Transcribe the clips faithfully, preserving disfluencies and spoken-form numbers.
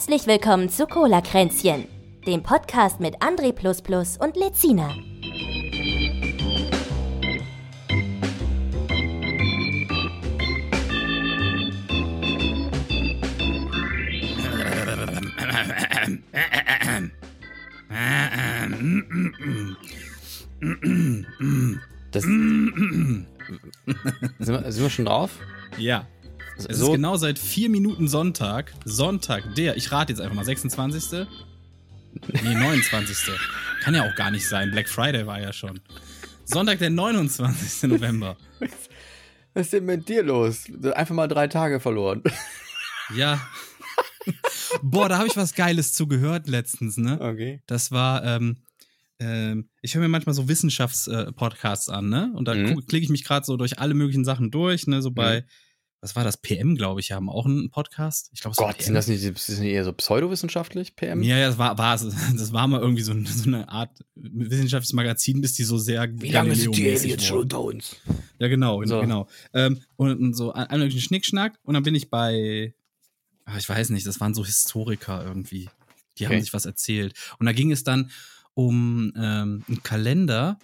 Herzlich willkommen zu Cola-Kränzchen, dem Podcast mit André und Lezina. Das sind, wir, sind wir schon drauf? Ja. Es So- ist genau seit vier Minuten Sonntag. Sonntag, der, ich rate jetzt einfach mal, sechsundzwanzigste Nee, neunundzwanzigste Kann ja auch gar nicht sein. Black Friday war ja schon. Sonntag, der neunundzwanzigste November. Was ist denn mit dir los? Einfach mal drei Tage verloren. Ja. Boah, da habe ich was Geiles zugehört letztens, ne? Okay. Das war, ähm, ähm, ich höre mir manchmal so Wissenschaftspodcasts an, ne? Und da Mhm. klicke ich mich gerade so durch alle möglichen Sachen durch, ne? So bei, Mhm. was war das? P M, glaube ich, haben auch einen Podcast. Ich glaube, es war Gott, P M. sind das nicht, ist das nicht eher so pseudowissenschaftlich, P M? Ja, ja, das war, war es. Das war mal irgendwie so, ein- so eine Art wissenschaftliches Magazin, bis die so sehr Galileo-mäßig wurden. unter uns? Ja, genau, So. genau. Ähm, und, und so einen möglichen Schnickschnack. Und dann bin ich bei, ach, ich weiß nicht, das waren so Historiker irgendwie. Die Okay. haben sich was erzählt. Und da ging es dann um ähm, einen Kalender.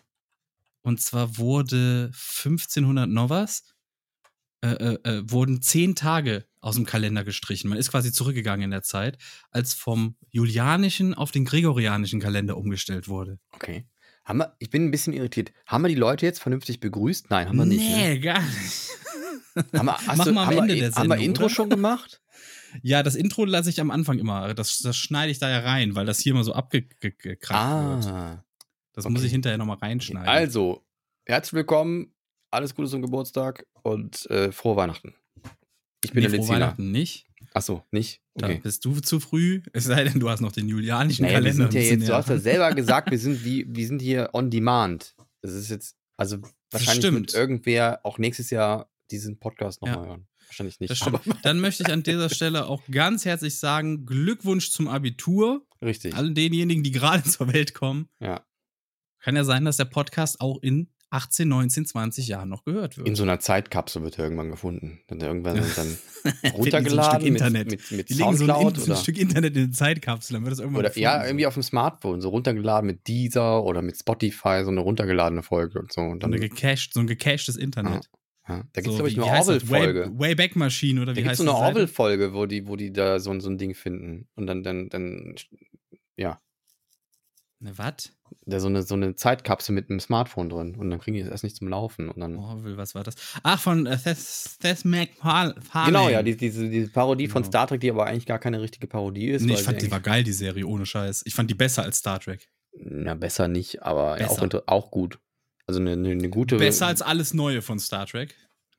Und zwar wurde fünfzehnhundert noch was, äh, äh, äh, wurden zehn Tage aus dem Kalender gestrichen. Man ist quasi zurückgegangen in der Zeit, als vom julianischen auf den gregorianischen Kalender umgestellt wurde. Okay. Haben wir, ich bin ein bisschen irritiert. Haben wir die Leute jetzt vernünftig begrüßt? Nein, haben wir nicht. Nee, Ne? gar nicht. Haben wir, hast Mach du, mal am haben Ende wir, der haben wir Sendung, Intro oder? schon gemacht? Ja, das Intro lasse ich am Anfang immer. Das, das schneide ich da ja rein, weil das hier immer so abgekratzt wird. Ah. Das okay. muss ich hinterher nochmal reinschneiden. Also, herzlich willkommen. Alles Gute zum Geburtstag und äh, frohe Weihnachten. Ich bin nee, der frohe Lezina. Weihnachten nicht. Achso, nicht? Da Okay. bist du zu früh. Es sei denn, du hast noch den julianischen Naja, wir Kalender. sind ja ein bisschen jetzt, du hast ja näher. selber gesagt, wir sind wie, wir sind hier on demand. Das ist jetzt, also wahrscheinlich stimmt. wird irgendwer auch nächstes Jahr diesen Podcast nochmal Ja. hören. Wahrscheinlich nicht. Das stimmt. Aber, Dann möchte ich an dieser Stelle auch ganz herzlich sagen, Glückwunsch zum Abitur. richtig. Allen denjenigen, die gerade zur Welt kommen. Ja. Kann ja sein, dass der Podcast auch in achtzehn, neunzehn, zwanzig Jahren noch gehört wird. In so einer Zeitkapsel wird er irgendwann gefunden. Dann irgendwann Ja. dann Finden so runtergeladen ein Stück Internet. mit, mit, mit Die legen so ein, Soundcloud so ein oder, Stück Internet in eine Zeitkapsel, dann wird das irgendwann oder gefunden. ja, irgendwie auf dem Smartphone, so runtergeladen mit Deezer oder mit Spotify, so eine runtergeladene Folge und so. Und so, dann, eine gecached, so ein gecachtes Internet. ja. Da gibt es, so, glaube ich, wie- eine wie heißt das? Orwell-Folge. Way, Wayback Machine oder Da wie gibt es heißt so eine die Seite? Orwell-Folge, wo die, wo die da so, so ein Ding finden. Und dann, dann, dann, ja, Ne, was? da so eine, so eine Zeitkapsel mit einem Smartphone drin. Und dann kriegen die das erst nicht zum Laufen. Und dann, Orwell, was war das? Ach, von äh, Seth, Seth MacFarlane. genau, ja, die, diese, diese Parodie von Genau. Star Trek, die aber eigentlich gar keine richtige Parodie ist. Nee, weil ich fand, sie die war geil, die Serie, ohne Scheiß. Ich fand die besser als Star Trek. eigentlich- Na, besser nicht, aber ja, auch, Besser. inter- auch gut. Also eine, eine, eine gute. Besser als alles Neue von Star Trek.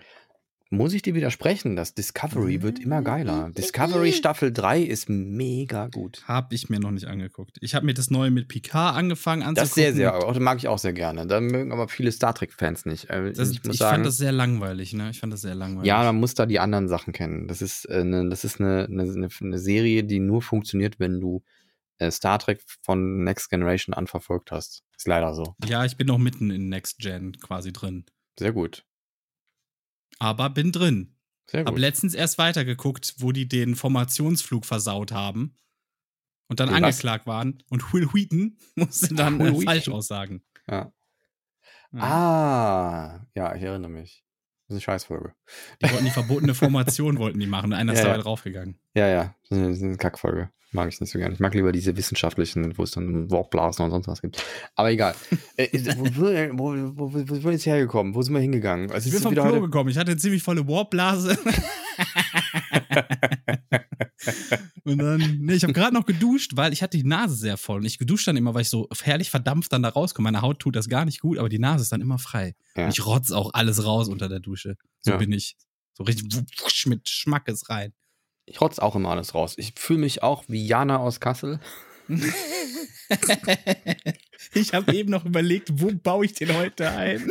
Muss ich dir widersprechen, das Discovery wird immer geiler. Discovery Staffel drei ist mega gut. Hab ich mir noch nicht angeguckt. Ich habe mir das Neue mit Picard angefangen anzugucken. Das sehr, sehr, auch, mag ich auch sehr gerne. Da mögen aber viele Star Trek-Fans nicht. Äh, Das, ich ich muss sagen, fand das sehr langweilig, ne? Ich fand das sehr langweilig. ja, man muss da die anderen Sachen kennen. Das ist, äh, eine, das ist eine, eine, eine Serie, die nur funktioniert, wenn du äh, Star Trek von Next Generation an verfolgt hast. Ist leider so. Ja, ich bin noch mitten in Next Gen quasi drin. Sehr gut. Aber bin drin. Sehr Hab gut. letztens erst weitergeguckt, wo die den Formationsflug versaut haben und dann Den was? angeklagt waren. Und Will Wheaton musste dann Will äh, Wheaton? falsch aussagen. Ja. Ja. Ah, ja, ich erinnere mich. Das ist eine Scheißfolge. Die wollten die verbotene Formation wollten die machen und einer ist Ja, dabei ja. draufgegangen. Ja, ja, das ist eine, das ist eine Kackfolge. Mag ich nicht so gerne. Ich mag lieber diese wissenschaftlichen, wo es dann Warpblasen und sonst was gibt. Aber egal. äh, wo, wo, wo, wo, wo sind wir jetzt hergekommen? Wo sind wir hingegangen? Also Ich bin ist vom wieder Klo heute- gekommen. Ich hatte eine ziemlich volle Warpblase. Und dann, nee, ich habe gerade noch geduscht, weil ich hatte die Nase sehr voll. Und ich geduscht dann immer, weil ich so herrlich verdampft dann da rauskomme. Meine Haut tut das gar nicht gut, aber die Nase ist dann immer frei. Ja. Und ich rotz auch alles raus unter der Dusche. So Ja. bin ich. So richtig wusch mit Schmackes rein. Ich rotz auch immer alles raus. Ich fühle mich auch wie Jana aus Kassel. Ich habe eben noch überlegt, wo baue ich den heute ein?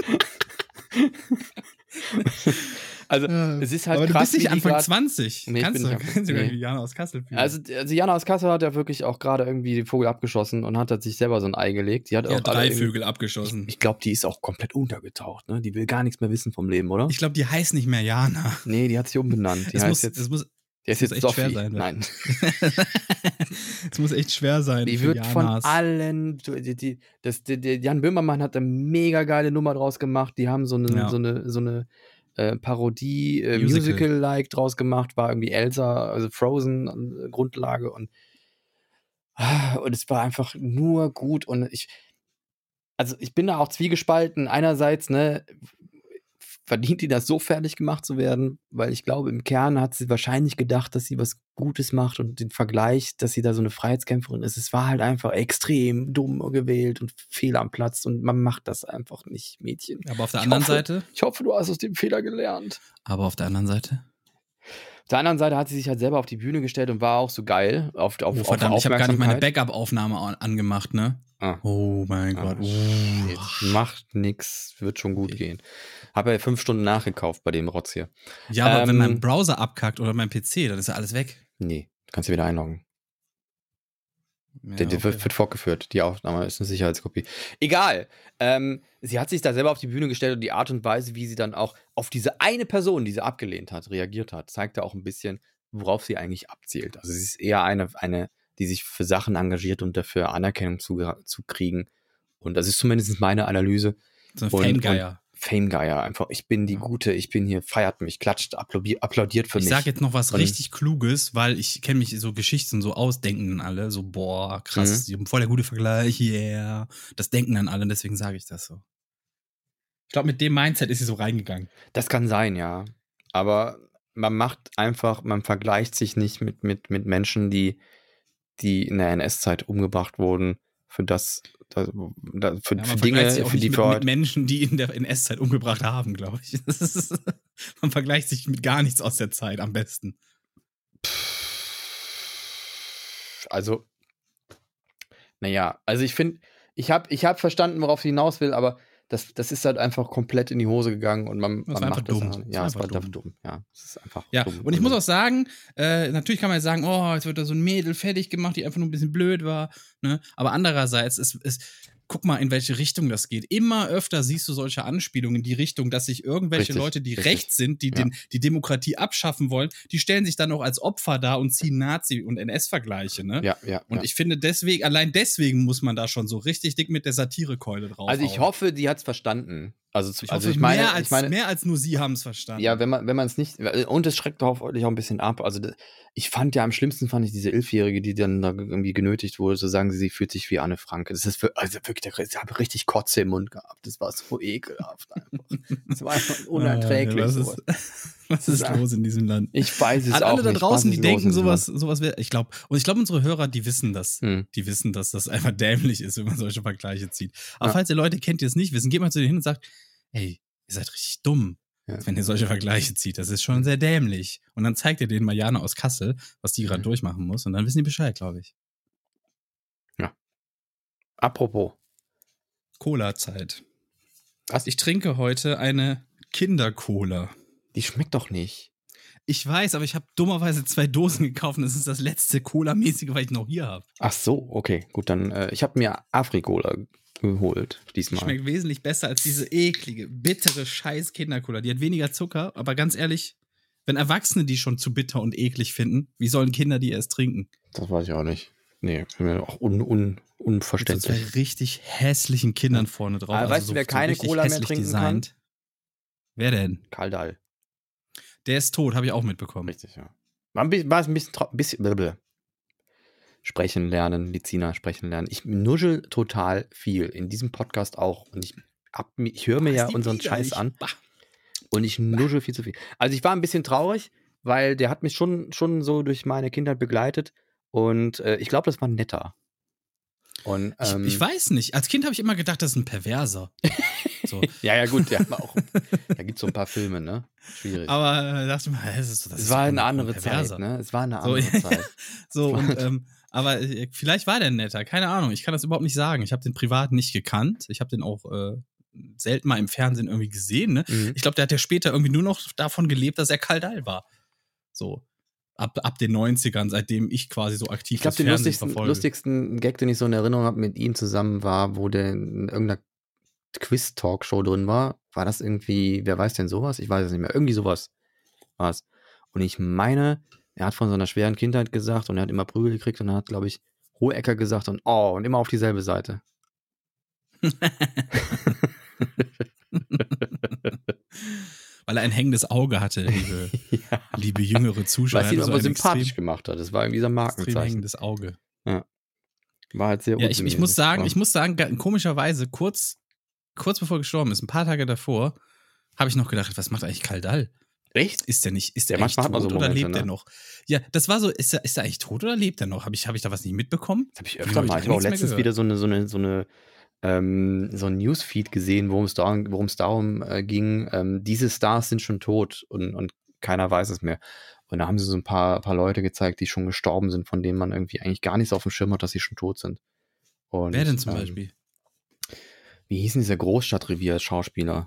Also, es ist halt aber du krass, bist nicht wie die Anfang grad- zwanzig. Nee, ich kannst bin du nicht- kannst du gar nee. nicht Jana aus Kassel fühlen. Also, also Jana aus Kassel hat ja wirklich auch gerade irgendwie den Vogel abgeschossen und hat, hat sich selber so ein Ei gelegt. Die hat die auch hat alle drei irgendwie- Vögel abgeschossen. Ich glaube, die ist auch komplett untergetaucht, ne? Die will gar nichts mehr wissen vom Leben, oder? Ich glaube, die heißt nicht mehr Jana. Nee, die hat sich umbenannt. Die Es heißt muss, jetzt es muss, Der ist Das jetzt muss echt schwer Sophie. sein, ne? Nein. Es muss echt schwer sein. Die für wird von Janas. allen, die, die, das, die, die, Jan Böhmermann hat eine mega geile Nummer draus gemacht. Die haben so eine, Ja. so eine, so eine äh, Parodie, äh, Musical. Musical-like draus gemacht, war irgendwie Elsa, also Frozen äh, Grundlage und, ah, und es war einfach nur gut und ich, also ich bin da auch zwiegespalten. Einerseits, ne, verdient die das so fertig gemacht zu werden, weil ich glaube, im Kern hat sie wahrscheinlich gedacht, dass sie was Gutes macht und den Vergleich, dass sie da so eine Freiheitskämpferin ist, es war halt einfach extrem dumm gewählt und fehl am Platz und man macht das einfach nicht, Mädchen. Aber auf der Ich anderen hoffe, Seite? Ich hoffe, du hast aus dem Fehler gelernt. Aber auf der anderen Seite? Auf der anderen Seite hat sie sich halt selber auf die Bühne gestellt und war auch so geil auf, auf, Oh, auf verdammt, ich habe gar nicht meine Aufmerksamkeit. Backup-Aufnahme an- angemacht, ne? Ah. Oh mein Ah, Gott. Oh. shit. Macht nix, wird schon gut Okay. gehen. Habe ja fünf Stunden nachgekauft bei dem Rotz hier. Ja, aber wenn Ähm, mein Browser abkackt oder mein P C, dann ist ja alles weg. Nee, du kannst ja wieder einloggen. Ja, Der, der okay. wird, wird fortgeführt. Die Aufnahme ist eine Sicherheitskopie. Egal. Ähm, sie hat sich da selber auf die Bühne gestellt und die Art und Weise, wie sie dann auch auf diese eine Person, die sie abgelehnt hat, reagiert hat, zeigte auch ein bisschen, worauf sie eigentlich abzielt. Also sie ist eher eine, eine die sich für Sachen engagiert und dafür Anerkennung zu, zu kriegen. Und das ist zumindest meine Analyse. So ein Und- Fame-Geier. Fame-Geier einfach. Ich bin die Ja. Gute, ich bin hier, feiert mich, klatscht, applaudiert, applaudiert für Ich mich. sag jetzt noch was Und- richtig Kluges, weil ich kenne mich so Geschichten so ausdenken dann alle. So, boah, krass, Mhm. voll der gute Vergleich, yeah. Das denken dann alle, deswegen sage ich das so. Ich glaube, mit dem Mindset ist sie so reingegangen. Das kann sein, ja. Aber man macht einfach, man vergleicht sich nicht mit, mit, mit Menschen, die, die in der N S-Zeit umgebracht wurden, für das, das da- für, Ja, für man Dinge, vergleicht sich auch für nicht die mit, für mit heute. Menschen, die in der N S-Zeit umgebracht haben, glaube ich. Das ist, man vergleicht sich mit gar nichts aus der Zeit am besten. Also, naja, also ich finde, ich habe ich hab verstanden, worauf sie hinaus will, aber das, das ist halt einfach komplett in die Hose gegangen und man, Das man war macht einfach das dumm. einfach- Das Ja, war es war einfach einfach dumm. dumm. Ja, es ist einfach Ja, dumm. und ich muss auch sagen, äh, natürlich kann man jetzt sagen, oh, jetzt wird da so ein Mädel fertig gemacht, die einfach nur ein bisschen blöd war. Ne? Aber andererseits, es, es, guck mal, in welche Richtung das geht. Immer öfter siehst du solche Anspielungen in die Richtung, dass sich irgendwelche Richtig, Leute, die richtig. rechts sind, die Ja. den, die Demokratie abschaffen wollen, die stellen sich dann auch als Opfer dar und ziehen Nazi- und N S-Vergleiche. Ne? Ja, ja. Und ja. ich finde, deswegen, allein deswegen muss man da schon so richtig dick mit der Satirekeule drauf. Also ich hoffe, die hat es verstanden. Also, zu- ich also hoffe ich meine, mehr, als, ich meine, mehr als nur sie haben es verstanden. ja, wenn man wenn man es nicht, und es schreckt hoffentlich auch ein bisschen ab. Also d- ich fand ja am schlimmsten fand ich diese Elfjährige, die dann da irgendwie genötigt wurde, zu sagen, sie, sie fühlt sich wie Anne Frank. Das ist wir- also wirklich, ich habe richtig Kotze im Mund gehabt. Das war so ekelhaft einfach. Das war einfach unerträglich. Ah, was sowas. ist, was ist Ja. los in diesem Land? Ich weiß es An auch alle da nicht. draußen, Was die ist los denken, in diesem sowas, sowas wäre, ich glaube, und ich glaube, unsere Hörer, die wissen das. Land? Hm. Die wissen, dass das einfach dämlich ist, wenn man solche Vergleiche zieht. Aber Ja. falls ihr Leute kennt, die es nicht wissen, geht mal zu denen hin und sagt, ey, ihr seid richtig dumm, Ja. wenn ihr solche Vergleiche zieht. Das ist schon sehr dämlich. Und dann zeigt ihr denen mal Jana aus Kassel, was die gerade Mhm. durchmachen muss. Und dann wissen die Bescheid, glaube ich. Apropos. Cola-Zeit. Was? Ich trinke heute eine Kinder-Cola. Die schmeckt doch nicht. Ich weiß, aber ich habe dummerweise zwei Dosen gekauft und das ist das letzte Cola-mäßige, was ich noch hier habe. Ach so, okay, gut, dann äh, ich habe mir Afrikola geholt diesmal. Schmeckt wesentlich besser als diese eklige, bittere scheiß Kindercola. Die hat weniger Zucker, aber ganz ehrlich, wenn Erwachsene die schon zu bitter und eklig finden, wie sollen Kinder die erst trinken? Das weiß ich auch nicht. Nee, für mich auch un, un, Mit so unverständlich. zwei richtig hässlichen Kindern vorne drauf. Aber weißt du, wer keine richtig Cola mehr hässlich trinken designt. Wer denn? Karl Dahl. Der ist tot, habe ich auch mitbekommen. Richtig, ja. War, ein bisschen, war ein bisschen, trau- bisschen blablabla. Sprechen lernen, Lizina sprechen lernen. Ich nuschel total viel, in diesem Podcast auch. Und ich, hab mi- ich höre mir ja Ist die unseren widerlich. Scheiß an Bah. und ich nuschel viel zu viel. Also ich war ein bisschen traurig, weil der hat mich schon, schon so durch meine Kindheit begleitet und äh, ich glaube, das war netter. Und, Ich, ähm, ich weiß nicht. Als Kind habe ich immer gedacht, das ist ein Perverser. So. Ja, ja, gut, der hat auch. Da gibt es so ein paar Filme, ne? Schwierig. Aber äh, dachte ich mal, das ist so. Das es ist war doch eine ein andere Perverser. Zeit, ne? Es war eine So, andere ja, Zeit. So, Das war- und, ähm, aber äh, vielleicht war der netter, keine Ahnung, ich kann das überhaupt nicht sagen. Ich habe den privat nicht gekannt. Ich habe den auch äh, selten mal im Fernsehen irgendwie gesehen. Ne? Mhm. Ich glaube, der hat ja später irgendwie nur noch davon gelebt, dass er Kaldal war. So. Ab, ab den neunzigern, seitdem ich quasi so aktiv Ich glaube, das den Fernsehen lustigsten, verfolge. lustigsten Gag, den ich so in Erinnerung habe mit ihm zusammen war, wo der in irgendeiner Quiz-Talkshow drin war. War das irgendwie, wer weiß denn sowas? Ich weiß es nicht mehr. Irgendwie sowas war es. Und ich meine, er hat von so einer schweren Kindheit gesagt und er hat immer Prügel gekriegt und er hat, glaube ich, Hohecker gesagt und oh, und immer auf dieselbe Seite. Weil er ein hängendes Auge hatte, liebe, ja. liebe jüngere Zuschauer. Was ihn so aber sympathisch extrem, gemacht hat. Das war irgendwie so ein Markenzeichen. Extrem hängendes Auge. Ja. War halt sehr ja, ich, ich muss sagen, ich muss sagen, komischerweise, kurz, kurz bevor er gestorben ist, ein paar Tage davor, habe ich noch gedacht, was macht eigentlich Kaldal? Echt? Ist der nicht, ist der ja, eigentlich tot so Momente, oder lebt ne? der noch? Ja, das war so, ist er, ist er eigentlich tot oder lebt er noch? Habe ich, hab ich da was nicht mitbekommen? Das habe ich öfter mal. Ich habe auch letztens wieder so eine, so eine, so eine, ähm, so ein Newsfeed gesehen, worum es darum, worum es darum äh, ging, ähm, diese Stars sind schon tot und, und keiner weiß es mehr. Und da haben sie so ein paar, paar Leute gezeigt, die schon gestorben sind, von denen man irgendwie eigentlich gar nicht so auf dem Schirm hat, dass sie schon tot sind. Und, wer denn zum ähm, Beispiel? Wie hieß denn dieser Großstadtrevier-Schauspieler?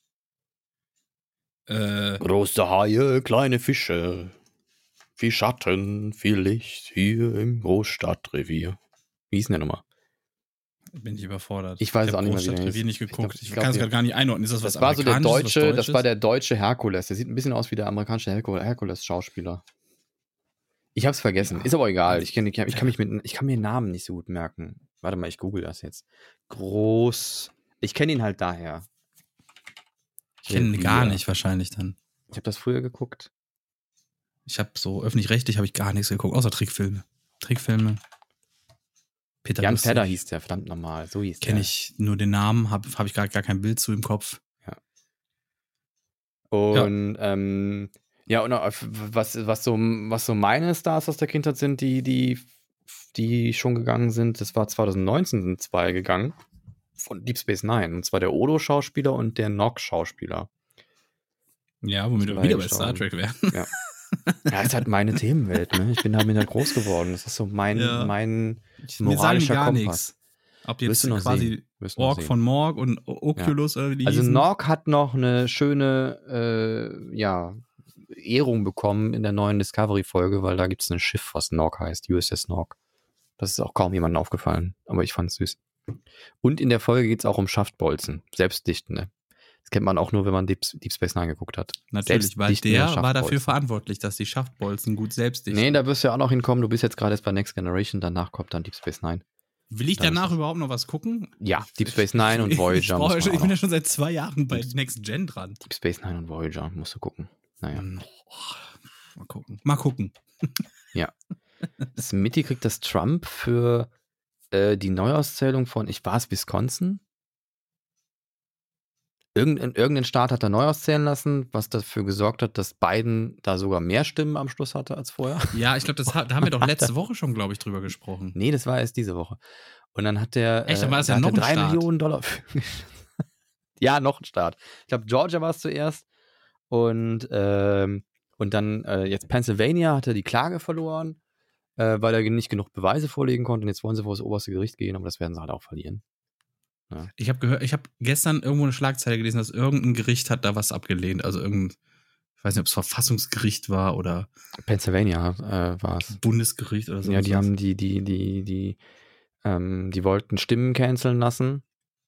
Äh, Große Haie, kleine Fische, viel Schatten, viel Licht hier im Großstadtrevier. Wie hieß denn der nochmal? Bin ich überfordert. Ich weiß ich es auch nicht mehr, wie der Großstadtrevier hieß. nicht geguckt. Ich, ich, ich ich kann es gerade gar nicht einordnen. Ist das was das war so der Amerikanisches, deutsche, was das war der deutsche Herkules. Der sieht ein bisschen aus wie der amerikanische Herkules-Schauspieler. Ich hab's vergessen. Ja. Ist aber egal. Ich kann, ich, kann, ich, kann mich mit, ich kann mir den Namen nicht so gut merken. Warte mal, ich google das jetzt. Groß. Ich kenne ihn halt daher. Ich kenne ihn gar nicht wahrscheinlich dann. Ich habe das früher geguckt. Ich habe so öffentlich-rechtlich habe ich gar nichts geguckt, außer Trickfilme. Trickfilme. Peter Jan Lustig. Fedder hieß der, verdammt nochmal. So hieß der. Kenne ich nur den Namen, habe hab ich gar, gar kein Bild zu im Kopf. Ja. Und, ja, ähm, ja und was, was, so, was so meine Stars aus der Kindheit sind, die, die, die schon gegangen sind, das war zwanzig neunzehn sind zwei gegangen. Von Deep Space Nine. Und zwar der Odo-Schauspieler und der Nock-Schauspieler. Ja, womit wir wieder bei Star Trek wären. Ja. Ja, ist halt meine Themenwelt, ne? Ich bin damit halt groß geworden. Das ist so mein, ja. mein moralischer gar Kompass. Nichts. Ob jetzt quasi Ork von Morg und Oculus ja. oder wie die Also hießen. Norg hat noch eine schöne äh, ja, Ehrung bekommen in der neuen Discovery-Folge, weil da gibt es ein Schiff, was Norg heißt, U S S Norg. Das ist auch kaum jemandem aufgefallen, aber ich fand es süß. Und in der Folge geht es auch um Schaftbolzen, selbstdichtende. Das kennt man auch nur, wenn man Deep, Deep Space Nine geguckt hat. Natürlich, weil der war dafür verantwortlich, dass die Schaftbolzen gut selbstdichten. Nee, da wirst du ja auch noch hinkommen. Du bist jetzt gerade erst bei Next Generation, danach kommt dann Deep Space Nine. Will ich danach überhaupt noch was gucken? Ja, Deep Space Nine und Voyager. Ich, ich, ich bin ja schon seit zwei Jahren bei Next Gen dran. Deep Space Nine und Voyager, musst du gucken. Naja. Oh, mal gucken. Mal gucken. Ja. Smitty kriegt das Trump für äh, die Neuauszählung von, ich war es, Wisconsin? Irgendein, irgendein Staat hat da neu auszählen lassen, was dafür gesorgt hat, dass Biden da sogar mehr Stimmen am Schluss hatte als vorher. Ja, ich glaube, da haben wir doch letzte Woche schon, glaube ich, drüber gesprochen. Nee, das war erst diese Woche. Und dann hat der Echt, dann war das äh, ja noch ein drei Staat. Millionen Dollar. Ja, noch ein Staat. Ich glaube, Georgia war es zuerst. Und, ähm, und dann äh, jetzt Pennsylvania hatte die Klage verloren, äh, weil er nicht genug Beweise vorlegen konnte. Und jetzt wollen sie vor das oberste Gericht gehen, aber das werden sie halt auch verlieren. Ja. Ich habe gehört, ich habe gestern irgendwo eine Schlagzeile gelesen, dass irgendein Gericht hat da was abgelehnt. Also irgendein, ich weiß nicht, ob es Verfassungsgericht war oder Pennsylvania äh, war es. Bundesgericht oder so. Ja, die haben die, die, die, die, ähm, die wollten Stimmen canceln lassen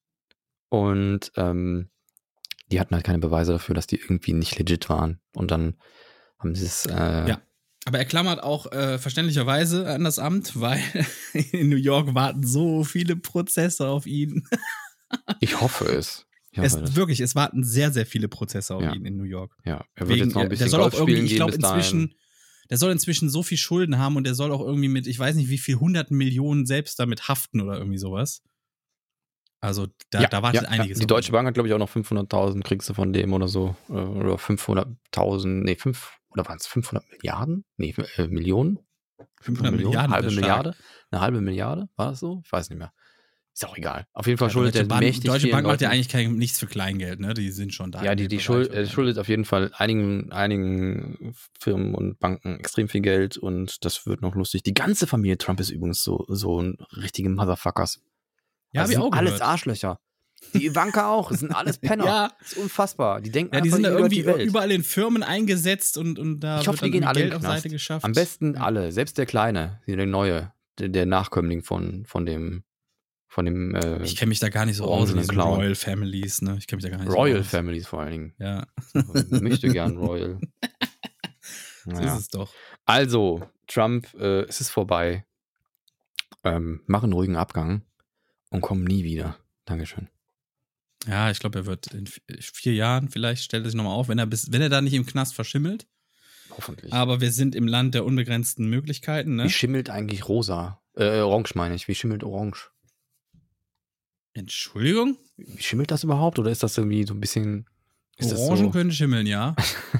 und ähm, die hatten halt keine Beweise dafür, dass die irgendwie nicht legit waren. Und dann haben sie es. Äh, ja. Aber er klammert auch äh, verständlicherweise an das Amt, weil in New York warten so viele Prozesse auf ihn. Ich hoffe es. Ich hoffe es es. Wirklich, es warten sehr, sehr viele Prozesse auf ja. ihn in New York. Ja, er wird Wegen, jetzt noch ein bisschen der soll Golf auch irgendwie, spielen ich glaube gehen bis inzwischen, dahin. der soll inzwischen so viel Schulden haben und der soll auch irgendwie mit, ich weiß nicht wie viel, hunderten Millionen selbst damit haften oder irgendwie sowas. Also da, ja, da wartet ja, einiges. Die Deutsche Bank hat, glaube ich, auch noch fünfhunderttausend kriegst du von dem oder so. Oder fünfhunderttausend, nee, fünf, oder waren es fünfhundert Milliarden? Nee, äh, Millionen? fünfhundert Millionen? Milliarden. Halbe Milliarde? Eine halbe Milliarde? War das so? Ich weiß nicht mehr. Ist auch egal. Auf jeden Fall ja, schuldet er mächtig Die Deutsche Bank macht ja Leuten. eigentlich kein, nichts für Kleingeld, ne? Die sind schon da. Ja, die, die Schuld, äh, schuldet auf jeden Fall einigen, einigen Firmen und Banken extrem viel Geld und das wird noch lustig. Die ganze Familie Trump ist übrigens so, so ein richtige Motherfuckers. Ja, also hab ich auch alles gehört. Arschlöcher. Die Ivanka auch, das sind alles Penner. Ja. Das ist unfassbar. Die denken Ja, die einfach, sind da irgendwie die Welt. überall in Firmen eingesetzt und, und da ich wird hoffe, dann die gehen alle Geld in auf den Knast. Seite geschafft. Am besten alle, selbst der Kleine, der neue, der, der Nachkömmling von, von dem, von dem. Äh, ich kenne mich da gar nicht so aus in diesen Clown. Royal Families, ne? Ich kenne mich da gar nicht Royal so aus. Families vor allen Dingen. Ja. Ich möchte gern Royal. So Naja. ist es doch. Also, Trump, äh, es ist vorbei. Ähm, mach einen ruhigen Abgang und komm nie wieder. Dankeschön. Ja, ich glaube, er wird in vier Jahren vielleicht, stellt er sich nochmal auf, wenn er, bis, wenn er da nicht im Knast verschimmelt. Hoffentlich. Aber wir sind im Land der unbegrenzten Möglichkeiten, ne? Wie schimmelt eigentlich rosa? Äh, orange meine ich. Wie schimmelt orange? Entschuldigung? Wie schimmelt das überhaupt? Oder ist das irgendwie so ein bisschen... Ist Orangen das so? können schimmeln, ja.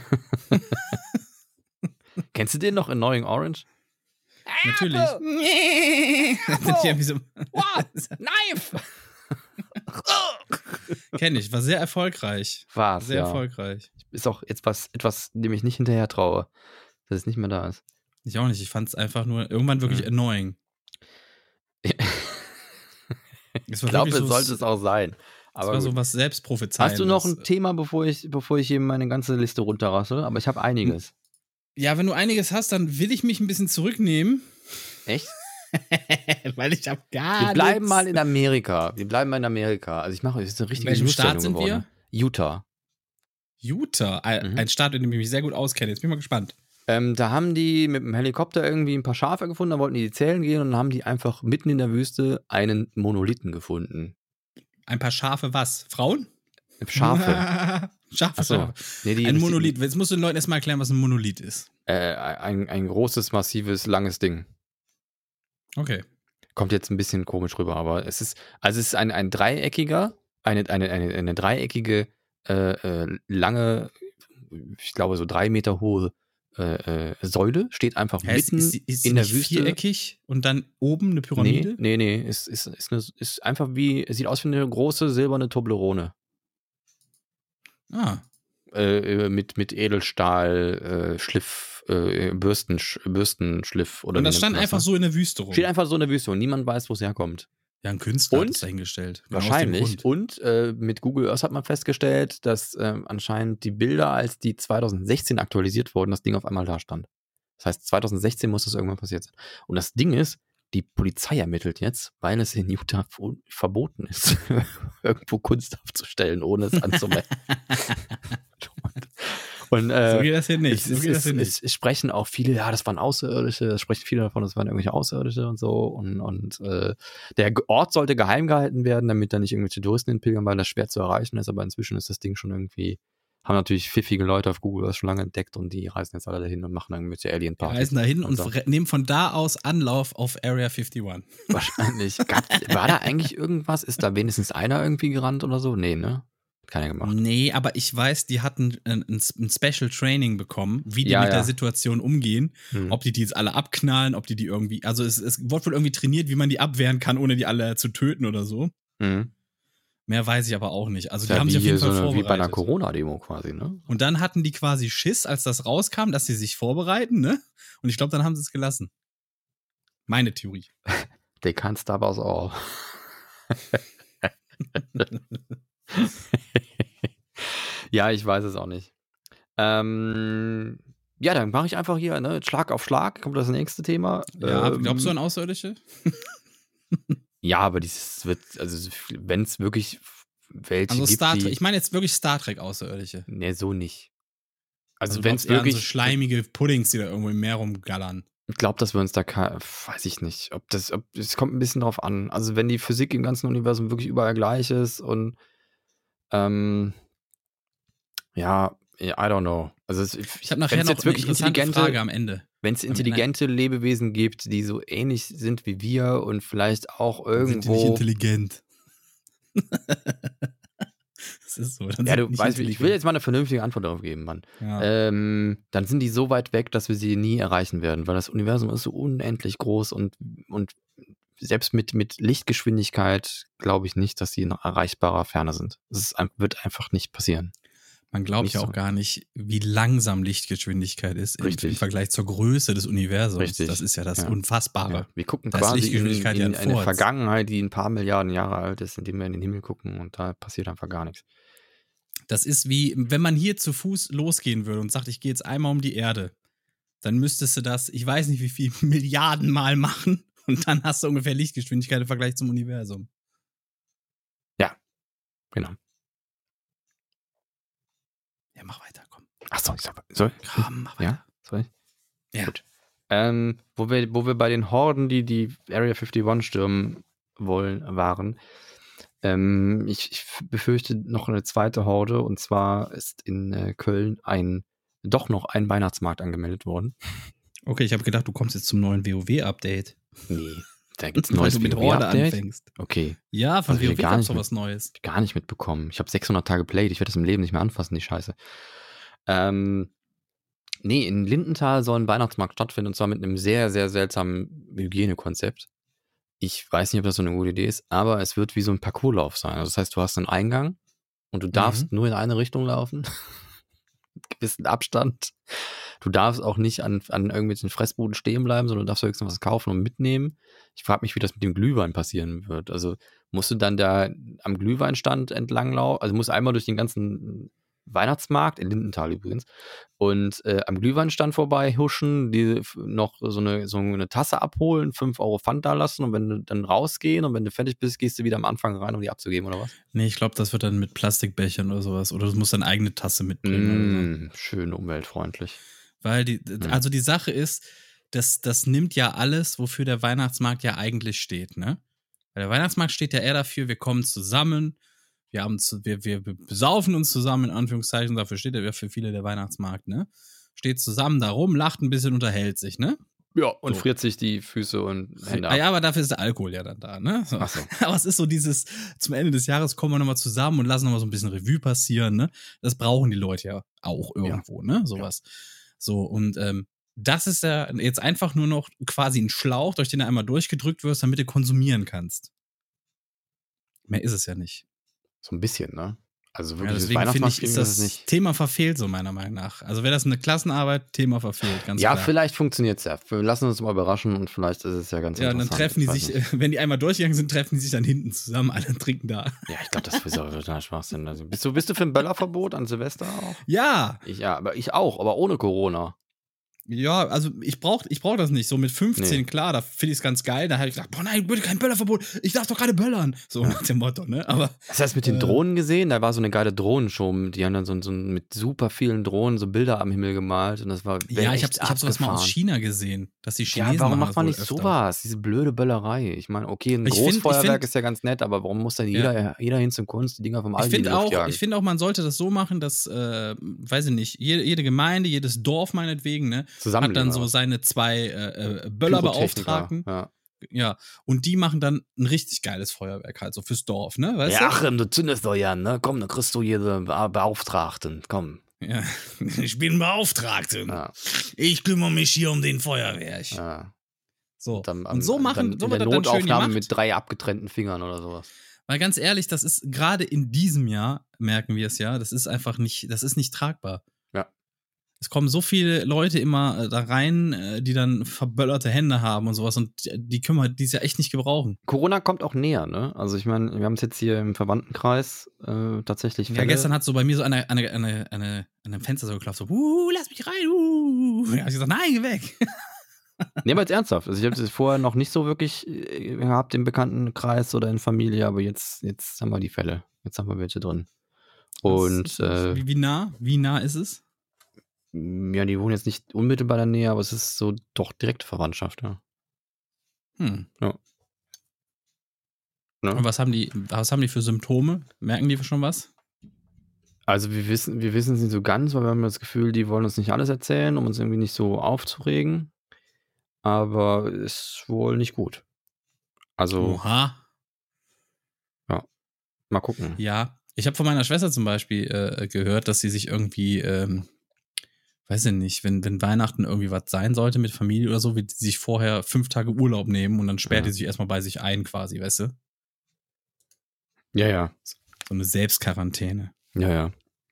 Kennst du den noch in Knowing Orange? Natürlich. Apple! so What? Knife! Kenn ich, war sehr erfolgreich. Was, Sehr ja. erfolgreich. Ist auch etwas, etwas, dem ich nicht hinterher traue, dass es nicht mehr da ist. Ich auch nicht, ich fand es einfach nur irgendwann wirklich Hm. annoying. Ich glaube, es so, sollte es auch sein. Aber Aber war so gut. was Selbstprophezeiendes. Hast du noch ein Thema, bevor ich, bevor ich hier meine ganze Liste runterrasse? Aber ich habe einiges. Ja, wenn du einiges hast, dann will ich mich ein bisschen zurücknehmen. Echt? Weil ich habe gar Wir bleiben nichts. mal in Amerika. Wir bleiben mal in Amerika. Also ich mache, es ist eine richtige In welchem News-Sendung Staat sind geworden. Utah. Utah, ein, Mhm. ein Staat, in dem ich mich sehr gut auskenne. Jetzt bin ich mal gespannt. Ähm, da haben die mit dem Helikopter irgendwie ein paar Schafe gefunden, da wollten die die zählen gehen und dann haben die einfach mitten in der Wüste einen Monolithen gefunden. Ein paar Schafe was? Frauen? Schafe. Schafe, Ach so. Schafe. Nee, die Ein richtig- Monolith. Jetzt musst du den Leuten erstmal erklären, was ein Monolith ist. Äh, ein, ein großes, massives, langes Ding. Okay. Kommt jetzt ein bisschen komisch rüber, aber es ist, also es ist ein, ein dreieckiger, eine, eine, eine, eine dreieckige, äh, äh, lange, ich glaube so drei Meter hohe äh, äh, Säule, steht einfach Hä, ist, mitten ist, ist sie in der nicht Wüste. viereckig und dann oben eine Pyramide? Nee, nee, nee, ist, ist, ist, eine, ist einfach wie, sieht aus wie eine große silberne Toblerone. Ah, Äh, mit, mit Edelstahl, äh, Schliff, äh, Bürsten, Bürstenschliff oder und wie das nennt stand man einfach ne? so in der Wüste rum. Steht einfach so in der Wüste und niemand weiß, wo es herkommt. Ja, ein Künstler hat Und? es dahingestellt. Genau aus dem Wahrscheinlich. Grund. Und äh, mit Google Earth hat man festgestellt, dass äh, anscheinend die Bilder, als die zwanzig sechzehn aktualisiert wurden, das Ding auf einmal da stand. Das heißt, zwanzig sechzehn muss das irgendwann passiert sein. Und das Ding ist, die Polizei ermittelt jetzt, weil es in Utah v- verboten ist, irgendwo Kunst aufzustellen, ohne es anzumelden. Und, äh, So geht das hier nicht. Es, So es, geht das es, hier nicht. es, es sprechen auch viele, ja, das waren Außerirdische, es sprechen viele davon, das waren irgendwelche Außerirdische und so. Und, und äh, der Ort sollte geheim gehalten werden, damit da nicht irgendwelche Touristen hinpilgern, weil das schwer zu erreichen ist. Aber inzwischen ist das Ding schon irgendwie, haben natürlich pfiffige Leute auf Google das schon lange entdeckt und die reisen jetzt alle dahin und machen irgendwelche Wir Alien-Partys. reisen dahin und so. fre- nehmen von da aus Anlauf auf Area einundfünfzig. Wahrscheinlich. Gab, war da eigentlich irgendwas? Ist da wenigstens einer irgendwie gerannt oder so? Nee, ne? Hat keiner gemacht. Nee, aber ich weiß, die hatten ein, ein, ein Special Training bekommen, wie die Ja, mit ja. der Situation umgehen. Hm. Ob die die jetzt alle abknallen, ob die die irgendwie, also es, es wurde wohl irgendwie trainiert, wie man die abwehren kann, ohne die alle zu töten oder so. Mhm. Mehr weiß ich aber auch nicht. Also die Ja, haben wie, sich auf jeden hier Fall so eine, wie bei einer vorbereitet. Corona-Demo quasi, ne? Und dann hatten die quasi Schiss, als das rauskam, dass sie sich vorbereiten, ne? Und ich glaube, dann haben sie es gelassen. Meine Theorie. They can't stop us all. Ja, ich weiß es auch nicht. Ähm, ja, dann mache ich einfach hier, ne, Schlag auf Schlag, kommt das nächste Thema. Ja, ähm, glaubst du an Außerirdische? Ja, aber dieses wird, also wenn es wirklich welche Also gibt, Star Trek, die, ich meine jetzt wirklich Star Trek Außerirdische. ne, so nicht. Also, Also wenn wenn es es wirklich wirklich, so schleimige Puddings, die da irgendwo im Meer rumgallern. ich glaube, dass wir uns da, ka- weiß ich nicht, ob das, ob, es kommt ein bisschen drauf an. Also wenn die Physik im ganzen Universum wirklich überall gleich ist und ähm, ja, I don't know. Also es, Ich habe nachher wenn's noch jetzt eine wirklich interessante intelligente, Frage am Ende. wenn es Am Ende. intelligente Lebewesen gibt, die so ähnlich sind wie wir und vielleicht auch Dann sind die nicht irgendwo. intelligent. Das ist so. Dann Ja, sind du die nicht weißt, ich will intelligent. jetzt mal eine vernünftige Antwort darauf geben, Mann. Ja. Ähm, dann sind die so weit weg, dass wir sie nie erreichen werden, weil das Universum ist so unendlich groß und, und selbst mit, mit Lichtgeschwindigkeit glaube ich nicht, dass sie in erreichbarer Ferne sind. Das ist, ein- wird einfach nicht passieren. Man glaubt nicht ja auch so. gar nicht, wie langsam Lichtgeschwindigkeit ist im, Richtig. im Vergleich zur Größe des Universums. Richtig. Das ist ja das Ja. Unfassbare. Ja, wir gucken Da ist quasi in, Lichtgeschwindigkeit ja in ein eine Furz. Vergangenheit, die ein paar Milliarden Jahre alt ist, indem wir in den Himmel gucken und da passiert einfach gar nichts. Das ist wie, wenn man hier zu Fuß losgehen würde und sagt, ich gehe jetzt einmal um die Erde, dann müsstest du das, ich weiß nicht wie viel, Milliarden Mal machen und dann hast du ungefähr Lichtgeschwindigkeit im Vergleich zum Universum. Genau. Ja, mach weiter, komm. Achso, ich sag, soll, Komm, mach weiter. ja, soll ich? Ja. Gut. Ähm, wo wir, wo wir bei den Horden, die die Area einundfünfzig stürmen wollen, waren. Ähm, ich, ich befürchte noch eine zweite Horde, und zwar ist in äh, Köln ein doch noch ein Weihnachtsmarkt angemeldet worden. Okay, ich habe gedacht, du kommst jetzt zum neuen WoW-Update. Nee, da gibt's ein Weil neues du mit Horde WoW-Update. anfängst. Okay, Ja, von Also, ich WoW gar gab's nicht doch mit- was Neues. gar nicht mitbekommen. Ich habe sechshundert Tage played, ich werde das im Leben nicht mehr anfassen, die Scheiße. Ähm, nee, in Lindenthal soll ein Weihnachtsmarkt stattfinden, und zwar mit einem sehr, sehr seltsamen Hygienekonzept. Ich weiß nicht, ob das so eine gute Idee ist, aber es wird wie so ein Parcourslauf sein. Also das heißt, du hast einen Eingang und du darfst nur in eine Richtung laufen. Mit gewissen Abstand. Du darfst auch nicht an, an irgendwelchen Fressbuden stehen bleiben, sondern du darfst höchstens was kaufen und mitnehmen. Ich frage mich, wie das mit dem Glühwein passieren wird. Also musst du dann da am Glühweinstand entlang laufen, also musst einmal durch den ganzen Weihnachtsmarkt, in Lindenthal übrigens, und äh, am Glühweinstand vorbei huschen, die f- noch so eine, so eine Tasse abholen, fünf Euro Pfand da lassen, und wenn du dann rausgehen und wenn du fertig bist, gehst du wieder am Anfang rein, um die abzugeben, oder was? Nee, ich glaube, das wird dann mit Plastikbechern oder sowas. Oder du musst deine eigene Tasse mitbringen. Oder so. Mm, schön umweltfreundlich. Weil die, also die Sache ist, das, das nimmt ja alles, wofür der Weihnachtsmarkt ja eigentlich steht, ne? Weil der Weihnachtsmarkt steht ja eher dafür, wir kommen zusammen, wir haben zu, wir, wir besaufen uns zusammen, in Anführungszeichen, dafür steht ja für viele der Weihnachtsmarkt, ne? Steht zusammen da rum, lacht ein bisschen, unterhält sich, ne? Ja, und So. friert sich die Füße und Hände Ah ab. ja, aber dafür ist der Alkohol ja dann da, ne? So. Ach so. Aber es ist so dieses, zum Ende des Jahres kommen wir nochmal zusammen und lassen nochmal so ein bisschen Revue passieren, ne? Das brauchen die Leute ja auch irgendwo, ne? Sowas. So, und ähm, das ist ja jetzt einfach nur noch quasi ein Schlauch, durch den du einmal durchgedrückt wirst, damit du konsumieren kannst. Mehr ist es ja nicht. So ein bisschen, ne? Also Ja, wirklich, das deswegen finde ich, Weihnachtsmarktfeeling ist das nicht. Thema verfehlt, so meiner Meinung nach. Also wäre das eine Klassenarbeit, Thema verfehlt, ganz Ja, klar. vielleicht funktioniert es ja. Wir lassen uns mal überraschen, und vielleicht ist es ja ganz Ja, und dann interessant. treffen die Ich weiß sich, nicht. äh, wenn die einmal durchgegangen sind, treffen die sich dann hinten zusammen, alle trinken da. Ja, ich glaube, das ist auch total Schwachsinn. Also, bist, du, bist du für ein Böllerverbot an Silvester auch? Ja, Ich, ja, aber ich auch, aber ohne Corona. ja, also ich brauch, ich brauch das nicht. So mit fünfzehn, Nee. klar, da finde ich es ganz geil. Da habe ich gesagt, boah nein, bitte kein Böllerverbot. Ich darf doch gerade böllern. So nach dem Motto, ne? Aber Hast du das mit den Äh. Drohnen gesehen? Da war so eine geile Drohnenshow. Die haben dann so, so mit super vielen Drohnen so Bilder am Himmel gemalt, und das war ja, ich habe echt ich hab sowas mal aus abgefahren. China gesehen, dass die Chinesen Ja, warum machen macht man das nicht wohl öfter. sowas? Diese blöde Böllerei. Ich meine, okay, ein Ich find- ich Großfeuerwerk find- ist ja ganz nett, aber warum muss dann Ja. jeder, jeder hin zum Kunst die Dinger vom Ich Aldi in die finde Luft auch, jagen? ich finde auch, man sollte das so machen, dass, äh, weiß ich nicht, jede, jede Gemeinde, jedes Dorf meinetwegen, ne, hat Zusammenlegen dann oder so was? seine zwei äh, äh, Böllerbeauftragten. Ja. Ja, und die machen dann ein richtig geiles Feuerwerk halt so fürs Dorf, ne, weißt Ja, Achim, du zündest doch ja, ne? Komm, dann kriegst du hier den Be- Beauftragten. Komm. du? Ja. Ich bin Beauftragte. Ja, Ich kümmere mich hier um den Feuerwerk. ja. So. Dann, und so machen, dann so in wird der das dann schön Notaufnahme gemacht. mit drei abgetrennten Fingern oder sowas. Weil ganz ehrlich, das ist gerade in diesem Jahr, merken wir es ja, das ist einfach nicht, das ist nicht tragbar. Ja. Es kommen so viele Leute immer äh, da rein, äh, die dann verböllerte Hände haben und sowas, und die, die können wir dieses Jahr echt nicht gebrauchen. Corona kommt auch näher, ne? Also ich meine, wir haben es jetzt hier im Verwandtenkreis äh, tatsächlich Ja, Fälle. gestern hat so bei mir so eine, eine, eine, eine, an einem Fenster so geklappt, so, uh, lass mich rein, uh. Ja, ich gesagt, nein, geh weg. Nee, aber jetzt ernsthaft. Also ich habe das vorher noch nicht so wirklich äh, gehabt im Bekanntenkreis oder in Familie, aber jetzt, jetzt haben wir die Fälle. Jetzt haben wir welche drin. Und Das ist- äh, wie, wie nah? Wie nah ist es? ja, die wohnen jetzt nicht unmittelbar in der Nähe, aber es ist so doch direkte Verwandtschaft, ja. Hm. Ne? Und was haben die, was haben die für Symptome? Merken die schon was? Also wir wissen, wir wissen es nicht so ganz, weil wir haben das Gefühl, die wollen uns nicht alles erzählen, um uns irgendwie nicht so aufzuregen. Aber ist wohl nicht gut. Also Oha. mal gucken. Ja, ich habe von meiner Schwester zum Beispiel äh, gehört, dass sie sich irgendwie, ähm, weiß ich nicht, wenn, wenn Weihnachten irgendwie was sein sollte mit Familie oder so, wird sie sich vorher fünf Tage Urlaub nehmen und dann sperrt Ja. die sich erstmal bei sich ein quasi, weißt du? Ja, ja. So eine Selbstquarantäne. Ja, ja.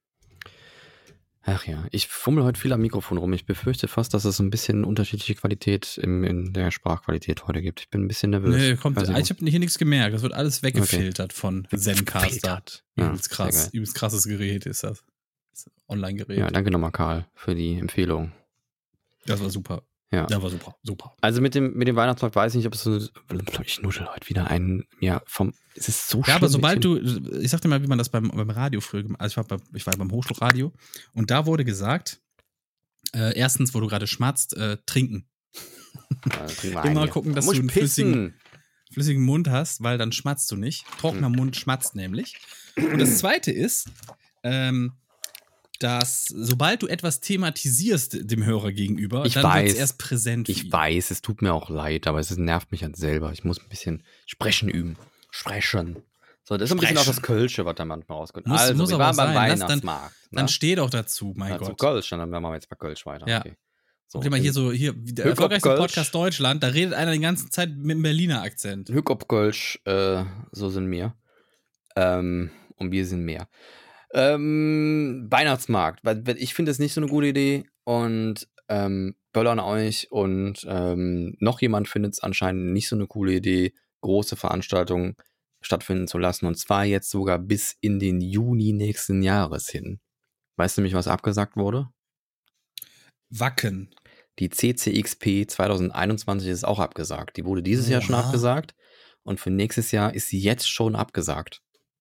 Ach ja, ich fummel heute viel am Mikrofon rum. Ich befürchte fast, dass es ein bisschen unterschiedliche Qualität im, in der Sprachqualität heute gibt. Ich bin ein bisschen nervös. Nee, kommt, Weiß nicht, ich habe hier nichts gemerkt. Das wird alles weggefiltert von Zencaster. Gefiltert. Ja, Übelst sehr krass. geil. Übelst krasses Gerät ist das. das Online-Gerät. Ja, danke nochmal, Karl, für die Empfehlung. Das war super. Ja. Das war super. Super. Also mit dem, mit dem Weihnachtsmarkt weiß ich nicht, ob es so. Ich nuschel heute wieder einen. Ja, vom. Es ist so schlimm. Ja, aber sobald ich, du, ich sag dir mal, wie man das beim, beim Radio früher gemacht hat. Also ich war, bei, ich war beim Hochschulradio und da wurde gesagt, äh, erstens, wo du gerade schmatzt, äh, trinken. Ja, Immer gucken, dass du einen flüssigen, flüssigen Mund hast, weil dann schmatzt du nicht. Trockener hm. Mund schmatzt nämlich. Und das Zweite ist, ähm, dass sobald du etwas thematisierst dem Hörer gegenüber, ich dann wird es erst präsent. Ich weiß, es tut mir auch leid, aber es nervt mich halt selber. Ich muss ein bisschen sprechen üben. Sprechen. So, das ist ein bisschen auch das Kölsche, was da manchmal rauskommt. Muss, also, muss wir aber waren beim sein. Weihnachtsmarkt. Dann, ne? dann steh doch dazu, mein ja, Gott. Zu Kölsch, dann machen wir jetzt bei Kölsch weiter. Ja. Okay. So, Guck dir mal hier so, hier, der erfolgreichste Podcast Deutschland, da redet einer die ganze Zeit mit einem Berliner Akzent. Hück ob Kölsch, äh, so sind wir. Ähm, und wir sind mehr. Ähm, Weihnachtsmarkt. Weil ich finde das nicht so eine gute Idee und ähm, böllern euch und ähm, noch jemand findet es anscheinend nicht so eine coole Idee, große Veranstaltungen stattfinden zu lassen und zwar jetzt sogar bis in den Juni nächsten Jahres hin. Weißt du nämlich, was abgesagt wurde? Wacken. Die C C X P zwanzig einundzwanzig ist auch abgesagt. Die wurde dieses Oha. Jahr schon abgesagt und für nächstes Jahr ist sie jetzt schon abgesagt.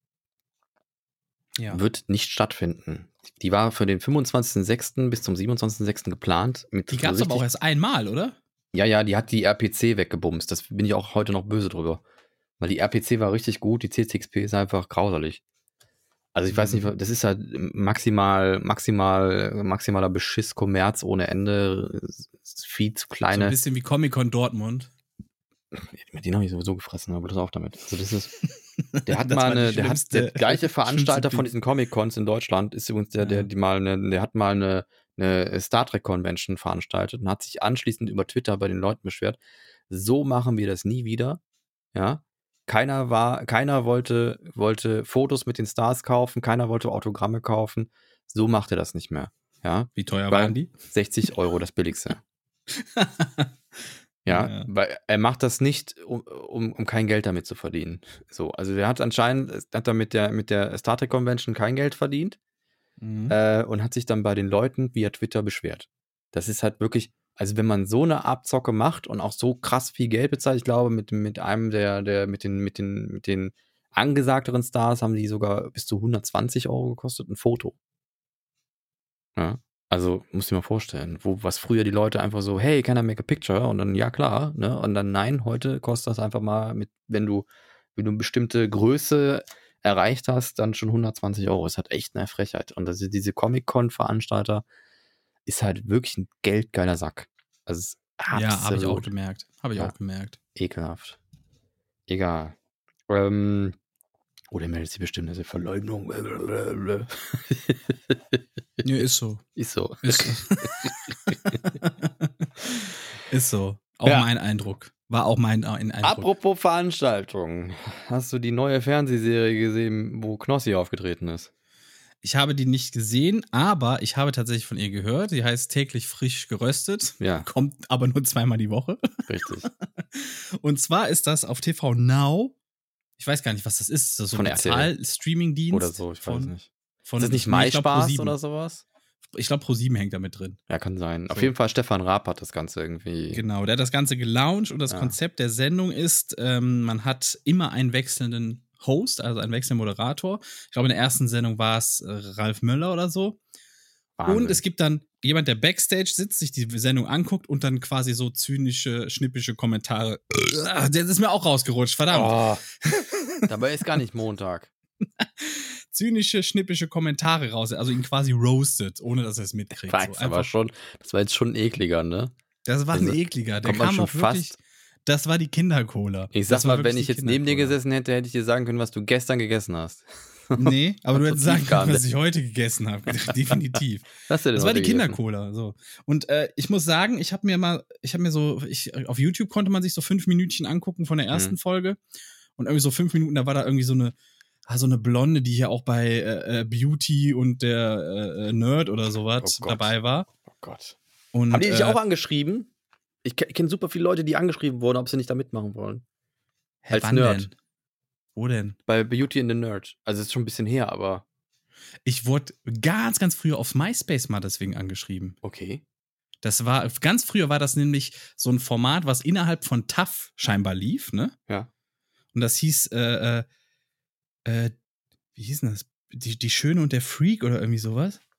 Ja. Wird nicht stattfinden. Die war für den fünfundzwanzigsten sechsten bis zum siebenundzwanzigsten sechsten geplant. Mit die gab es aber auch erst einmal, oder? Ja, ja, die hat die R P C weggebumst. Das bin ich auch heute noch böse drüber. Weil die R P C war richtig gut, die C C X P ist einfach grauselig. Also ich mhm. weiß nicht, das ist halt maximal, maximal, maximaler Beschiss, Kommerz ohne Ende, viel zu kleine. So ein bisschen wie Comic-Con Dortmund. Den habe ich sowieso gefressen, aber das auch damit. Also das ist, der hat mal eine, der hat der gleiche Veranstalter von diesen Comic-Cons in Deutschland, ist übrigens der, der, die mal eine, der hat mal eine, eine Star Trek Convention veranstaltet und hat sich anschließend über Twitter bei den Leuten beschwert. So machen wir das nie wieder. Ja. Keiner war, keiner wollte, wollte Fotos mit den Stars kaufen, keiner wollte Autogramme kaufen. So macht er das nicht mehr. Ja. Wie teuer Weil waren die? sechzig Euro, das billigste. Ja, ja, weil er macht das nicht, um, um, um kein Geld damit zu verdienen. So, also er hat anscheinend, hat er mit der, mit der Star Trek Convention kein Geld verdient mhm. äh, und hat sich dann bei den Leuten via Twitter beschwert. Das ist halt wirklich, also wenn man so eine Abzocke macht und auch so krass viel Geld bezahlt, ich glaube, mit, mit einem der, der, mit den, mit den, mit den angesagteren Stars haben die sogar bis zu hundertzwanzig Euro gekostet, ein Foto. Ja. Also, musst du dir mal vorstellen, wo was früher die Leute einfach so, hey, can I make a picture? Und dann, ja klar, ne? Und dann, nein, heute kostet das einfach mal, mit, wenn du, wenn du eine bestimmte Größe erreicht hast, dann schon hundertzwanzig Euro. Das hat echt eine Frechheit. Und also diese Comic-Con-Veranstalter ist halt wirklich ein geldgeiler Sack. Also, es ist ja, habe ich auch gemerkt. Habe ich ja, auch gemerkt. Ekelhaft. Egal. Ähm, Oder meldet sich bestimmt eine Verleumdung. Ja, ist so. Ist so. Ist so. Ist so. Auch ja. mein Eindruck. War auch mein Eindruck. Apropos Veranstaltungen. Hast du die neue Fernsehserie gesehen, wo Knossi aufgetreten ist? Ich habe die nicht gesehen, aber ich habe tatsächlich von ihr gehört. Die heißt täglich frisch geröstet. Ja. Kommt aber nur zweimal die Woche. Richtig. Und zwar ist das auf T V Now. Ich weiß gar nicht, was das ist. Ist das so ein Bezahl-Streaming-Dienst? Oder so, ich von, weiß nicht. Von, ist das nicht MySpaß oder sowas? Ich glaube, ProSieben hängt da mit drin. Ja, kann sein. So. Auf jeden Fall, Stefan Raab hat das Ganze irgendwie. Genau, der hat das Ganze gelauncht und das ja. Konzept der Sendung ist, ähm, man hat immer einen wechselnden Host, also einen wechselnden Moderator. Ich glaube, in der ersten Sendung war es äh, Ralf Möller oder so. Wahnsinn. Und es gibt dann jemand, der Backstage sitzt, sich die Sendung anguckt und dann quasi so zynische, schnippische Kommentare. Der ist mir auch rausgerutscht, verdammt. Oh, dabei ist gar nicht Montag. Zynische, schnippische Kommentare raus, also ihn quasi roastet, ohne dass er es mitkriegt. Das, so. aber schon, das war jetzt schon ein ekliger, ne? Das war ein also, ekliger. Der kam auch wirklich, fast, das war die Kindercola. Ich sag mal, wenn ich jetzt neben dir gesessen hätte, hätte ich dir sagen können, was du gestern gegessen hast. Nee, aber du hättest sagen können, was ich heute gegessen habe. Definitiv. Was das war die Kindercola. So. Und äh, ich muss sagen, ich habe mir mal, ich habe mir so, ich, auf YouTube konnte man sich so fünf Minütchen angucken von der ersten mhm. Folge. Und irgendwie so fünf Minuten, da war da irgendwie so eine, so eine Blonde, die hier auch bei äh, Beauty und der äh, Nerd oder sowas oh dabei war. Oh Gott. Und, haben die dich äh, auch angeschrieben? Ich kenne super viele Leute, die angeschrieben wurden, ob sie nicht da mitmachen wollen. Hä, als wann Nerd. Denn? Wo denn? Bei Beauty and the Nerd. Also ist schon ein bisschen her, aber. Ich wurde ganz, ganz früher auf MySpace mal deswegen angeschrieben. Okay. Das war, ganz früher war das nämlich so ein Format, was innerhalb von T A F scheinbar lief, ne? Ja. Und das hieß, äh, äh, äh wie hieß denn das? Die, die Schöne und der Freak oder irgendwie sowas?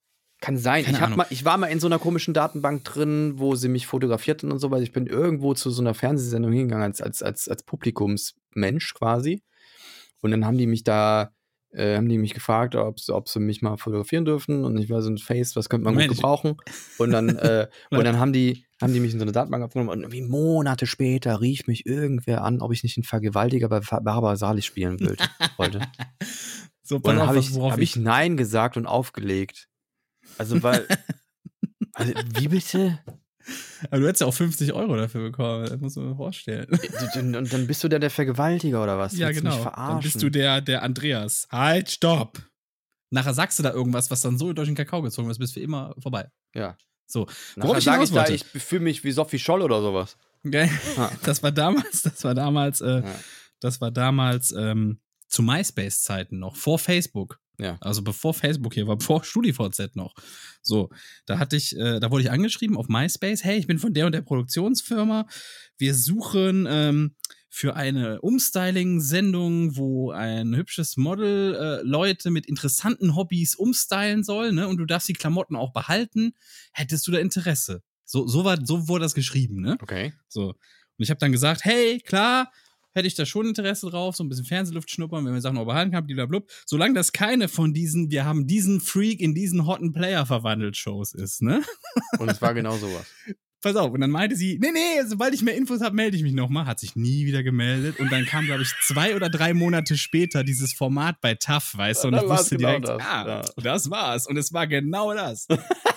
Kann sein. Keine Ich, hab Ahnung. mal, ich war mal in so einer komischen Datenbank drin, wo sie mich fotografierten und so, weil ich bin irgendwo zu so einer Fernsehsendung hingegangen als, als, als, als Publikumsmensch quasi. Und dann haben die mich da, äh, haben die mich gefragt, ob, sie- ob sie mich mal fotografieren dürfen. Und ich war so ein Face, was könnte man Moment, gut ich- gebrauchen? Und dann, äh, und dann haben die, haben die mich in so eine Datenbank aufgenommen und irgendwie Monate später rief mich irgendwer an, ob ich nicht einen Vergewaltiger bei Barbara Salisch spielen wollte. wollte. So, Und pass dann auf, habe was- ich, worauf hab ich Nein gesagt und aufgelegt. Also, weil. Also, wie bitte? Aber du hättest ja auch fünfzig Euro dafür bekommen, das muss man sich vorstellen. Und dann bist du der, der Vergewaltiger oder was? Ja, Willst du genau. mich verarschen? Dann bist du der, der Andreas. Halt, stopp! Nachher sagst du da irgendwas, was dann so durch den Kakao gezogen ist, bist für immer vorbei. Ja. So, Nachher worauf ich sage hinaus ich da, wollte. ich fühle mich wie Sophie Scholl oder sowas. Okay. Ah. Das war damals, das war damals, äh, Ja. das war damals ähm, zu MySpace-Zeiten noch, vor Facebook. Ja. Also bevor Facebook hier war, bevor StudiVZ noch. So, da hatte ich, äh, da wurde ich angeschrieben auf MySpace, hey, ich bin von der und der Produktionsfirma. Wir suchen ähm, für eine Umstyling-Sendung, wo ein hübsches Model äh, Leute mit interessanten Hobbys umstylen soll, ne? Und du darfst die Klamotten auch behalten. Hättest du da Interesse? So, so, war, so wurde das geschrieben, ne? Okay. So. Und ich habe dann gesagt, hey, klar, hätte ich da schon Interesse drauf, so ein bisschen Fernsehluft schnuppern, wenn wir Sachen auch behalten kann, blablabla. Solange das keine von diesen, wir haben diesen Freak in diesen hotten Player verwandelt Shows ist, ne? Und es war genau sowas. Pass auf. Und dann meinte sie, nee, nee, sobald ich mehr Infos habe, melde ich mich nochmal. Hat sich nie wieder gemeldet. Und dann kam, glaube ich, zwei oder drei Monate später dieses Format bei T A F, weißt du? Und Dann ich war's wusste genau direkt, das, ah, ja. das war's. Und es war genau das.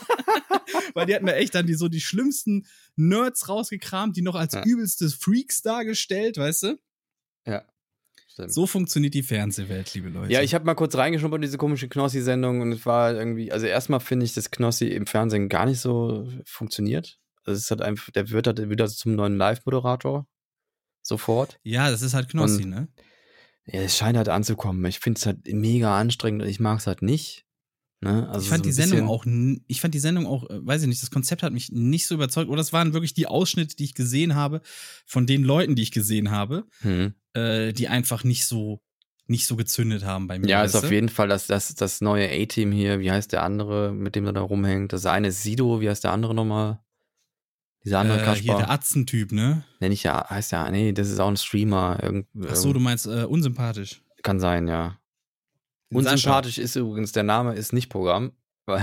Weil die hatten da echt dann die, so die schlimmsten Nerds rausgekramt, die noch als Ja. übelste Freaks dargestellt, weißt du? Ja. Stimmt. So funktioniert die Fernsehwelt, liebe Leute. Ja, ich habe mal kurz reingeschnuppert in diese komische Knossi-Sendung und es war irgendwie, also erstmal finde ich, dass Knossi im Fernsehen gar nicht so funktioniert. Also es hat einfach, der wird halt wieder zum neuen Live-Moderator. Sofort. Ja, das ist halt Knossi, Und- ne? Ja, es scheint halt anzukommen. Ich finde es halt mega anstrengend und ich mag es halt nicht. Ne? Also ich fand so die ein Sendung bisschen- auch, n- ich fand die Sendung auch, äh, weiß ich nicht, das Konzept hat mich nicht so überzeugt. Oder es waren wirklich die Ausschnitte, die ich gesehen habe, von den Leuten, die ich gesehen habe, Hm. äh, die einfach nicht so, nicht so gezündet haben bei mir. Ja, ist weißt auf du? jeden Fall das, das, das neue A-Team hier. Wie heißt der andere, mit dem er da rumhängt? Das eine ist Sido, wie heißt der andere nochmal? Dieser andere äh, hier der Kaspar. Atzen-Typ, ne? Nenn ich ja, heißt ja, nee, das ist auch ein Streamer. Irgend, Ach so, du meinst äh, unsympathisch. Kann sein, ja. Den Unsympathisch ist übrigens, der Name ist nicht Programm, weil.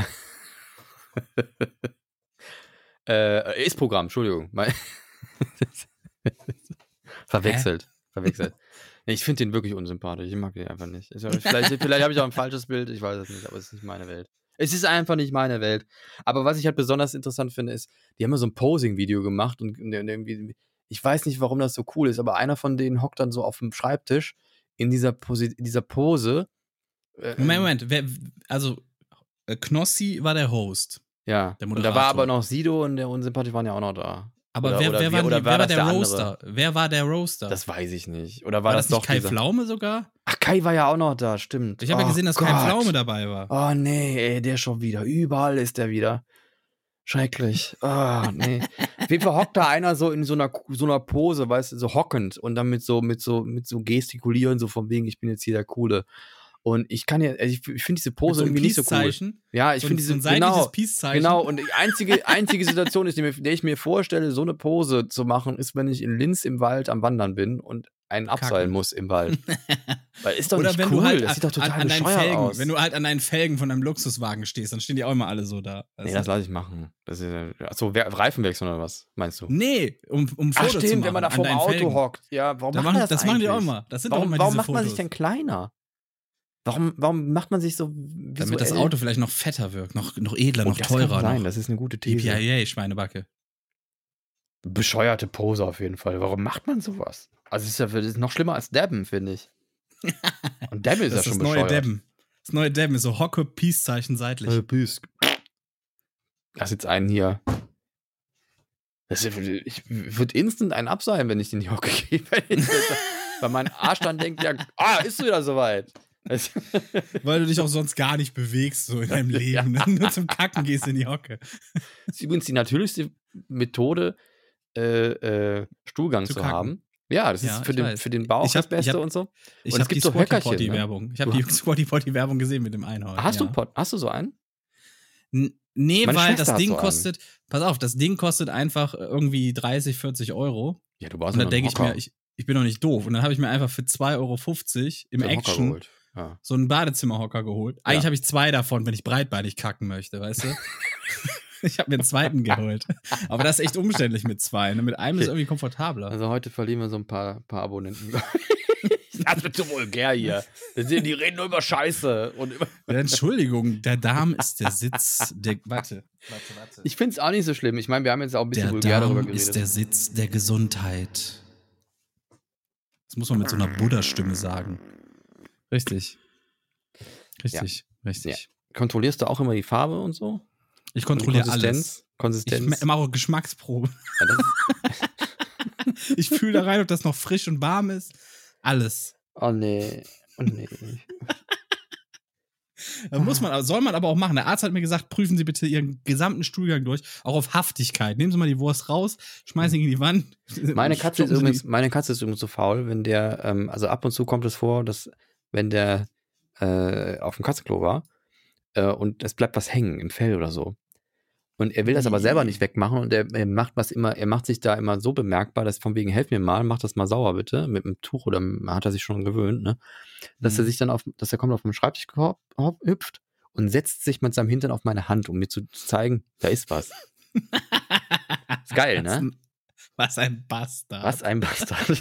äh, ist Programm, Entschuldigung. Mein- Verwechselt. Verwechselt. Nee, ich finde den wirklich unsympathisch. Ich mag den einfach nicht. Ist ja- Vielleicht, vielleicht habe ich auch ein falsches Bild, ich weiß es nicht, aber es ist nicht meine Welt. Es ist einfach nicht meine Welt. Aber was ich halt besonders interessant finde, ist, die haben ja so ein Posing-Video gemacht und und irgendwie, ich weiß nicht, warum das so cool ist, aber einer von denen hockt dann so auf dem Schreibtisch in dieser, Posi in dieser Pose. äh, Moment, Moment. Wer, also, äh, Knossi war der Host. Ja, Der und da war Moderator. aber noch Sido und der Unsympathisch waren ja auch noch da. Aber Oder- wer, oder wer, wie- war, oder die, war wer war das der der andere? Roaster? Wer war der Roaster? Das weiß ich nicht. Oder war, war das, das nicht doch Kai dieser... Pflaume sogar? Ach, Kai war ja auch noch da, stimmt. Ich habe ja Oh gesehen, dass Gott. Kai Pflaume dabei war. Oh nee, ey, der schon wieder. Überall ist der wieder. Schrecklich. Ah, nee. Auf jeden Fall hockt da einer so in so einer, so einer Pose, weißt du, so hockend und dann mit so, mit so, mit so gestikulieren, so von wegen, ich bin jetzt hier der Coole. Und ich kann ja, also ich, ich finde diese Pose Mit so einem irgendwie nicht so cool. Peace-Zeichen. Ja, ich So ein- finde diese, so ein genau, seitliches Peace-Zeichen. genau. Und die einzige, einzige Situation, ist, die mir, der ich mir vorstelle, so eine Pose zu machen, ist, wenn ich in Linz im Wald am Wandern bin und einen abseilen Kacken. muss im Wald. Weil ist doch Oder nicht wenn cool, du halt das sieht doch total an, an deinen bescheuert Felgen, aus. wenn du halt an deinen Felgen von einem Luxuswagen stehst, dann stehen die auch immer alle so da. Nee, das lasse ich machen. Das ist, achso, Reifen wechseln oder was, meinst du? nee, um, um Ach Fotos zu stimmt, machen wenn man da an vorm deinen Auto Felgen. hockt. Ja, warum Da macht man machen, das das machen die auch eigentlich? immer. Das sind Warum, auch immer warum diese macht Fotos. man sich denn kleiner? Warum, warum macht man sich so visuell? Damit das Auto vielleicht noch fetter wirkt, noch, noch edler, Oh, noch das teurer. kann sein, noch. das ist eine gute E These. P I A, Schweinebacke. Bescheuerte Pose auf jeden Fall. Warum macht man sowas? Also, es ist ja das ist noch schlimmer als Dabben, finde ich. Und Dabben ist ja Das ist schon das neue bescheuert. Debben. Das neue Debben ist so Hocke, Peace-Zeichen seitlich. Äh, Büsk. Lass jetzt einen hier. Das ist, ich würde instant einen abseilen, wenn ich in die Hocke gehe. Weil mein Arsch dann denkt, ja, ah, ist wieder soweit. Das- Weil du dich auch sonst gar nicht bewegst so in deinem Leben. Ne? Nur zum Kacken gehst in die Hocke. Das ist übrigens die natürlichste Methode, äh, äh, Stuhlgang Zu zu, kacken. haben. Ja, das Ja, ist für ich den, weiß. für den Bauch Ich hab- das Beste ich hab- und so. Ich Und es habe die gibt so Squatty Höckerchen, Potty ne? Werbung. Ich habe Du die Squatty Potty Werbung gesehen mit dem Einhorn. Hast, ja. du, Pot- hast du so einen? N- Nee, Meine weil Schwester das hat Ding so einen. kostet, pass auf, das Ding kostet einfach irgendwie dreißig, vierzig Euro. Ja, du brauchst Und ja da noch einen denke ich Hocker. mir, ich, ich bin doch nicht doof. Und dann habe ich mir einfach für zwei Euro fünfzig im So einen Hocker Action geholt. Ja. so einen Badezimmerhocker geholt. Eigentlich Ja. habe ich zwei davon, wenn ich breitbeinig kacken möchte, weißt du? Ich habe mir einen zweiten geholt. Aber das ist echt umständlich mit zwei. Ne? Mit einem ist Okay. irgendwie komfortabler. Also heute verlieren wir so ein paar, paar Abonnenten. Das wird so vulgär hier. Die reden nur über Scheiße. Und über Ja, Entschuldigung, der Darm ist der Sitz der. Warte, warte, warte. ich finde es auch nicht so schlimm. Ich meine, wir haben jetzt auch ein bisschen Der vulgär darüber Darm geredet. ist der Sitz der Gesundheit. Das muss man mit so einer Buddha-Stimme sagen. Richtig. Richtig, richtig. Kontrollierst du auch immer die Farbe und so? Ich kontrolliere Und alles. Konsistenz? Ich mache auch Geschmacksprobe. Ja, das ist, Ich fühle da rein, ob das noch frisch und warm ist. Alles. oh nee. Oh nee. Da muss man, soll man aber auch machen. Der Arzt hat mir gesagt, prüfen Sie bitte Ihren gesamten Stuhlgang durch, auch auf Haftigkeit. Nehmen Sie mal die Wurst raus, schmeißen ihn in die Wand. Meine Katze, ist stoppen Sie übrigens, die- meine Katze ist übrigens so faul, wenn der, ähm, also ab und zu kommt es vor, dass wenn der äh, auf dem Katzenklo war äh, und es bleibt was hängen im Fell oder so. Und er will das aber selber nicht wegmachen und er, er macht was immer, er macht sich da immer so bemerkbar, dass von wegen, helf mir mal, mach das mal sauer bitte, mit einem Tuch oder hat er sich schon gewöhnt, ne? Dass Mhm. er sich dann auf, dass er kommt auf den Schreibtischkorb, hop- hüpft und setzt sich mit seinem Hintern auf meine Hand, um mir zu zeigen, da ist was. Ist geil, Was ne? ein- Was ein Bastard. Was ein Bastard.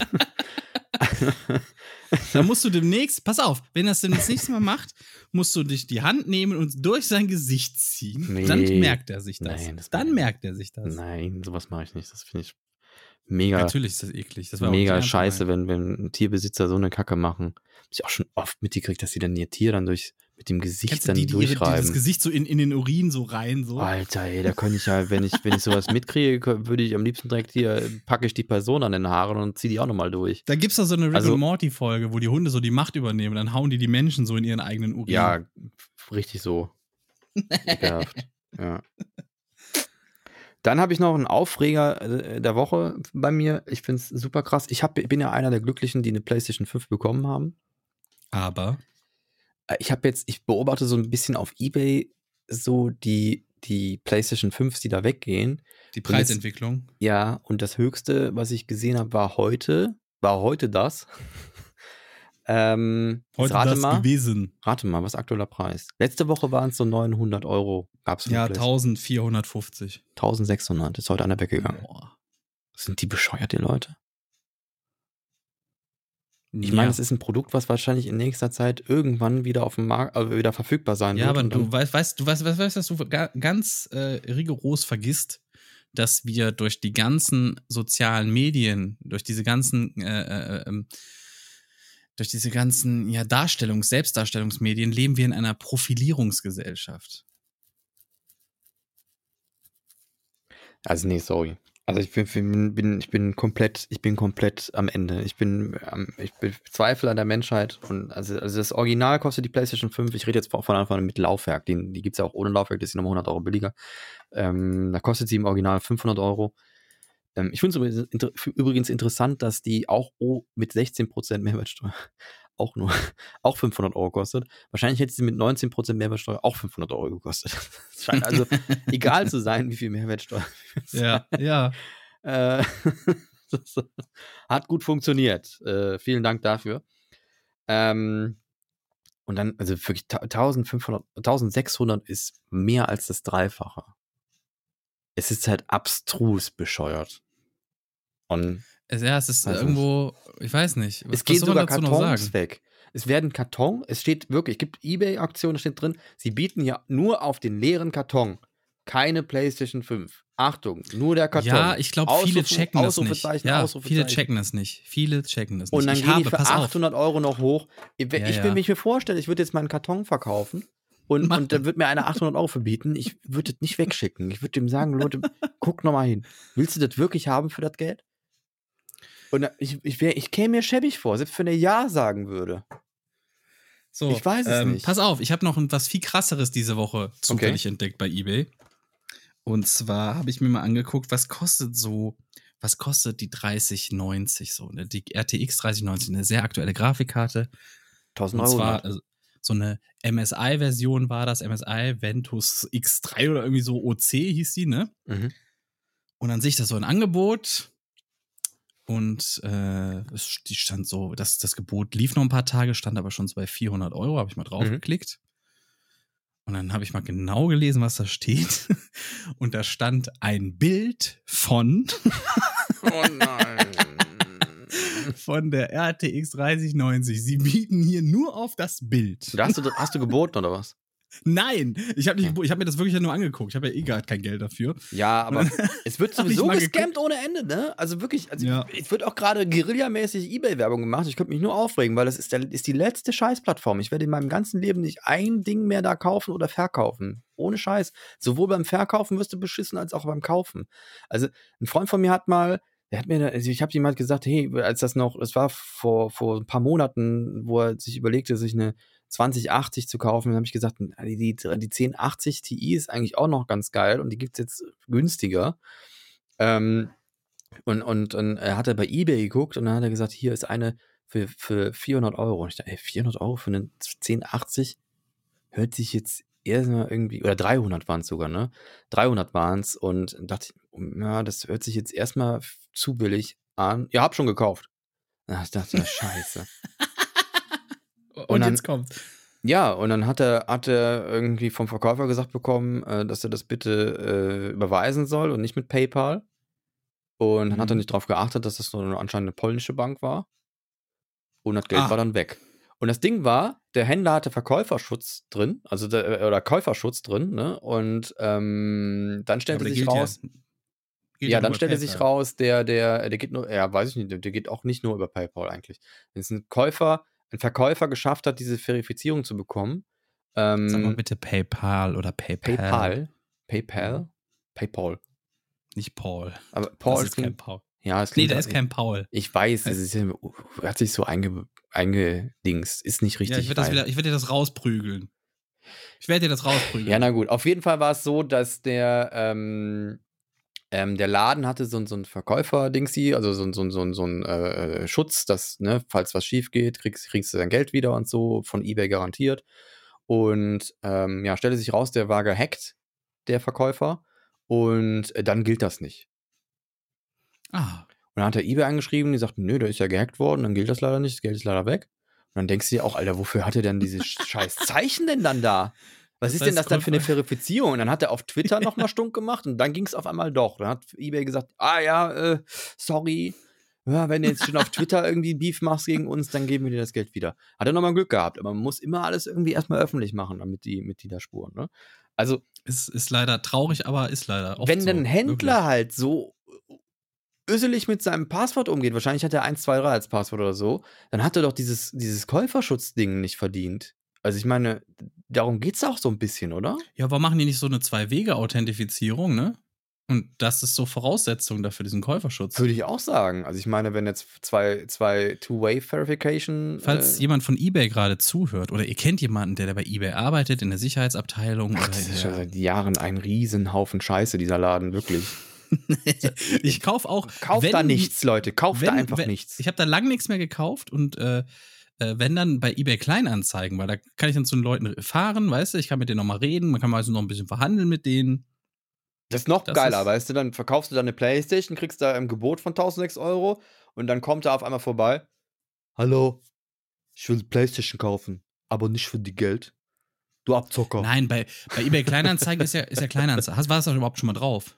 Da musst du demnächst, pass auf, wenn er das das nächste Mal macht, musst du dich die Hand nehmen und durch sein Gesicht ziehen. Nee. Dann merkt er sich das. Nein, das Dann macht- merkt er sich das. Nein, sowas mache ich nicht. Das finde ich mega, Natürlich ist das eklig. Das war auch mega nicht ernst scheiße, gemeint. wenn, wenn Tierbesitzer so eine Kacke machen. Hab ich auch schon oft mitgekriegt, dass sie dann ihr Tier dann durch, mit dem Gesicht Kennst du dann die, die, ihre, die das durchreiben. Gesicht so in, in den Urin so rein? So? Alter, ey, da könnte ich ja, wenn ich, wenn ich sowas mitkriege, kö- würde ich am liebsten direkt hier, packe ich die Person an den Haaren und ziehe die auch nochmal durch. Da gibt's doch so eine Rick Also- and Morty-Folge, wo die Hunde so die Macht übernehmen. Dann hauen die die Menschen so in ihren eigenen Urin. Ja, richtig so. Ekelhaft. Ja. Dann habe ich noch einen Aufreger äh, der Woche bei mir. Ich finde es super krass. Ich hab, bin ja einer der Glücklichen, die eine PlayStation fünf bekommen haben. Aber Äh, Ich habe jetzt, ich beobachte so ein bisschen auf eBay so die, die PlayStation fünf, die da weggehen. die Und jetzt- Preisentwicklung. Ja, und das Höchste, was ich gesehen habe, war heute, war heute das. ähm, jetzt Heute rate das mal, gewesen. rate mal, was ist aktueller Preis? Letzte Woche waren es so neunhundert Euro. Gab's Ja, wirklich. eintausendvierhundertfünfzig. eintausendsechshundert. Ist heute einer weggegangen. Boah. Sind die bescheuert, die Leute? Ich Ja. meine, es ist ein Produkt, was wahrscheinlich in nächster Zeit irgendwann wieder auf dem Markt, äh, wieder verfügbar sein Ja, wird. aber und du dann- weißt, weißt, du weißt, weißt, weißt, dass du ga- ganz äh, rigoros vergisst, dass wir durch die ganzen sozialen Medien, durch diese ganzen, äh, äh, ähm, durch diese ganzen ja, Darstellungs-, Selbstdarstellungsmedien leben wir in einer Profilierungsgesellschaft. Also nee, sorry. Also ich bin, bin, bin, ich bin komplett, ich bin komplett am Ende. Ich bin, ähm, ich bezweifle an der Menschheit. Und also, also das Original kostet die PlayStation fünf. Ich rede jetzt von Anfang an mit Laufwerk. Die, die gibt es ja auch ohne Laufwerk, das ist nochmal hundert Euro billiger. Ähm, da kostet sie im Original fünfhundert Euro. Ähm, ich finde es inter übrigens interessant, dass die auch oh, mit sechzehn Prozent Mehrwertsteuer auch nur, auch fünfhundert Euro kostet. Wahrscheinlich hätte sie mit neunzehn Prozent Mehrwertsteuer auch fünfhundert Euro gekostet. Es scheint also egal zu sein, wie viel Mehrwertsteuer. Ja, ja. Äh, das hat gut funktioniert. Äh, vielen Dank dafür. Ähm, und dann, also wirklich eintausendfünfhundert, eintausendsechshundert ist mehr als das Dreifache. Es ist halt abstrus bescheuert. Und Es, ja, es ist Weiß irgendwo, ich weiß nicht. Was, es geht was soll man sogar dazu noch Kartons sagen? weg. Es werden Karton, es steht wirklich, es gibt eBay-Aktionen, da steht drin, sie bieten ja nur auf den leeren Karton keine PlayStation fünf. Achtung, nur der Karton. Ja, ich glaube, viele Ausrufe- checken das nicht. Ausrufezeichen, Ja, viele Ausrufezeichen. checken das nicht. Viele checken das nicht. Und dann ich gehen habe, die für pass auf. achthundert Euro noch hoch. Ich, Ja, ich ja. will mich mir vorstellen, ich würde jetzt meinen Karton verkaufen und, Mach und dann wird mir einer achthundert Euro verbieten. Ich würde das nicht wegschicken. Ich würde dem sagen, Leute, guck noch mal hin. Willst du das wirklich haben für das Geld? Und dann- ich, ich, wär, ich käme mir schäbig vor, selbst wenn er Ja sagen würde. So, Ich weiß es ähm, nicht. Pass auf, ich habe noch was viel krasseres diese Woche zufällig entdeckt bei eBay. Und zwar habe ich mir mal angeguckt, was kostet so, was kostet die dreißig neunzig so, ne? Die R T X dreißig neunzig, eine sehr aktuelle Grafikkarte. tausend Und Euro. zwar Zwar, also, so eine M S I-Version war das, M S I Ventus X drei oder irgendwie so, O C hieß die, ne? Mhm. Und an sich das so ein Angebot und äh, es, die stand so, das, das Gebot lief noch ein paar Tage, stand aber schon so bei vierhundert Euro, habe ich mal draufgeklickt. Und dann habe ich mal genau gelesen, was da steht. Und da stand ein Bild von Oh nein. von der R T X dreißig neunzig. Sie bieten hier nur auf das Bild. Da hast, du, hast du geboten oder was? Nein, ich habe nicht, ich habe mir das wirklich ja nur angeguckt. Ich habe ja eh gar kein Geld dafür. Ja, aber es wird Hab ich sowieso mal gescammt ohne Ende, ne? Also wirklich, also Ja. es wird auch gerade guerillamäßig Ebay-Werbung gemacht. Ich könnte mich nur aufregen, weil das ist, der, ist die letzte Scheißplattform. Ich werde in meinem ganzen Leben nicht ein Ding mehr da kaufen oder verkaufen. Ohne Scheiß. Sowohl beim Verkaufen wirst du beschissen, als auch beim Kaufen. Also ein Freund von mir hat mal, der hat mir, also ich habe ihm halt gesagt, hey, als das noch, das war vor, vor ein paar Monaten, wo er sich überlegte, sich eine zwanzig achtzig zu kaufen, dann habe ich gesagt, die, die, die zehn achtzig Ti ist eigentlich auch noch ganz geil und die gibt es jetzt günstiger. Ähm, und, und, und er hat er bei eBay geguckt und dann hat er gesagt, hier ist eine für, für vierhundert Euro. Und ich dachte, ey, vierhundert Euro für eine zehn achtzig hört sich jetzt erstmal irgendwie, oder dreihundert waren es sogar, ne? dreihundert waren es und dachte, ja, das hört sich jetzt erstmal zu billig an. Ja, hab schon gekauft. Ach, ich dachte, ja, scheiße. Und, Und dann- jetzt kommt. Ja, und dann hat er, hat er irgendwie vom Verkäufer gesagt bekommen, äh, dass er das bitte äh, überweisen soll und nicht mit PayPal. Und dann hat er Mhm. nicht darauf geachtet, dass das nur anscheinend eine polnische Bank war. Und das Geld Ah. war dann weg. Und das Ding war, der Händler hatte Verkäuferschutz drin, also der, oder Käuferschutz drin, ne? Und ähm, dann stellte Aber der sich gilt raus, Ja, gilt ja, nur dann bei stellte sich PayPal. raus, der, der, der geht nur, ja, weiß ich nicht, der geht auch nicht nur über PayPal eigentlich. Wenn es ein Käufer, ein Verkäufer geschafft hat, diese Verifizierung zu bekommen, ähm, Sag mal bitte PayPal oder PayPal. PayPal, PayPal, Mhm. PayPal. Nicht Paul. Aber Paul das ist kein klingt, Paul. ja, es Nee, klingt, da ist kein Paul. ich weiß, es Heißt- ist, hat sich so einge, eingedingst, ist nicht richtig. Ja, ich werde das weil- wieder, ich werde dir das rausprügeln. Ich werde dir das rausprügeln. Ja, na gut. Auf jeden Fall war es so, dass der, ähm, ähm, der Laden hatte so, so ein Verkäufer-Dingsy, also so, so, so, so ein äh, Schutz, dass, ne, falls was schief geht, kriegst, kriegst du dein Geld wieder und so, von eBay garantiert. Und ähm, ja, stellte sich raus, der war gehackt, der Verkäufer. Und äh, dann gilt das nicht. Ah, Und dann hat er eBay angeschrieben, die sagten, nö, der ist ja gehackt worden, dann gilt das leider nicht, das Geld ist leider weg. Und dann denkst du dir auch, Alter, wofür hat er denn dieses scheiß Zeichen denn dann da? Was Das ist denn heißt, das dann für eine Käufer- Verifizierung? Und dann hat er auf Twitter nochmal stunk gemacht und dann ging es auf einmal doch. Dann hat eBay gesagt, ah ja, äh, sorry, ja, wenn du jetzt schon auf Twitter irgendwie Beef machst gegen uns, dann geben wir dir das Geld wieder. Hat er nochmal Glück gehabt, aber man muss immer alles irgendwie erstmal öffentlich machen, damit die, mit die da spuren. Ne? Also, ist, ist leider traurig, aber ist leider oft wenn so. ein Händler halt so öselig mit seinem Passwort umgeht, wahrscheinlich hat er eins zwei drei als Passwort oder so, dann hat er doch dieses, dieses Käuferschutzding nicht verdient. Also ich meine, darum geht's auch so ein bisschen, oder? Wirklich. Ja, warum machen die nicht so eine Zwei-Wege-Authentifizierung, ne? Und das ist so Voraussetzung dafür, diesen Käuferschutz. Würde ich auch sagen. Also ich meine, wenn jetzt zwei, zwei Two-Way-Verification. Falls äh, jemand von eBay gerade zuhört oder ihr kennt jemanden, der, der bei eBay arbeitet, in der Sicherheitsabteilung Ach, oder das in ist schon der seit Jahren ein Riesenhaufen Scheiße, dieser Laden, wirklich. ich kaufe auch. Kauft wenn da die- nichts, Leute. Kauft da wenn- einfach wenn, nichts. Ich habe da lang nichts mehr gekauft und äh, äh, wenn dann bei eBay Kleinanzeigen, weil da kann ich dann zu den Leuten fahren, weißt du, ich kann mit denen nochmal reden, man kann meistens noch ein bisschen verhandeln mit denen. Das ist noch Das geiler, ist- weißt du, dann verkaufst du da eine Playstation, kriegst da im Gebot von tausendsechs Euro und dann kommt er auf einmal vorbei. Hallo, ich will Playstation kaufen, aber nicht für die Geld. Du Abzocker. Nein, bei, bei eBay Kleinanzeigen ist ja, ist ja Kleinanzeigen. Hast- War das doch überhaupt schon mal drauf?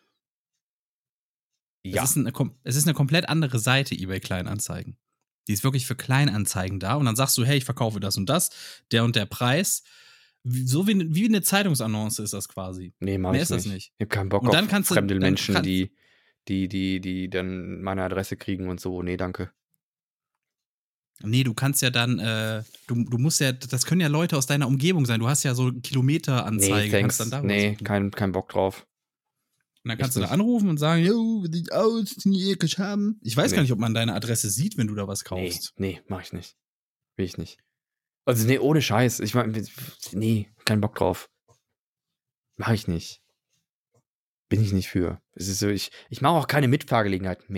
Ja. Es ist, eine, kom- es ist eine komplett andere Seite, eBay Kleinanzeigen. Die ist wirklich für Kleinanzeigen da. Und dann sagst du, hey, ich verkaufe das und das, der und der Preis. Wie- So wie, wie eine Zeitungsannonce ist das quasi. Nee, mach Mehr ich ist das nicht. nicht. Ich hab keinen Bock Und dann auf kannst du- fremde dann Menschen, kannst- die, die, die, die dann meine Adresse kriegen und so. Nee, danke. Nee, du kannst ja dann, äh, du, du musst ja, das können ja Leute aus deiner Umgebung sein. Du hast ja so Kilometeranzeige. Nee, thanks. kannst dann darüber Nee, suchen. kein, kein Bock drauf. Und dann kannst echt du da nicht. anrufen und sagen, yo, wie sieht's aus, die ich haben. Ich weiß Nee. gar nicht, ob man deine Adresse sieht, wenn du da was Nee, kaufst. nee, mach ich nicht. Will ich nicht. Also, nee, ohne Scheiß. Ich meine, nee, kein Bock drauf. Mach ich nicht. Bin ich nicht für. Es ist so, ich, ich mache auch keine Mitfahrgelegenheiten mehr.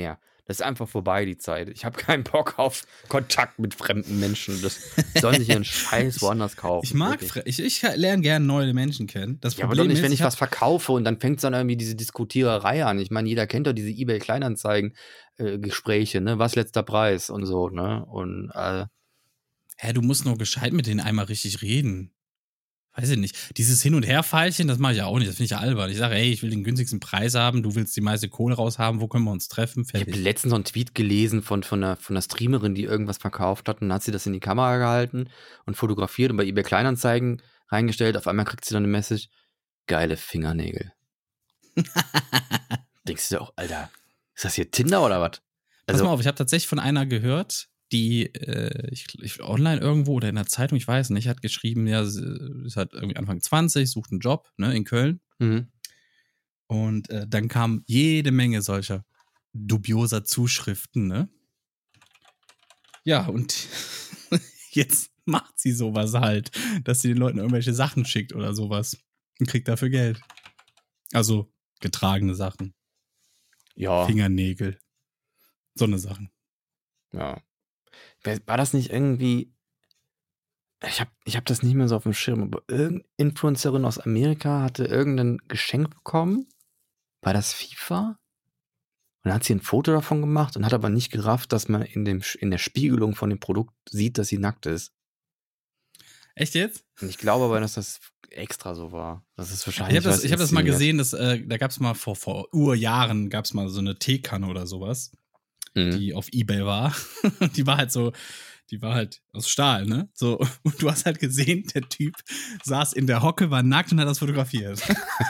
Das ist einfach vorbei, die Zeit. Ich habe keinen Bock auf Kontakt mit fremden Menschen. Das sollen sich ihren Scheiß woanders kaufen. Ich mag, wirklich. ich, ich lerne gerne neue Menschen kennen. Das Ja, aber Problem doch nicht, ist, wenn ich ich was verkaufe und dann fängt es dann irgendwie diese Diskutiererei an. Ich meine, jeder kennt doch diese eBay-Kleinanzeigen-Gespräche, ne? Was letzter Preis und so, ne? Und, äh, hä, du musst nur gescheit mit denen einmal richtig reden. Weiß ich nicht. Dieses Hin- und Her-Pfeilchen, das mache ich ja auch nicht. Das finde ich ja albern. Ich sage, ey, ich will den günstigsten Preis haben, du willst die meiste Kohle raushaben, wo können wir uns treffen? ich habe Fertig. letztens so einen Tweet gelesen von, von, einer, von einer Streamerin, die irgendwas verkauft hat und dann hat sie das in die Kamera gehalten und fotografiert und bei eBay Kleinanzeigen reingestellt. Auf einmal kriegt sie dann eine Message, geile Fingernägel. Denkst du dir auch, Alter, ist das hier Tinder oder was? Pass mal auf, ich habe tatsächlich von einer gehört, die äh, ich, ich, online irgendwo oder in der Zeitung, ich weiß nicht, hat geschrieben, ja, sie ist halt irgendwie Anfang zwanzig, sucht einen Job, ne, in Köln. Mhm. Und äh, dann kam jede Menge solcher dubioser Zuschriften, ne? Ja, und jetzt macht sie sowas halt, dass sie den Leuten irgendwelche Sachen schickt oder sowas und kriegt dafür Geld. Also getragene Sachen, Ja, Fingernägel, so eine Sachen. ja. Wer- War das nicht irgendwie, ich habe ich hab das nicht mehr so auf dem Schirm, aber irgendeine Influencerin aus Amerika hatte irgendein Geschenk bekommen. War das FIFA? Und dann hat sie ein Foto davon gemacht und hat aber nicht gerafft, dass man in, dem, in der Spiegelung von dem Produkt sieht, dass sie nackt ist. Echt jetzt? Und ich glaube aber, dass das extra so war. Das ist Ich wahrscheinlich. habe das, was ich hab das mal inszeniert. gesehen, dass, äh, da gab es mal vor, vor Urjahren, gab es mal so eine Teekanne oder sowas, Mhm. die auf Ebay war. Die war halt so, die war halt aus Stahl, ne? So, und du hast halt gesehen, der Typ saß in der Hocke, war nackt und hat das fotografiert.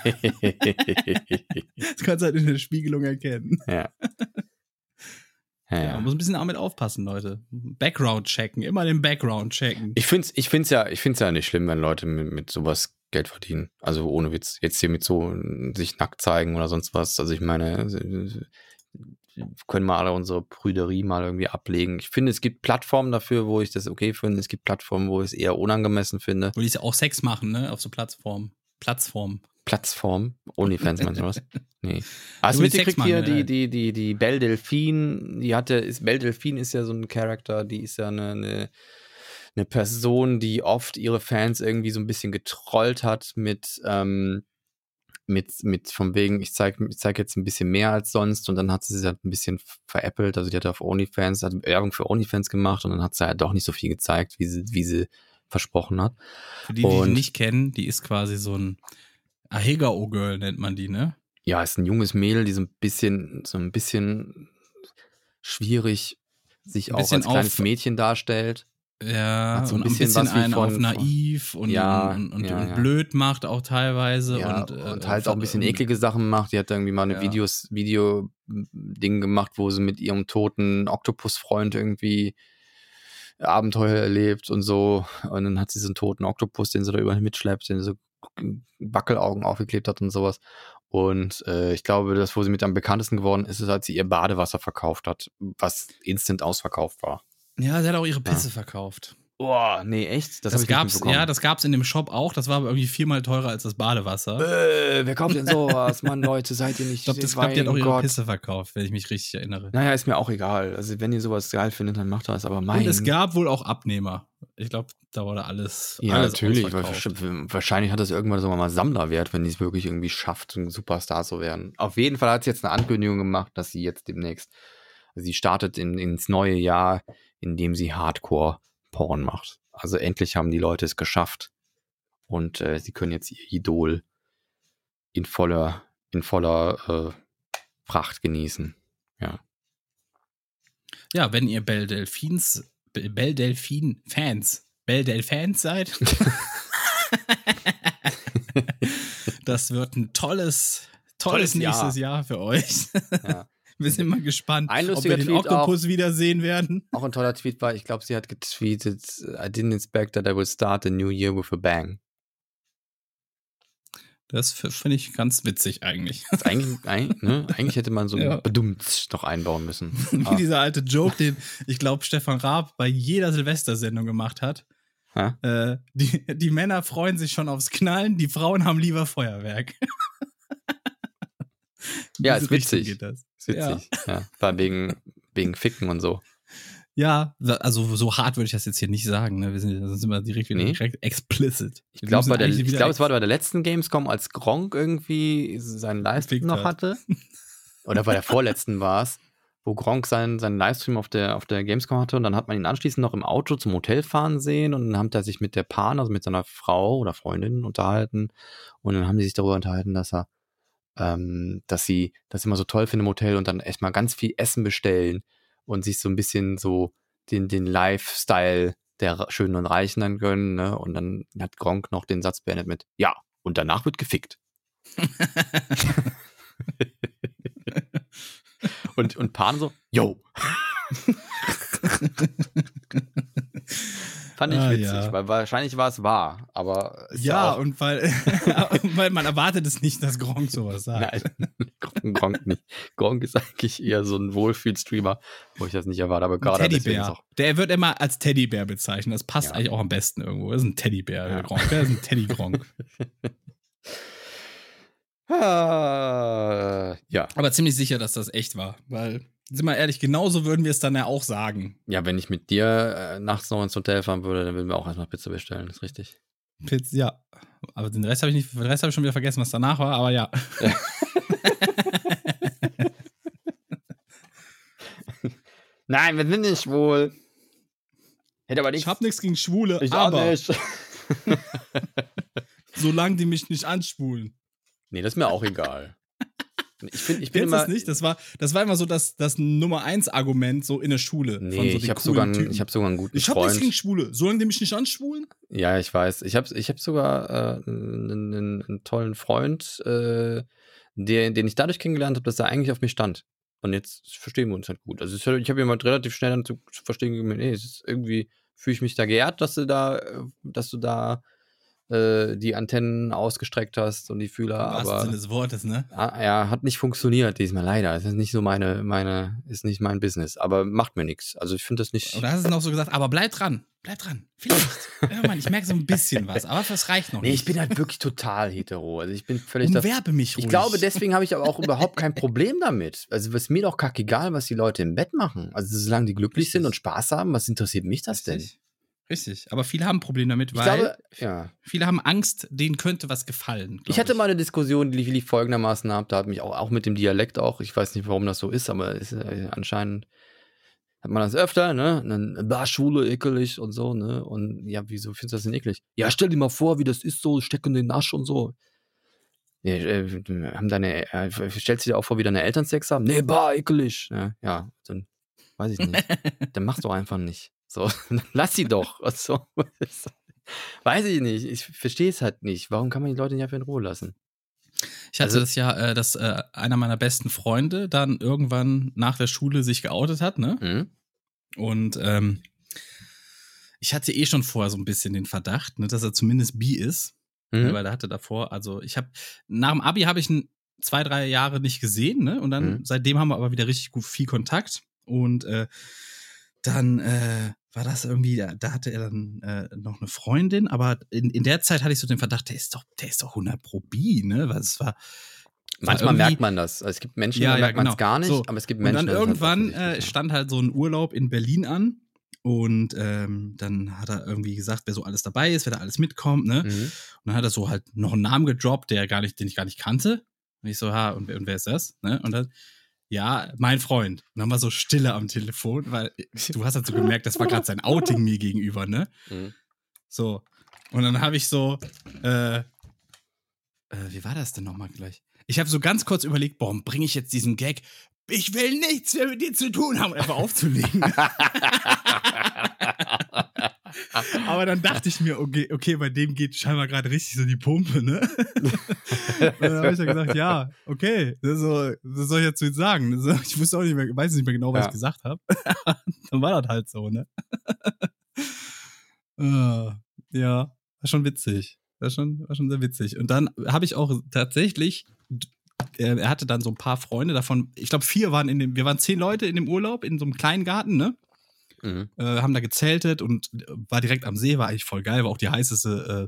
Das kannst du halt in der Spiegelung erkennen. ja. Ja, Ja, ja. man muss ein bisschen auch mit aufpassen, Leute. Background checken, immer den Background checken. Ich finde es ich find's ja, ich find's ja nicht schlimm, wenn Leute mit, mit sowas Geld verdienen. Also ohne Witz. Jetzt hier mit so sich nackt zeigen oder sonst was. Also ich meine, können wir alle unsere Prüderie mal irgendwie ablegen. Ich finde, es gibt Plattformen dafür, wo ich das okay finde. Es gibt Plattformen, wo ich es eher unangemessen finde. Wo die ja auch Sex machen, ne? Auf so Plattformen. Plattformen. Plattform. OnlyFans meinst du was? Nee. Hast wo du die Sex mitgekriegt hier, machen, die, ja. die, die, die Belle Delphine, die hatte, ist, Belle Delphine ist ja so ein Charakter, die ist ja eine, eine, eine Person, die oft ihre Fans irgendwie so ein bisschen getrollt hat mit, ähm, mit, mit von wegen, ich zeige ich zeig jetzt ein bisschen mehr als sonst und dann hat sie sich halt ein bisschen veräppelt, also die hat auf OnlyFans, hat Werbung für OnlyFans gemacht und dann hat sie halt doch nicht so viel gezeigt, wie sie, wie sie versprochen hat. Für die, die Und- die nicht kennen, die ist quasi so ein Ahegao-Girl, nennt man die, ne? Ja, ist ein junges Mädel, die so ein bisschen, so ein bisschen schwierig sich Ein auch bisschen als kleines auf- Mädchen darstellt. Ja, Hat so ein und ein bisschen bisschen was wie einen auf von- naiv und, Ja, und, und, ja, und ja. blöd macht auch teilweise. Ja, und, und, äh, halt auch ein bisschen äh, eklige Sachen macht. Die hat irgendwie mal eine Ja. Videos, Video-Ding gemacht, wo sie mit ihrem toten Oktopusfreund irgendwie Abenteuer erlebt und so. Und dann hat sie so einen toten Oktopus, den sie da überall mitschleppt, den sie so Wackelaugen aufgeklebt hat und sowas. Und äh, ich glaube, das, wo sie mit am bekanntesten geworden ist, ist, als sie ihr Badewasser verkauft hat, was instant ausverkauft war. Ja, sie hat auch ihre Pisse verkauft. Boah, nee, echt? Das, hab ich nicht gab's, mitbekommen. ja, das gab's in dem Shop auch. Das war aber irgendwie viermal teurer als das Badewasser. Äh, wer kauft denn sowas? Mann, Leute, seid ihr nicht... Ich glaube, das glaub, die hat auch mein ihre Gott. Pisse verkauft, wenn ich mich richtig erinnere. Naja, ist mir auch egal. Also, wenn ihr sowas geil findet, dann macht das. Aber mein... Und es gab wohl auch Abnehmer. Ich glaube, da wurde alles, ja, alles natürlich. Weil ausverkauft. wahrsch- wahrscheinlich hat das irgendwann so mal Sammlerwert, wenn die es wirklich irgendwie schafft, ein Superstar zu werden. Auf jeden Fall hat sie jetzt eine Ankündigung gemacht, dass sie jetzt demnächst... Also sie startet in, ins neue Jahr, indem sie Hardcore-Porn macht. Also endlich haben die Leute es geschafft. Und äh, sie können jetzt ihr Idol in voller, in voller äh, Pracht genießen. Ja. Ja, wenn ihr Belle Delphins, Belle Delphine Fans, Belle Delphins seid, das wird ein tolles, tolles, Tolles nächstes Jahr. für euch. Ja. Wir sind mal gespannt, Ein ob lustiger wir den Tweet Oktopus wiedersehen werden. Auch ein toller Tweet war, ich glaube, sie hat getweetet, I didn't expect that I will start the new year with a bang. Das f- finde ich ganz witzig eigentlich. Das ist eigentlich, eigentlich, ne? eigentlich hätte man so ein Ja. Bedummt noch einbauen müssen. Wie Ah, dieser alte Joke, den ich glaube Stefan Raab bei jeder Silvestersendung gemacht hat. hä? Äh, die, die Männer freuen sich schon aufs Knallen, die Frauen haben lieber Feuerwerk. Ja, Diese ist Richtung witzig. geht das. Ist ist witzig. Ja. Ja, war wegen, wegen Ficken und so. Ja, also so hart würde ich das jetzt hier nicht sagen. Ne? Wir sind, das sind wir direkt wieder Nee. direkt explicit. Ich glaube, glaub, es war bei der letzten Gamescom, als Gronk irgendwie seinen Livestream noch hatte. Oder bei der vorletzten war es, wo Gronk seinen, seinen Livestream auf der, auf der Gamescom hatte. Und dann hat man ihn anschließend noch im Auto zum Hotel fahren sehen. Und dann hat er sich mit der Pan, also mit seiner Frau oder Freundin unterhalten. Und dann haben die sich darüber unterhalten, dass er, ähm, dass sie das immer so toll finden im Hotel und dann echt mal ganz viel Essen bestellen. Und sich so ein bisschen so den, den Lifestyle der Schönen und Reichen dann gönnen, ne? Und dann hat Gronk noch den Satz beendet mit, ja, und danach wird gefickt. und, und Pan so, yo. Fand ich ah, witzig, ja. weil wahrscheinlich war es wahr, aber ja, ja und weil, weil man erwartet es nicht, dass Gronk sowas sagt. Nein, Gronk nicht. Gronk ist eigentlich eher so ein Wohlfühl-Streamer, wo ich das nicht erwarte, aber gerade Teddybär. Auch der wird immer als Teddybär bezeichnet. Das passt ja. eigentlich auch am besten irgendwo. Das ist ein Teddybär, ja. der Gronk. Der ist ein Teddy-Gronk. ah, ja. Aber ziemlich sicher, dass das echt war, weil sind wir ehrlich, genauso würden wir es dann ja auch sagen. Ja, wenn ich mit dir äh, nachts noch ins Hotel fahren würde, dann würden wir auch erstmal Pizza bestellen, das ist richtig. Pizza, ja. Aber den Rest habe ich nicht, den Rest habe ich schon wieder vergessen, was danach war, aber ja. ja. Nein, wir sind nicht schwul. Hätte aber nichts. Ich habe nichts gegen Schwule, ich aber auch nicht. solange die mich nicht anschwulen. Nee, das ist mir auch egal. Ich bin, ich bin Kennst immer. Das nicht? Das war, das war immer so das, das Nummer eins Argument so in der Schule. Nee, von so ich habe sogar, einen, ich hab sogar einen guten ich hab Freund. Ich habe nichts gegen Schwule. Solange die mich nicht anschwulen? Ja, ich weiß. Ich habe ich hab sogar äh, einen, einen, einen tollen Freund, äh, der, den ich dadurch kennengelernt habe, dass er eigentlich auf mich stand. Und jetzt verstehen wir uns halt gut. Also ich habe jemand relativ schnell dann zu, zu verstehen gegeben, nee, es ist irgendwie fühle ich mich da geehrt, dass du da, dass du da äh, die Antennen ausgestreckt hast und die Fühler, Im wahrsten aber Sinne des Wortes, ne? Ja, ja, hat nicht funktioniert diesmal, leider. Es ist nicht so meine, meine, ist nicht mein Business, aber macht mir nichts. Also ich finde das nicht. Oder hast du es noch so gesagt, aber bleib dran, bleib dran. Vielleicht. Irgendwann, ich merke so ein bisschen was, aber das reicht noch nee, nicht. ich bin halt wirklich total hetero. Also ich bin völlig. Umwerbe mich ruhig. Ich glaube, deswegen habe ich aber auch überhaupt kein Problem damit. Also es ist mir doch kackegal, was die Leute im Bett machen. Also solange die glücklich sind und Spaß haben, was interessiert mich das denn? Richtig. Richtig, aber viele haben ein Problem damit, Ich weil glaube, ja. viele haben Angst, denen könnte was gefallen. Ich hatte ich. mal eine Diskussion, die lief folgendermaßen ab, da hat mich auch, auch mit dem Dialekt auch, ich weiß nicht, warum das so ist, aber ist, äh, anscheinend hat man das öfter, ne, und dann, bah, Schule, ekelig und so, ne, und ja, wieso findest du das denn eklig? Ja, stell dir mal vor, wie das ist, so, stecken den Nasch und so. Ja, äh, haben deine, äh, stellst du dir auch vor, wie deine Eltern Sex haben? Nee, bah, ekelig. Ja, ja, dann weiß ich nicht. Dann mach's doch einfach nicht. So, lass sie doch. So. Weiß ich nicht. Ich verstehe es halt nicht. Warum kann man die Leute nicht einfach in Ruhe lassen? Ich hatte also, das ja, äh, dass äh, einer meiner besten Freunde dann irgendwann nach der Schule sich geoutet hat, ne? Mhm. Und ähm, ich hatte eh schon vorher so ein bisschen den Verdacht, ne, dass er zumindest bi ist. Mhm. Ne, weil er hatte davor, also ich habe, nach dem Abi habe ich ihn zwei, drei Jahre nicht gesehen, ne? Und dann, mhm. seitdem haben wir aber wieder richtig gut viel Kontakt. Und äh, dann äh, war das irgendwie, da, da hatte er dann äh, noch eine Freundin, aber in, in der Zeit hatte ich so den Verdacht, der ist doch, der ist doch hundert pro bi, ne? Weil es war. Manchmal merkt man das. Also es gibt Menschen, ja, da ja, merkt man es genau. gar nicht, so. aber es gibt Menschen, und dann die irgendwann halt äh, stand halt so ein Urlaub in Berlin an und ähm, dann hat er irgendwie gesagt, wer so alles dabei ist, wer da alles mitkommt, ne? Mhm. Und dann hat er so halt noch einen Namen gedroppt, der gar nicht, den ich gar nicht kannte. Und ich so, ha, und, und wer ist das? Ne? Und dann ja, mein Freund. Und dann war so Stille am Telefon, weil du hast halt so gemerkt, das war gerade sein Outing mir gegenüber, ne? Mhm. So. Und dann habe ich so, äh, äh, wie war das denn nochmal gleich? Ich habe so ganz kurz überlegt, boah, bringe ich jetzt diesen Gag, ich will nichts mehr mit dir zu tun haben, einfach aufzulegen. Aber dann dachte ich mir, okay, okay, bei dem geht scheinbar gerade richtig so die Pumpe, ne? Und dann habe ich dann gesagt, ja, okay, das, so, das soll ich jetzt sagen. Das, ich wusste auch nicht mehr, weiß nicht mehr genau, was ja. ich gesagt habe. Dann war das halt so, ne? uh, ja, war schon witzig. War schon, war schon sehr witzig. Und dann habe ich auch tatsächlich, er hatte dann so ein paar Freunde davon, ich glaube vier waren in dem, wir waren zehn Leute in dem Urlaub, in so einem kleinen Garten, ne? Mhm. Äh, haben da gezeltet und war direkt am See, war eigentlich voll geil, war auch die heißeste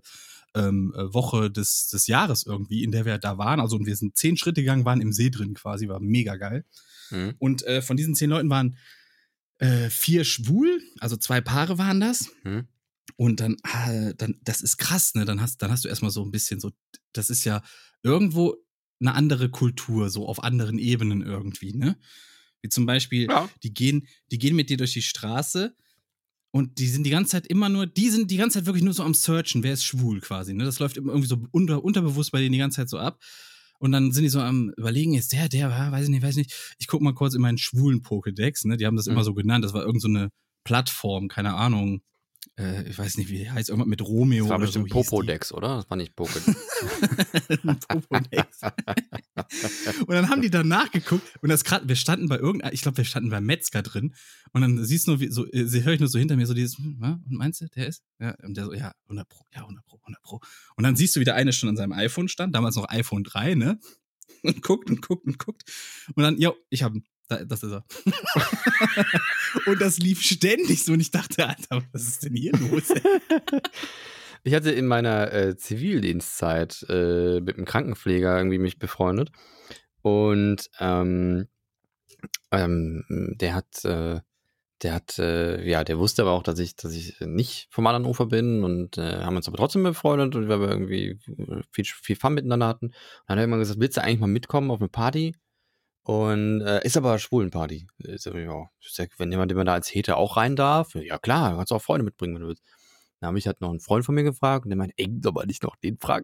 ähm, Woche des, des Jahres irgendwie, in der wir da waren. Also und wir sind zehn Schritte gegangen, waren im See drin quasi, war mega geil. Mhm. Und äh, von diesen zehn Leuten waren äh, vier schwul, also zwei Paare waren das. Mhm. Und dann, äh, dann, das ist krass, ne? Dann hast, dann hast du erstmal so ein bisschen so, das ist ja irgendwo eine andere Kultur, so auf anderen Ebenen irgendwie, ne? Wie zum Beispiel, Ja. die gehen, die gehen mit dir durch die Straße und die sind die ganze Zeit immer nur, die sind die ganze Zeit wirklich nur so am Searchen, wer ist schwul quasi, ne? Das läuft immer irgendwie so unter, unterbewusst bei denen die ganze Zeit so ab. Und dann sind die so am Überlegen, ist der, der, weiß ich nicht, weiß ich nicht. Ich guck mal kurz in meinen schwulen Pokédex, ne? Die haben das Mhm. immer so genannt. Das war irgend so eine Plattform, keine Ahnung. Äh, ich weiß nicht, wie die heißt, irgendwas mit Romeo Das war oder bestimmt so hieß die. Popodex, oder? Das war nicht Pokédex. Popodex. Und dann haben die danach geguckt und das gerade, wir standen bei irgendeinem, ich glaube, wir standen beim Metzger drin und dann siehst du nur, wie, so, äh, höre ich nur so hinter mir so dieses, hm, ja, und meinst du, der ist? Ja, und der so, ja, hundert Pro, ja, hundert Pro, hundert Pro. Und dann siehst du, wie der eine schon an seinem iPhone stand, damals noch iPhone drei, ne? Und guckt und guckt und guckt. Und dann, jo, ich hab ihn. Da, das ist er. Und das lief ständig so und ich dachte, Alter, was ist denn hier los? Ich hatte in meiner äh, Zivildienstzeit äh, mit einem Krankenpfleger irgendwie mich befreundet und ähm, ähm, der hat, äh, der hat, äh, ja, der wusste aber auch, dass ich, dass ich nicht vom anderen Ufer bin und äh, haben uns aber trotzdem befreundet und weil wir irgendwie viel, viel Fun miteinander hatten. Und dann hat er immer gesagt, willst du eigentlich mal mitkommen auf eine Party? Und äh, ist aber Schwulenparty. Ist aber, ja, wenn jemand immer da als Hete auch rein darf, ja klar, kannst du auch Freunde mitbringen, wenn du willst. Dann habe ich halt noch einen Freund von mir gefragt und der meinte, ey, soll man nicht noch den fragen?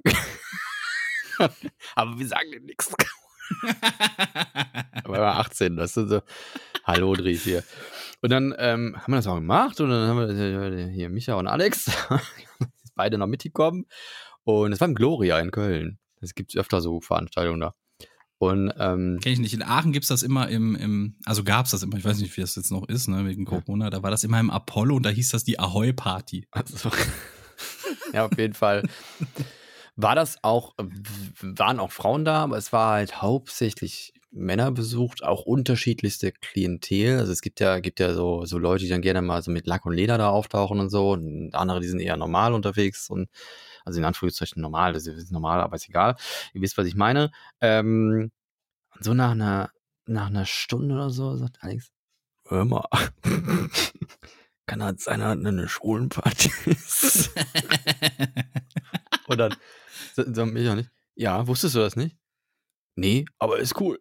Aber wir sagen dem nichts. Aber er war achtzehn, das ist so, hallo, Dries hier. Und dann ähm, haben wir das auch gemacht und dann haben wir hier Micha und Alex beide noch mitgekommen und es war im Gloria in Köln. Es gibt öfter so Veranstaltungen da. Und ähm, Kenn ich nicht. In Aachen gibt's das immer im, im also gab's das immer, ich weiß nicht, wie das jetzt noch ist, ne, wegen Corona, da war das immer im Apollo und da hieß das die Ahoi-Party. Also, ja, auf jeden Fall. War das auch, waren auch Frauen da, aber es war halt hauptsächlich Männer besucht, auch unterschiedlichste Klientel. Also es gibt ja, gibt ja so, so Leute, die dann gerne mal so mit Lack und Leder da auftauchen und so. Und andere, die sind eher normal unterwegs und also in Anführungszeichen normal, das ist normal, aber ist egal. Ihr wisst, was ich meine. Ähm, so nach einer, nach einer Stunde oder so sagt Alex, hör mal, kann das sein, dass eine Schwulenparty ist? Und dann sag ich auch nicht, ja, wusstest du das nicht? Nee, aber ist cool.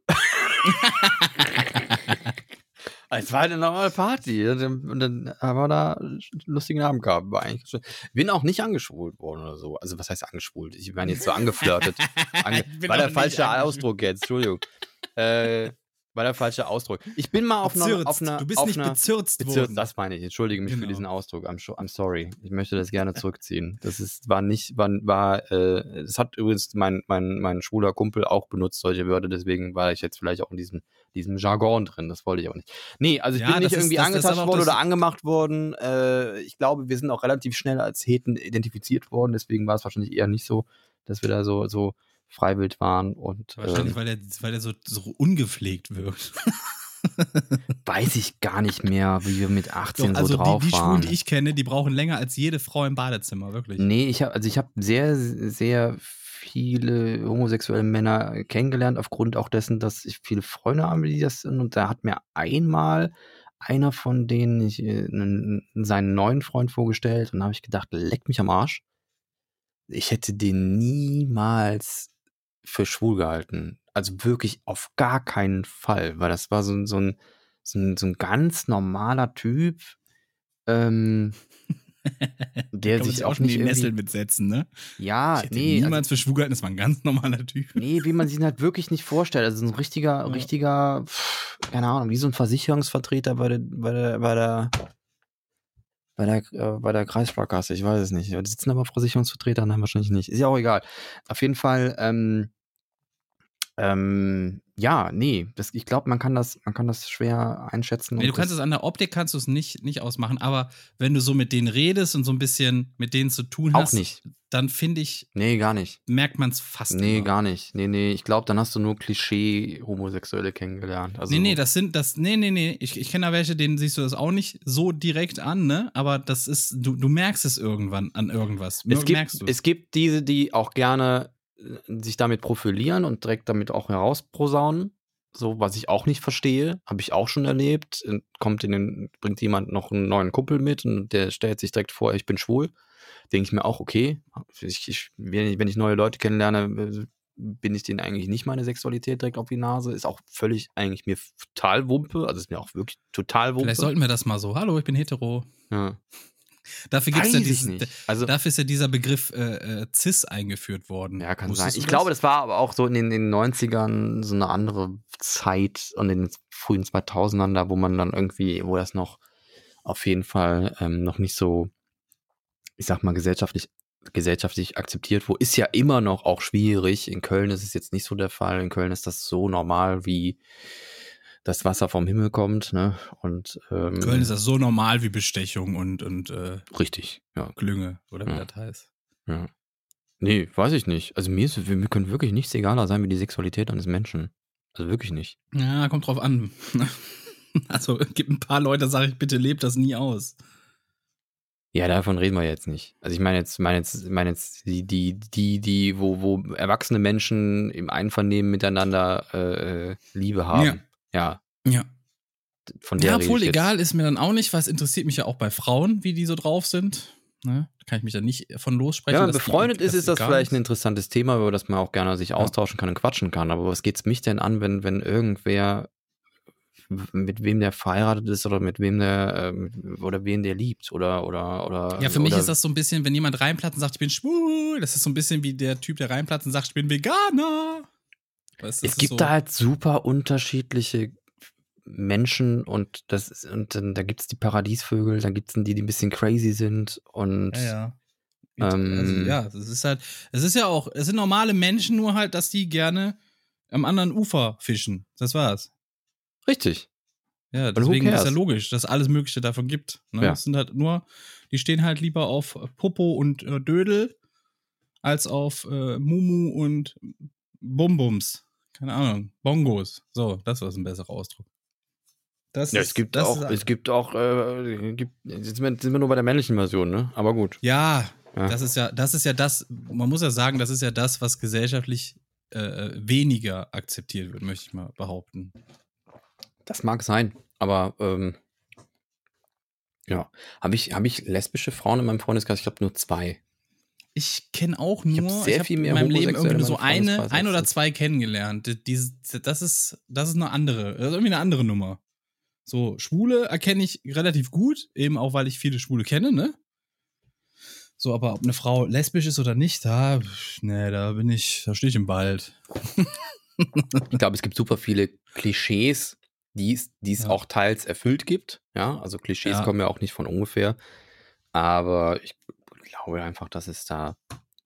Es war halt eine normale Party. Und dann haben wir da einen lustigen Abend gehabt. War eigentlich schön. Bin auch nicht angeschwult worden oder so. Also, was heißt angeschwult? Ich meine jetzt so angeflirtet. Ange war der falsche Ausdruck jetzt. Entschuldigung. Äh, war der falsche Ausdruck. Ich bin mal auf einer. Auf einer du bist auf nicht einer, bezirzt, bezirzt worden. Das meine ich. Entschuldige mich genau. für diesen Ausdruck. I'm, I'm sorry. Ich möchte das gerne zurückziehen. Das ist, war nicht, war, war äh, das hat übrigens mein, mein, mein schwuler Kumpel auch benutzt, solche Wörter. Deswegen war ich jetzt vielleicht auch in diesem, diesem Jargon drin. Das wollte ich aber nicht. Nee, also ich Ja, bin nicht das ist- irgendwie das- das ist angetatscht aber auch worden das- oder angemacht worden. Äh, ich glaube, wir sind auch relativ schnell als Heten identifiziert worden. Deswegen war es wahrscheinlich eher nicht so, dass wir da so, so freiwillig waren. Und Wahrscheinlich, ähm, weil der, weil der so, so ungepflegt wirkt. weiß ich gar nicht mehr, wie wir mit achtzehn Doch, also so drauf die, die waren. Schwulen, die ich kenne, die brauchen länger als jede Frau im Badezimmer, wirklich. Nee, ich habe also ich habe sehr sehr viele homosexuelle Männer kennengelernt aufgrund auch dessen, dass ich viele Freunde habe, die das sind und da hat mir einmal einer von denen ich, äh, n- seinen neuen Freund vorgestellt und da habe ich gedacht, leck mich am Arsch. Ich hätte den niemals für schwul gehalten. Also wirklich auf gar keinen Fall, weil das war so, ein- so, ein, so, ein, so ein ganz normaler Typ, ähm, der Kann man sich auch auch schon nicht die irgendwie, Nessel mitsetzen, ne? ja, Ich hätte nee, niemals also, für schwul gehalten, das war ein ganz normaler Typ. nee, wie man sich ihn halt wirklich nicht vorstellt. Also so ein richtiger, Ja. richtiger, pff, keine Ahnung, wie so ein Versicherungsvertreter bei der, bei der, bei der, bei der, äh, bei der Kreissparkasse, ich weiß es nicht. Die sitzen aber Versicherungsvertreter, nein, wahrscheinlich nicht. Ist ja auch egal. Auf jeden Fall, ähm, Ähm, ja, nee, das, ich glaube, man kann das, man kann das schwer einschätzen. Nee, und du kannst das, es an der Optik kannst du es nicht, nicht ausmachen, aber wenn du so mit denen redest und so ein bisschen mit denen zu tun Auch hast, nicht. dann finde ich, Nee, gar nicht. merkt man es fast Nee, immer. gar nicht. Nee, nee, ich glaube, dann hast du nur Klischee-Homosexuelle kennengelernt. Also, Nee, nee, das sind, das, nee, nee, nee, ich, ich kenne da welche, denen siehst du das auch nicht so direkt an, ne, aber das ist, du, du merkst es irgendwann an irgendwas, es gibt, merkst du es gibt diese, die auch gerne äh, sich damit profilieren und direkt damit auch herausposaunen. So, was ich auch nicht verstehe, habe ich auch schon erlebt. Äh, Kommt in den, bringt jemand noch einen neuen Kumpel mit und der stellt sich direkt vor, ich bin schwul. Denke ich mir auch, okay, ich, ich, wenn ich wenn ich neue Leute kennenlerne, äh, bin ich denen eigentlich nicht meine Sexualität direkt auf die Nase. Ist auch völlig eigentlich mir total Wumpe. Also ist mir auch wirklich total Wumpe. Vielleicht sollten wir das mal so. Hallo, ich bin hetero. Ja. Dafür gibt's ja Weiß ich dieses, nicht. Also, dafür ist ja dieser Begriff äh, äh, Cis eingeführt worden. ja, kann Wusstest sein. du Ich das? glaube, das war aber auch so in den, in den neunzigern so eine andere Zeit und in den frühen zweitausendern, da wo man dann irgendwie, wo das noch auf jeden Fall ähm, noch nicht so, ich sag mal, gesellschaftlich gesellschaftlich akzeptiert wurde, ist ja immer noch auch schwierig. In Köln ist es jetzt nicht so der Fall. In Köln ist das so normal, wie das Wasser vom Himmel kommt, ne? Und ähm, Köln ist das so normal wie Bestechung und, und äh, richtig, ja. Klünge, oder wie Ja. das heißt. Ja. Nee, weiß ich nicht. Also mir ist, mir können wirklich nichts egaler sein wie die Sexualität eines Menschen. Also wirklich nicht. Ja, kommt drauf an. Also, es gibt ein paar Leute, sage ich, bitte lebt das nie aus. Ja, davon reden wir jetzt nicht. Also ich meine jetzt, meine jetzt, meine jetzt die, die, die, die, wo, wo erwachsene Menschen im Einvernehmen miteinander äh, Liebe haben. Ja. Ja. Von der Ja, rede obwohl ich jetzt. egal ist mir dann auch nicht, weil es interessiert mich ja auch bei Frauen, wie die so drauf sind. Ne? Da kann ich mich dann nicht von lossprechen. Ja, wenn man dass die- befreundet ist, dass ist das egal vielleicht ein interessantes Thema, über das man auch gerne sich Ja. austauschen kann und quatschen kann. Aber was geht's mich denn an, wenn, wenn irgendwer mit wem der verheiratet ist oder mit wem der äh, mit- oder wen der liebt oder oder oder Ja, für mich oder, ist das so ein bisschen, wenn jemand reinplatzt und sagt, ich bin schwul, das ist so ein bisschen wie der Typ, der reinplatzt und sagt, ich bin Veganer. Weißt du, das es ist gibt so, da halt super unterschiedliche Menschen und das ist, und dann da gibt's die Paradiesvögel, dann gibt's die, die ein bisschen crazy sind und Ja, ja. Ähm, also, ja, es ist halt, es ist ja auch, es sind normale Menschen, nur halt, dass die gerne am anderen Ufer fischen. Das war's. richtig. Ja, who deswegen ist ja cares? logisch, dass es alles Mögliche davon gibt. Ne? Ja. Es sind halt nur, die stehen halt lieber auf Popo und äh, Dödel als auf äh, Mumu und Bumbums. Keine Ahnung, Bongos. So, das war ein besserer Ausdruck. Das Ja, ist, es gibt das auch, ist, es gibt auch, äh, gibt, jetzt sind wir, sind wir nur bei der männlichen Version, ne? Aber gut. ja, Ja. das ist ja, das ist ja das, man muss ja sagen, das ist ja das, was gesellschaftlich äh, weniger akzeptiert wird, möchte ich mal behaupten. Das mag sein, aber ähm, ja. Habe ich, habe ich lesbische Frauen in meinem Freundeskreis? Ich glaube nur zwei. Ich kenne auch Ich nur, hab sehr ich habe viel in mehr meinem Leben Homosexuelle irgendwie in nur so meinem eine, Freundeskreis ein als oder das. zwei kennengelernt. Die- Diese, das ist, das ist eine andere, das ist irgendwie eine andere Nummer. So, Schwule erkenne ich relativ gut, eben auch, weil ich viele Schwule kenne, ne? So, aber ob eine Frau lesbisch ist oder nicht, da, pff, nee, da bin ich, da stehe ich im Wald. Ich glaube, es gibt super viele Klischees, die es, die es Ja. auch teils erfüllt gibt. Ja, also Klischees Ja. kommen ja auch nicht von ungefähr. Aber ich glaube einfach, dass es da,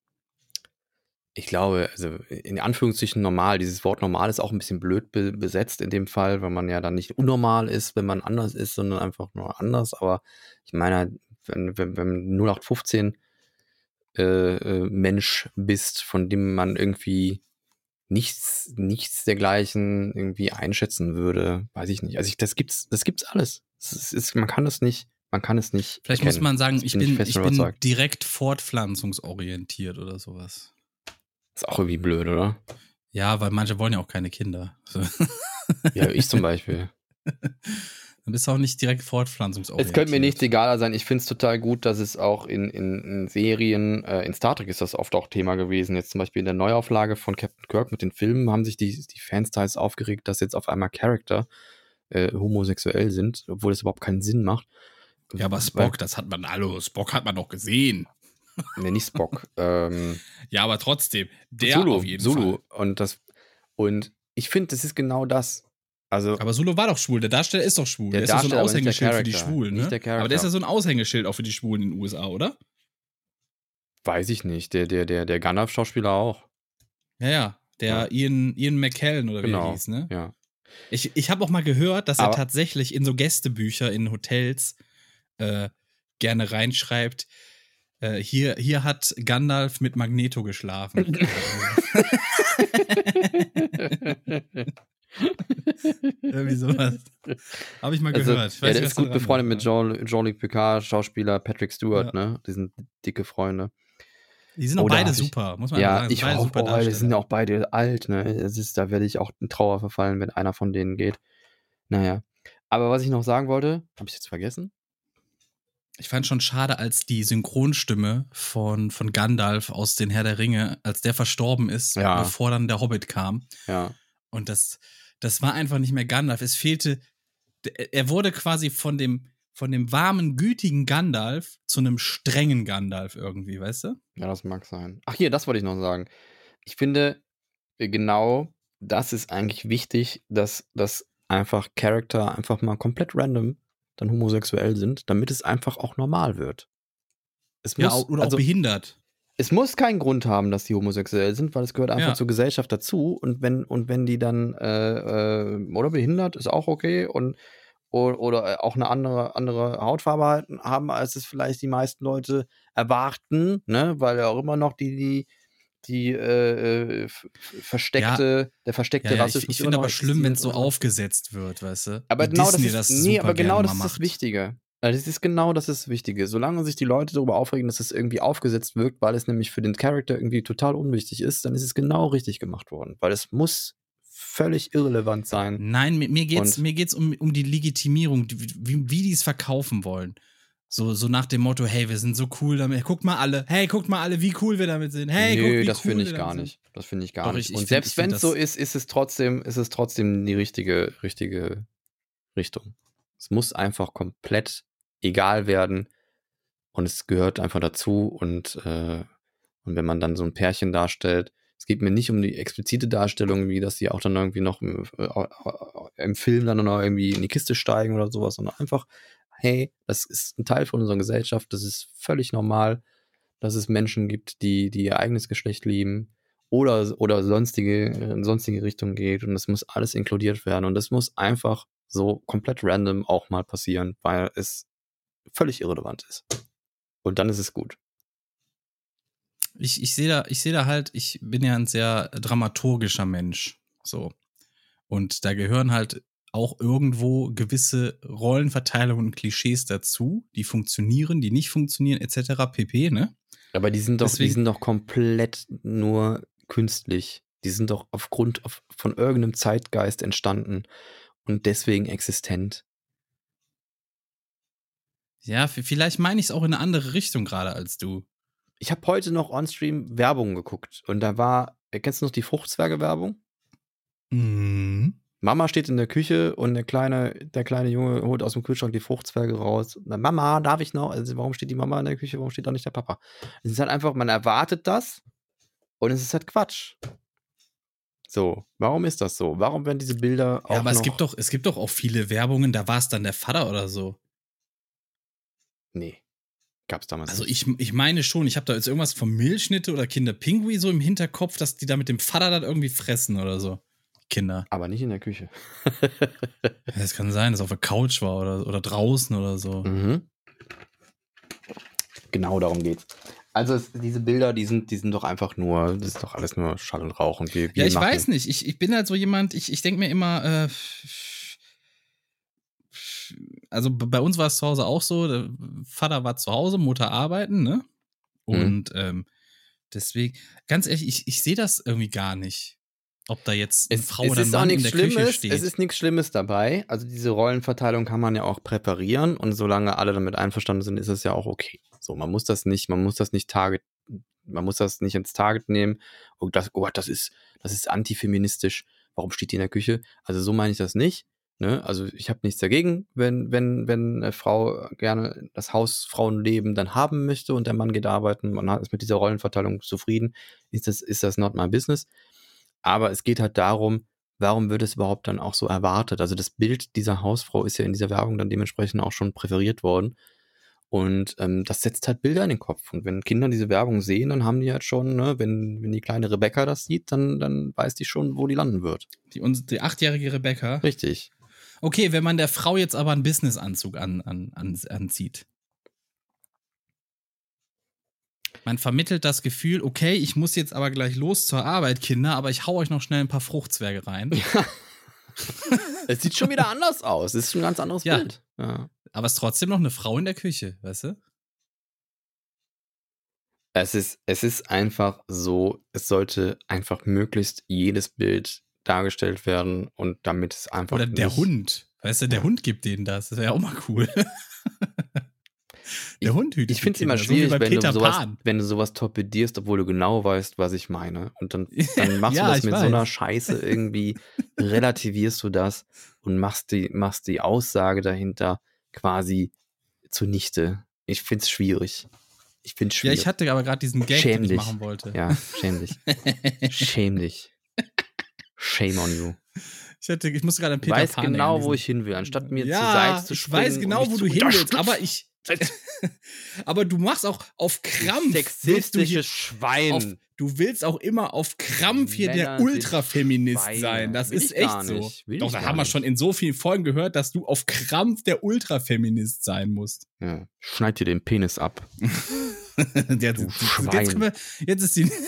ich glaube, also in Anführungszeichen normal, dieses Wort normal ist auch ein bisschen blöd be besetzt in dem Fall, weil man ja dann nicht unnormal ist, wenn man anders ist, sondern einfach nur anders. Aber ich meine, wenn, wenn, wenn null acht fünfzehn äh, äh, Mensch bist, von dem man irgendwie nichts, nichts dergleichen irgendwie einschätzen würde, weiß ich nicht. Also ich, das gibt's, das gibt's alles. Es ist, man kann es nicht, man kann es nicht. Vielleicht erkennen. muss man sagen, Das ich bin ich bin, fest ich von bin überzeugt. direkt fortpflanzungsorientiert oder sowas. Ist auch irgendwie blöd, oder? Ja, weil manche wollen ja auch keine Kinder. So. Ja, ich zum Beispiel. Dann bist du auch nicht direkt fortpflanzungsorientiert. Es könnte mir nichts egaler sein. Ich finde es total gut, dass es auch in, in, in Serien, äh, in Star Trek ist das oft auch Thema gewesen. Jetzt zum Beispiel in der Neuauflage von Captain Kirk mit den Filmen haben sich die, die Fans teils aufgeregt, dass jetzt auf einmal Charakter äh, homosexuell sind, obwohl das überhaupt keinen Sinn macht. Ja, aber Spock, das hat man, hallo, Spock hat man doch gesehen. Nee, nicht Spock. ähm, Ja, aber trotzdem, der Sulu, auf jeden Sulu. Fall. Und, das, und ich finde, das ist genau das. Also, Aber Sulu war doch schwul, der Darsteller ist doch schwul. Der Der, ist ja so ein Darsteller, aber nicht der Aushängeschild für die Charakter. Schwulen, ne? Nicht der Charakter. Aber der ist ja so ein Aushängeschild auch für die Schwulen in den U S A, oder? weiß ich nicht. Der, der, der, der Gandalf-Schauspieler auch. Ja, ja. Der Ja. Ian, Ian McKellen oder wie Genau. er hieß, ne? Ja. Ich, ich habe auch mal gehört, dass Aber- er tatsächlich in so Gästebücher in Hotels äh, gerne reinschreibt, äh, hier, hier hat Gandalf mit Magneto geschlafen. Irgendwie sowas. Habe ich mal Also, gehört. Ich ja, weiß der nicht, ist was da gut dran befreundet mit ist, Jean- Jean-Luc Picard, Schauspieler Patrick Stewart, Ja. ne? Die sind dicke Freunde. Die sind auch Oh, da beide hab ich- super, muss man Ja, einfach sagen. ich Beide hoffe, super oh, die sind Darsteller. ja auch beide alt, ne? Es ist, da werde ich auch in Trauer verfallen, wenn einer von denen geht. Naja. Aber was ich noch sagen wollte, habe ich jetzt vergessen? Ich fand schon schade, als die Synchronstimme von, von Gandalf aus den Herr der Ringe, als der verstorben ist, Ja. bevor dann der Hobbit kam. Ja. Und das, das war einfach nicht mehr Gandalf. Es fehlte, er wurde quasi von dem, von dem warmen, gütigen Gandalf zu einem strengen Gandalf irgendwie, weißt du? Ja, das mag sein. Ach hier, das wollte ich noch sagen. Ich finde, äh, genau das ist eigentlich wichtig, dass, dass einfach Charakter einfach mal komplett random dann homosexuell sind, damit es einfach auch normal wird. Es muss, Ja, au- oder also, auch behindert. es muss keinen Grund haben, dass die homosexuell sind, weil es gehört einfach Ja. zur Gesellschaft dazu. Und wenn, und wenn die dann äh, äh, oder behindert, ist auch okay. Und o- oder auch eine andere, andere Hautfarbe halt haben, als es vielleicht die meisten Leute erwarten, ne? Weil ja auch immer noch die, die, die äh, äh, f- f- versteckte, der versteckte Ja, ja, Rassismus. ich, ich immer finde noch aber schlimm, wenn es so existiert. aufgesetzt wird, weißt du? Aber Wie genau Disney das ist, nee, super aber genau gerne das mal ist das macht. Wichtige. Also das ist genau das ist das Wichtige. Solange sich die Leute darüber aufregen, dass es irgendwie aufgesetzt wirkt, weil es nämlich für den Charakter irgendwie total unwichtig ist, dann ist es genau richtig gemacht worden. Weil es muss völlig irrelevant sein. Nein, mir, mir geht's, Und- mir geht's um, um die Legitimierung, die, wie, wie die es verkaufen wollen. So, so nach dem Motto, hey, wir sind so cool damit. Guckt mal alle, hey, guckt mal alle, wie cool wir damit sind. Hey, Nö, guckt, wie das cool finde wir ich gar damit nicht. Das finde ich gar Doch, nicht. ich- ich Und find- selbst ich find wenn es so das- ist, ist es trotzdem, ist es trotzdem die richtige, richtige Richtung. Es muss einfach komplett egal werden. Und es gehört einfach dazu. Und, äh, und wenn man dann so ein Pärchen darstellt, es geht mir nicht um die explizite Darstellung, wie dass die auch dann irgendwie noch im, äh, im Film dann noch irgendwie in die Kiste steigen oder sowas, sondern einfach, hey, das ist ein Teil von unserer Gesellschaft, das ist völlig normal, dass es Menschen gibt, die, die ihr eigenes Geschlecht lieben oder, oder sonstige, in sonstige Richtungen geht und das muss alles inkludiert werden und das muss einfach so komplett random auch mal passieren, weil es völlig irrelevant ist. Und dann ist es gut. Ich, ich sehe da, ich sehe da halt, ich bin ja ein sehr dramaturgischer Mensch. So. Und da gehören halt auch irgendwo gewisse Rollenverteilungen und Klischees dazu, die funktionieren, die nicht funktionieren, et cetera pp, ne? Aber die sind doch, die Deswegen- sind doch komplett nur künstlich. Die sind doch aufgrund auf, von irgendeinem Zeitgeist entstanden und deswegen existent. Ja, v- vielleicht meine ich es auch in eine andere Richtung gerade als du. Ich habe heute noch on-stream Werbung geguckt und da war, kennst du noch die Fruchtzwerge-Werbung? Mhm. Mama steht in der Küche und der kleine, der kleine Junge holt aus dem Kühlschrank die Fruchtzwerge raus. Na, Mama, darf ich noch? Also warum steht die Mama in der Küche, warum steht da nicht der Papa? Es ist halt einfach, man erwartet das und es ist halt Quatsch. So, warum ist das so? Warum werden diese Bilder auch Ja, aber noch... es gibt doch, es gibt doch auch viele Werbungen, da war es dann der Vater oder so. Nee, gab's damals Also nicht. ich, ich meine schon, ich habe da jetzt irgendwas von Milchschnitte oder Kinder Pinguin so im Hinterkopf, dass die da mit dem Vater dann irgendwie fressen oder so. Kinder. Aber nicht in der Küche. Es kann sein, dass es auf der Couch war oder, oder draußen oder so. Mhm. Genau darum geht's. Also es, diese Bilder, die sind, die sind doch einfach nur, das ist doch alles nur Schall und Rauch und wir, wir Ja, ich machen, weiß nicht. Ich, ich bin halt so jemand, ich, ich denke mir immer, äh, also b- bei uns war es zu Hause auch so, der Vater war zu Hause, Mutter arbeiten, ne? Und ähm, deswegen, ganz ehrlich, ich, ich sehe das irgendwie gar nicht. Ob da jetzt eine Es, Frau es oder ein ist auch Mann in nichts der Küche Schlimmes, steht. es ist nichts Schlimmes dabei. Also diese Rollenverteilung kann man ja auch präparieren und solange alle damit einverstanden sind, ist es ja auch okay. So, man muss das nicht, man muss das nicht target, man muss das nicht ins Target nehmen. Und das, oh Gott, das ist, das ist antifeministisch. Warum steht die in der Küche? Also so meine ich das nicht. Ne? Also ich habe nichts dagegen, wenn, wenn, wenn eine Frau gerne das Hausfrauenleben dann haben möchte und der Mann geht arbeiten, man ist mit dieser Rollenverteilung zufrieden, ist das, ist das not my business. Aber es geht halt darum, warum wird es überhaupt dann auch so erwartet? Also das Bild dieser Hausfrau ist ja in dieser Werbung dann dementsprechend auch schon präferiert worden. Und ähm, das setzt halt Bilder in den Kopf. Und wenn Kinder diese Werbung sehen, dann haben die halt schon, ne, wenn, wenn die kleine Rebecca das sieht, dann, dann weiß die schon, wo die landen wird. Die, uns- die achtjährige Rebecca. Richtig. Okay, wenn man der Frau jetzt aber einen Businessanzug an, an, an, anzieht. Man vermittelt das Gefühl, okay, ich muss jetzt aber gleich los zur Arbeit, Kinder, aber ich hau euch noch schnell ein paar Fruchtzwerge rein. Es sieht schon wieder anders aus. Es ist schon ein ganz anderes Ja. Bild. Ja. Aber es ist trotzdem noch eine Frau in der Küche, weißt du? Es ist, es ist einfach so, es sollte einfach möglichst jedes Bild dargestellt werden und damit es einfach Oder der nicht, Hund. Weißt du, der Ja. Hund gibt denen das. Das wäre ja auch mal cool. Der Hund hütet Ich finde es die immer Kinder, so wie schwierig, bei wenn Peter du, sowas, Pan. wenn du sowas torpedierst, obwohl du genau weißt, was ich meine. Und dann, dann machst Ja, du das ich mit weiß. so einer Scheiße irgendwie, relativierst du das und machst die, machst die Aussage dahinter quasi zunichte. Ich finde es schwierig. Ich finde es Ja, schwierig. ich hatte aber gerade diesen Gag, Schäm den ich dich. machen wollte. Ja, schäm dich. Schäm dich. Shame on you. Ich, hatte, ich musste gerade an Du Peter weißt Pan genau, denken, wo diesen- ich hin will. Anstatt mir zur Ja, Seite zu ich springen. weiß und genau, mich wo zu du hin willst, unterstützen. aber ich. aber du machst auch auf Krampf. Willst du, Sexistisches hier Schwein. auf, du willst auch immer auf Krampf hier Männer der sind Ultrafeminist Schweine. sein. Das Will ist ich gar echt so. nicht. Will Doch, ich da gar haben wir nicht. schon in so vielen Folgen gehört, dass du auf Krampf der Ultrafeminist sein musst. Ja. Schneid dir den Penis ab. jetzt, jetzt, Schwein. jetzt, können wir, jetzt ist die.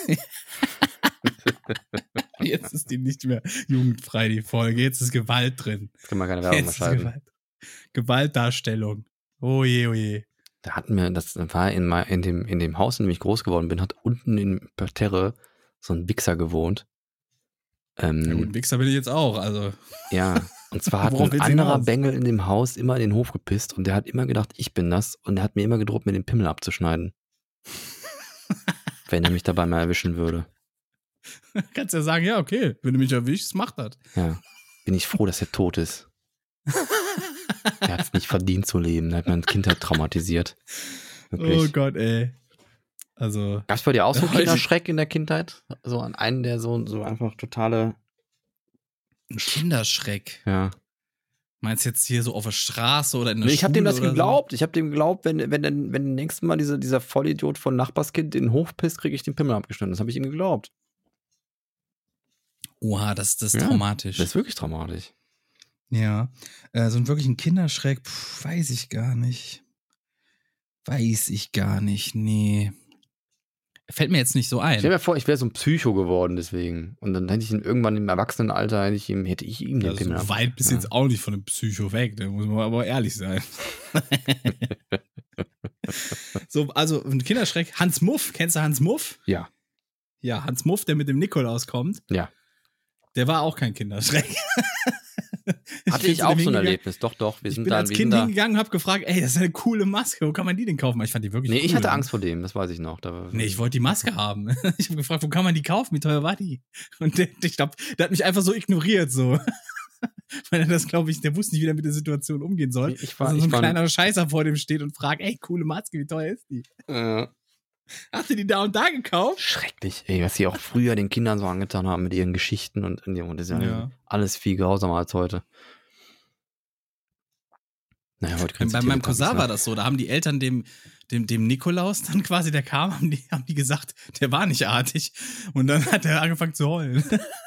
Jetzt ist die nicht mehr jugendfrei, die Folge. Jetzt ist Gewalt drin. Das kann man keine Werbung mehr Jetzt ist schalten. Gewalt. Gewaltdarstellung. Oh je, oh je. Da hatten wir, das war in, mein- in, dem, in dem Haus, in dem ich groß geworden bin, hat unten im Parterre so ein Wichser gewohnt. Ähm, Na gut, ein Wichser bin ich jetzt auch. Also, Ja, und zwar hat Worauf ein willst du anderer hinaus? Bengel in dem Haus immer in den Hof gepisst und der hat immer gedacht, ich bin das und der hat mir immer gedroht, mir den Pimmel abzuschneiden. Wenn er mich dabei mal erwischen würde. kannst ja sagen, ja, okay, wenn du mich erwischst, mach das. Ja, bin ich froh, dass er tot ist. Er hat es nicht verdient zu leben. Er hat meine Kindheit traumatisiert. Oh Wirklich. Gott, ey. Also, Gab es bei dir auch so Ja, Kinderschreck in der Kindheit? So an einen, der so, so einfach totale, ein Kinderschreck. ja. Meinst du jetzt hier so auf der Straße oder in der Nee, Schule? ich habe dem das oder geglaubt. Ich habe dem geglaubt, wenn, wenn, wenn, wenn nächstes Mal diese, dieser Vollidiot von Nachbarskind in den Hof pisst, kriege ich den Pimmel abgeschnitten. Das habe ich ihm geglaubt. So? Oha, das, das ist Ja, traumatisch. Das ist wirklich traumatisch. Ja, äh, so einen wirklichen Kinderschreck, pf, weiß ich gar nicht. Weiß ich gar nicht, nee. Fällt mir jetzt nicht so ein. Stell dir vor, ich wäre so ein Psycho geworden deswegen. Und dann hätte ich ihn irgendwann im Erwachsenenalter, hätte ich ihm, hätte ich ihm den Also Pimmel so ab- weit bist du Ja. jetzt auch nicht von einem Psycho weg, da muss man aber ehrlich sein. so, also ein Kinderschreck. Hans Muff, kennst du Hans Muff? Ja. Ja, Hans Muff, der mit dem Nikolaus kommt. Ja. Der war auch kein Kinderschreck. Hatte bin ich zu auch dem so ein hingegangen. Erlebnis. Doch, doch. Wir Ich sind bin da, als wir Kind sind da. hingegangen und hab gefragt, ey, das ist eine coole Maske, wo kann man die denn kaufen? Ich fand die wirklich Nee, cool. ich hatte Angst vor dem, das weiß ich noch. Da, Nee, ich wollte die Maske haben. Ich habe gefragt, wo kann man die kaufen? Wie teuer war die? Und der, ich glaube, der hat mich einfach so ignoriert, so. Weil er das, glaube ich, der wusste nicht, wie er mit der Situation umgehen soll. Ich war- Dass so ich ein war- kleiner Scheißer vor dem steht und fragt, ey, coole Maske, wie teuer ist die? Äh, Hast du die da und da gekauft? schrecklich. Ey, was sie auch früher den Kindern so angetan haben mit ihren Geschichten und, und das ist ja, Ja. alles viel grausamer als heute. Naja, heute kriegst du Bei meinem Teletubbies, Cousin ne? war das so, da haben die Eltern dem, dem, dem Nikolaus dann quasi, der kam, haben die, haben die gesagt, der war nicht artig. Und dann hat er angefangen zu heulen.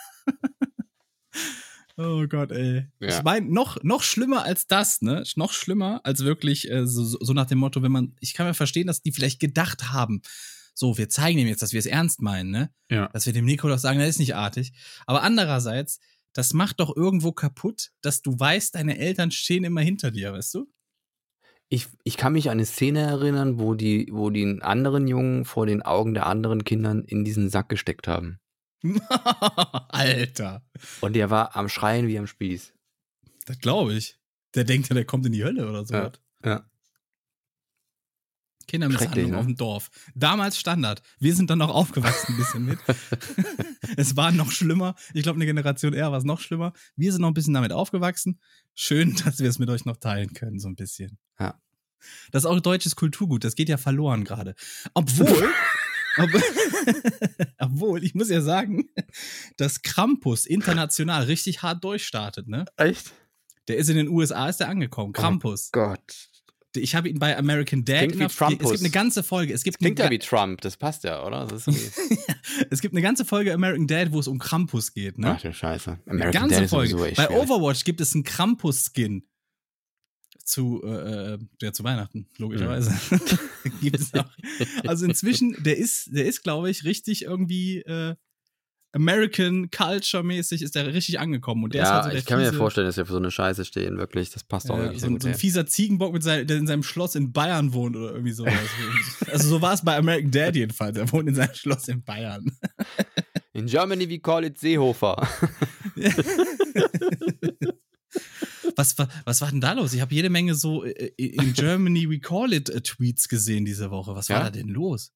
Oh Gott, ey. Ja. Ich meine, noch, noch schlimmer als das, ne? Noch schlimmer als wirklich äh, so, so nach dem Motto, wenn man, ich kann mir verstehen, dass die vielleicht gedacht haben, so, wir zeigen ihm jetzt, dass wir es ernst meinen, ne? Ja. Dass wir dem Nikolaus sagen, der ist nicht artig. Aber andererseits, das macht doch irgendwo kaputt, dass du weißt, deine Eltern stehen immer hinter dir, weißt du? Ich, ich kann mich an eine Szene erinnern, wo die, wo die einen anderen Jungen vor den Augen der anderen Kindern in diesen Sack gesteckt haben. Alter. Und der war am Schreien wie am Spieß. Das glaube ich. Der denkt ja, der kommt in die Hölle oder so. Ja. Ja. Kindermisshandlung Schrecklich, ne? auf dem Dorf. Damals Standard. Wir sind dann noch aufgewachsen ein bisschen mit. Es war noch schlimmer. Ich glaube, eine Generation eher war es noch schlimmer. Wir sind noch ein bisschen damit aufgewachsen. Schön, dass wir es mit euch noch teilen können, so ein bisschen. Ja. Das ist auch deutsches Kulturgut. Das geht ja verloren gerade. Obwohl, ob, obwohl, ich muss ja sagen, dass Krampus international richtig hart durchstartet, ne? Echt? Der ist in den U S A, ist der angekommen. Krampus. Gott. Ich habe ihn bei American Dad. Klingt wie in der, Trumpus. es gibt eine ganze Folge. Es gibt Klingt eine, ja wie Trump, das passt ja, oder? Das ist es gibt eine ganze Folge American Dad, wo es um Krampus geht, ne? Ach du Scheiße. Eine American ganze Dad ist Folge. sowieso echt Bei schwierig. Overwatch gibt es einen Krampus-Skin. Zu, äh, ja, zu Weihnachten, logischerweise. Mhm. Gibt es auch. Also inzwischen, der ist, der ist, glaube ich, richtig irgendwie äh, American Culture-mäßig ist der richtig angekommen. Und der ist Ja, halt so der ich kann mir fiese, vorstellen, dass wir für so eine Scheiße stehen, wirklich. Das passt doch ja, wirklich so, sehr ein- gut. so ein ey. fieser Ziegenbock, mit sein, der in seinem Schloss in Bayern wohnt oder irgendwie sowas. Also so war es bei American Dad jedenfalls. Er wohnt in seinem Schloss in Bayern. In Germany we call it Seehofer. Was, was, was war denn da los? Ich habe jede Menge so äh, in Germany we call it äh, Tweets gesehen diese Woche. Was war Ja? da denn los?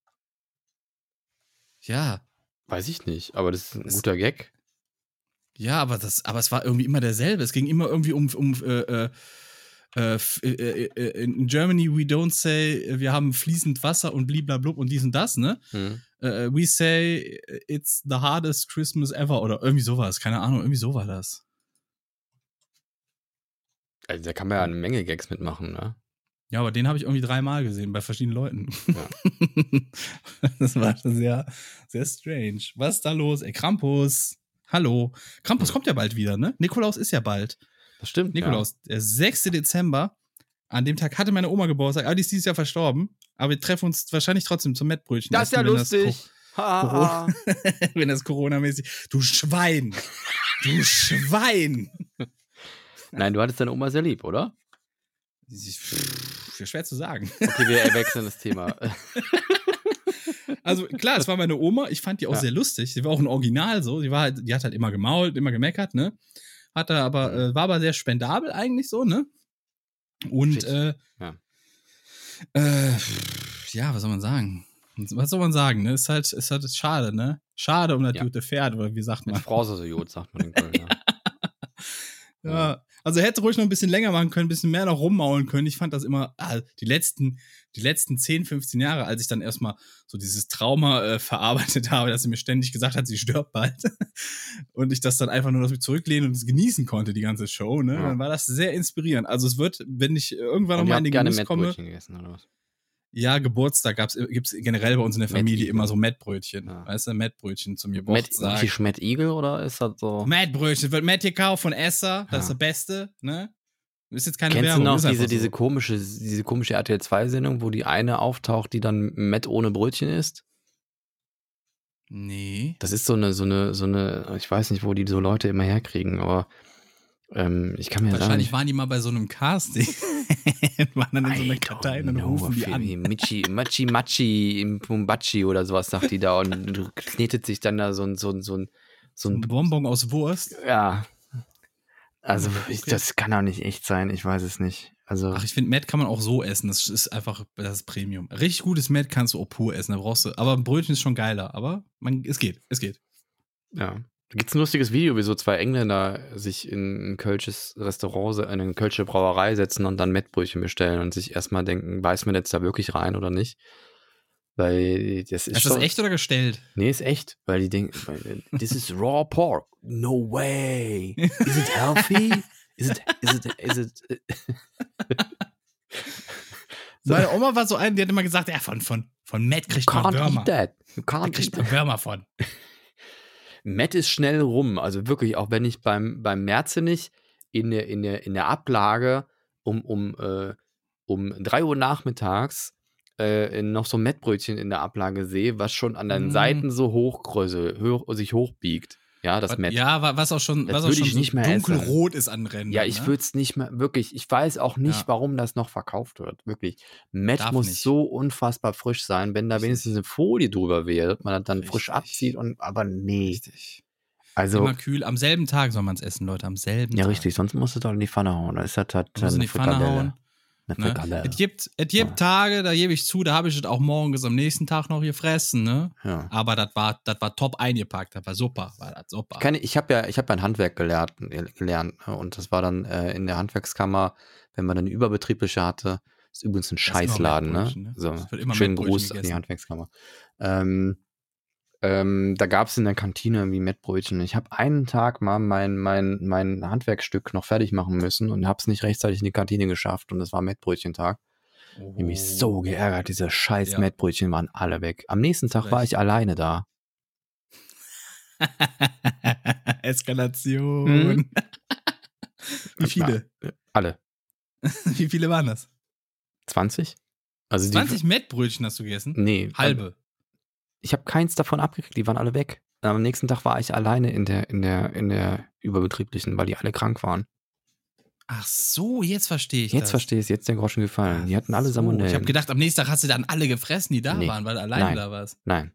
Ja, Weiß ich nicht, aber das ist ein Das- guter Gag. ja, aber das, aber es war irgendwie immer derselbe. Es ging immer irgendwie um, um äh, äh, äh, f- äh, äh, in Germany we don't say, äh, wir haben fließend Wasser und bliblablub und dies und das, ne? Hm. Äh, we say it's the hardest Christmas ever oder irgendwie sowas. Keine Ahnung, irgendwie so war das. Also, da kann man ja eine Menge Gags mitmachen, ne? Ja, aber den habe ich irgendwie dreimal gesehen bei verschiedenen Leuten. Ja. Das war schon sehr, sehr strange. Was ist da los? Ey, Krampus. Hallo. Krampus kommt ja bald wieder, ne? Nikolaus ist ja bald. Das stimmt. Nikolaus, der sechster Dezember. An dem Tag hatte meine Oma Geburtstag. Aber die ist dieses Jahr verstorben. Aber wir treffen uns wahrscheinlich trotzdem zum Mettbrötchen. Ja. Das ist ja essen, wenn lustig. Ha, ha, ha. Das, wenn das Corona-mäßig. Du Schwein. Du Schwein. Nein, du hattest deine Oma sehr lieb, oder? Pff, schwer zu sagen. Okay, wir wechseln das Thema. Also klar, es war meine Oma. Ich fand die auch Ja. sehr lustig. Sie war auch ein Original so. Die war halt, die hat halt immer gemault, immer gemeckert, ne? Hat da aber, Mhm. äh, war aber sehr spendabel eigentlich so, ne? Und Fit. äh, Ja. äh, ja, was soll man sagen? Was soll man sagen, ne? Ist halt, ist halt schade, ne? Schade um das Ja. gute Pferd, oder wie sagt Mit man? Frause so Jod, sagt man in Köln. Ja. Ja, also hätte ruhig noch ein bisschen länger machen können, ein bisschen mehr noch rummaulen können. Ich fand das immer, ah, die letzten, die letzten zehn, fünfzehn Jahre, als ich dann erstmal so dieses Trauma äh, verarbeitet habe, dass sie mir ständig gesagt hat, sie stirbt bald. Und ich das dann einfach nur noch zurücklehnen und es genießen konnte, die ganze Show, ne? Ja. Dann war das sehr inspirierend. Also es wird, wenn ich irgendwann Und noch ihr mal habt in den gerne Genuss komme, Mettbrötchen gegessen, oder was? ja, Geburtstag gab's, gibt's generell bei uns in der Familie Mettbrötchen. immer so Mettbrötchen. Ja. Weißt du, Mettbrötchen zum Matt, Geburtstag. richtig Matt Eagle oder ist das so? Mettbrötchen, wird Matt gekauft von Esser, das Ja. ist der Beste, ne? Ist jetzt keine Kennst Werbung, du noch ist diese, einfach so. diese komische, diese komische R T L zwei Sendung, wo die eine auftaucht, die dann Matt ohne Brötchen isst? Nee. Das ist so eine, so eine, so eine, ich weiß nicht, wo die so Leute immer herkriegen, aber ähm, ich kann mir Wahrscheinlich sagen. waren die mal bei so einem Casting. waren dann in so einer Kartei und dann rufen die an. Michi, Machi, Machi, im Pumbachi oder sowas sagt die da und knetet sich dann da so ein, so ein, so ein, so Ein ein, Bonbon aus Wurst. ja. Also, Okay. ich, das kann doch nicht echt sein, ich weiß es nicht. Also, Ach, ich finde, Matt kann man auch so essen. Das ist einfach, das ist Premium. Richtig gutes Matt kannst du auch pur essen. Da brauchst du, aber ein Brötchen ist schon geiler. Aber man, es geht, es geht. ja. Da gibt es ein lustiges Video, wie so zwei Engländer sich in ein kölsches Restaurant, in eine kölsche Brauerei setzen und dann Mettbrötchen bestellen und sich erstmal denken, beißt man jetzt da wirklich rein oder nicht? Weil das ist Ist schon, das echt oder gestellt? Nee, ist echt, weil die denken, weil, this is raw pork. No way. Is it healthy? Is it, is it, is it, So. Meine Oma war so eine, die hat immer gesagt, ja, von, von, von Matt kriegt man can't Würmer. eat that. You Da can't kriegt eat man Würmer von. Matt ist schnell rum. Also wirklich, auch wenn ich beim, beim Merzenich in der, in der, in der Ablage um, um, äh, um drei Uhr nachmittags äh, noch so ein Mettbrötchen in der Ablage sehe, was schon an den Mm. Seiten so hochgröße, hoch, sich hochbiegt. Ja, das Mett. Ja, wa- was auch schon, Das was auch würde schon ich nicht so mehr dunkelrot ist an Rändern. Ja, ich ne? würde es nicht mehr, wirklich, ich weiß auch nicht, Ja. warum das noch verkauft wird. Wirklich. Mett Darf muss nicht. so unfassbar frisch sein, wenn da Richtig. wenigstens eine Folie drüber wäre, dass man das dann frisch Richtig. abzieht und, aber nee. Richtig. Also, Immer kühl. Am selben Tag soll man es essen, Leute. Am selben ja, Tag. richtig, sonst musst du doch in die Pfanne hauen. Da ist das halt Da muss in eine die Pfanne Frikadelle. hauen. Eine Ne? Frikadelle. Es gibt, es gibt Ja. Tage, da gebe ich zu, da habe ich es auch morgens am nächsten Tag noch gefressen, ne? Ja. Aber das war, das war top eingepackt, das war super, war das super. Keine, ich habe ja, ich habe ja ein Handwerk gelernt, gelernt ne? Und das war dann äh, in der Handwerkskammer, wenn man eine überbetriebliche hatte, ist übrigens ein ist immer Scheißladen, ne? Mettbrötchen, ne? So, Es wird immer schönen Mettbrötchen Gruß an die gegessen. Handwerkskammer. Ähm, ähm, da gab es in der Kantine irgendwie Mettbrötchen. Ich habe einen Tag mal mein, mein, mein Handwerkstück noch fertig machen müssen und habe es nicht rechtzeitig in die Kantine geschafft und es war Mettbrötchentag. Ich hab mich so geärgert, diese scheiß Ja. Mettbrötchen waren alle weg. Am nächsten Tag war ich alleine da. Eskalation. Mhm. Wie viele? Alle. Wie viele waren das? zwanzig? Also zwanzig die, Mettbrötchen hast du gegessen? Nee. Halbe. Ich habe keins davon abgekriegt, die waren alle weg. Am nächsten Tag war ich alleine in der, in der, in der überbetrieblichen, weil die alle krank waren. Ach so, jetzt verstehe ich Jetzt das. verstehe ich es, jetzt der Groschen gefallen. Die hatten alle so. Salmonellen. Ich habe gedacht, am nächsten Tag hast du dann alle gefressen, die da Nee. waren, weil du alleine Nein. da warst. Nein.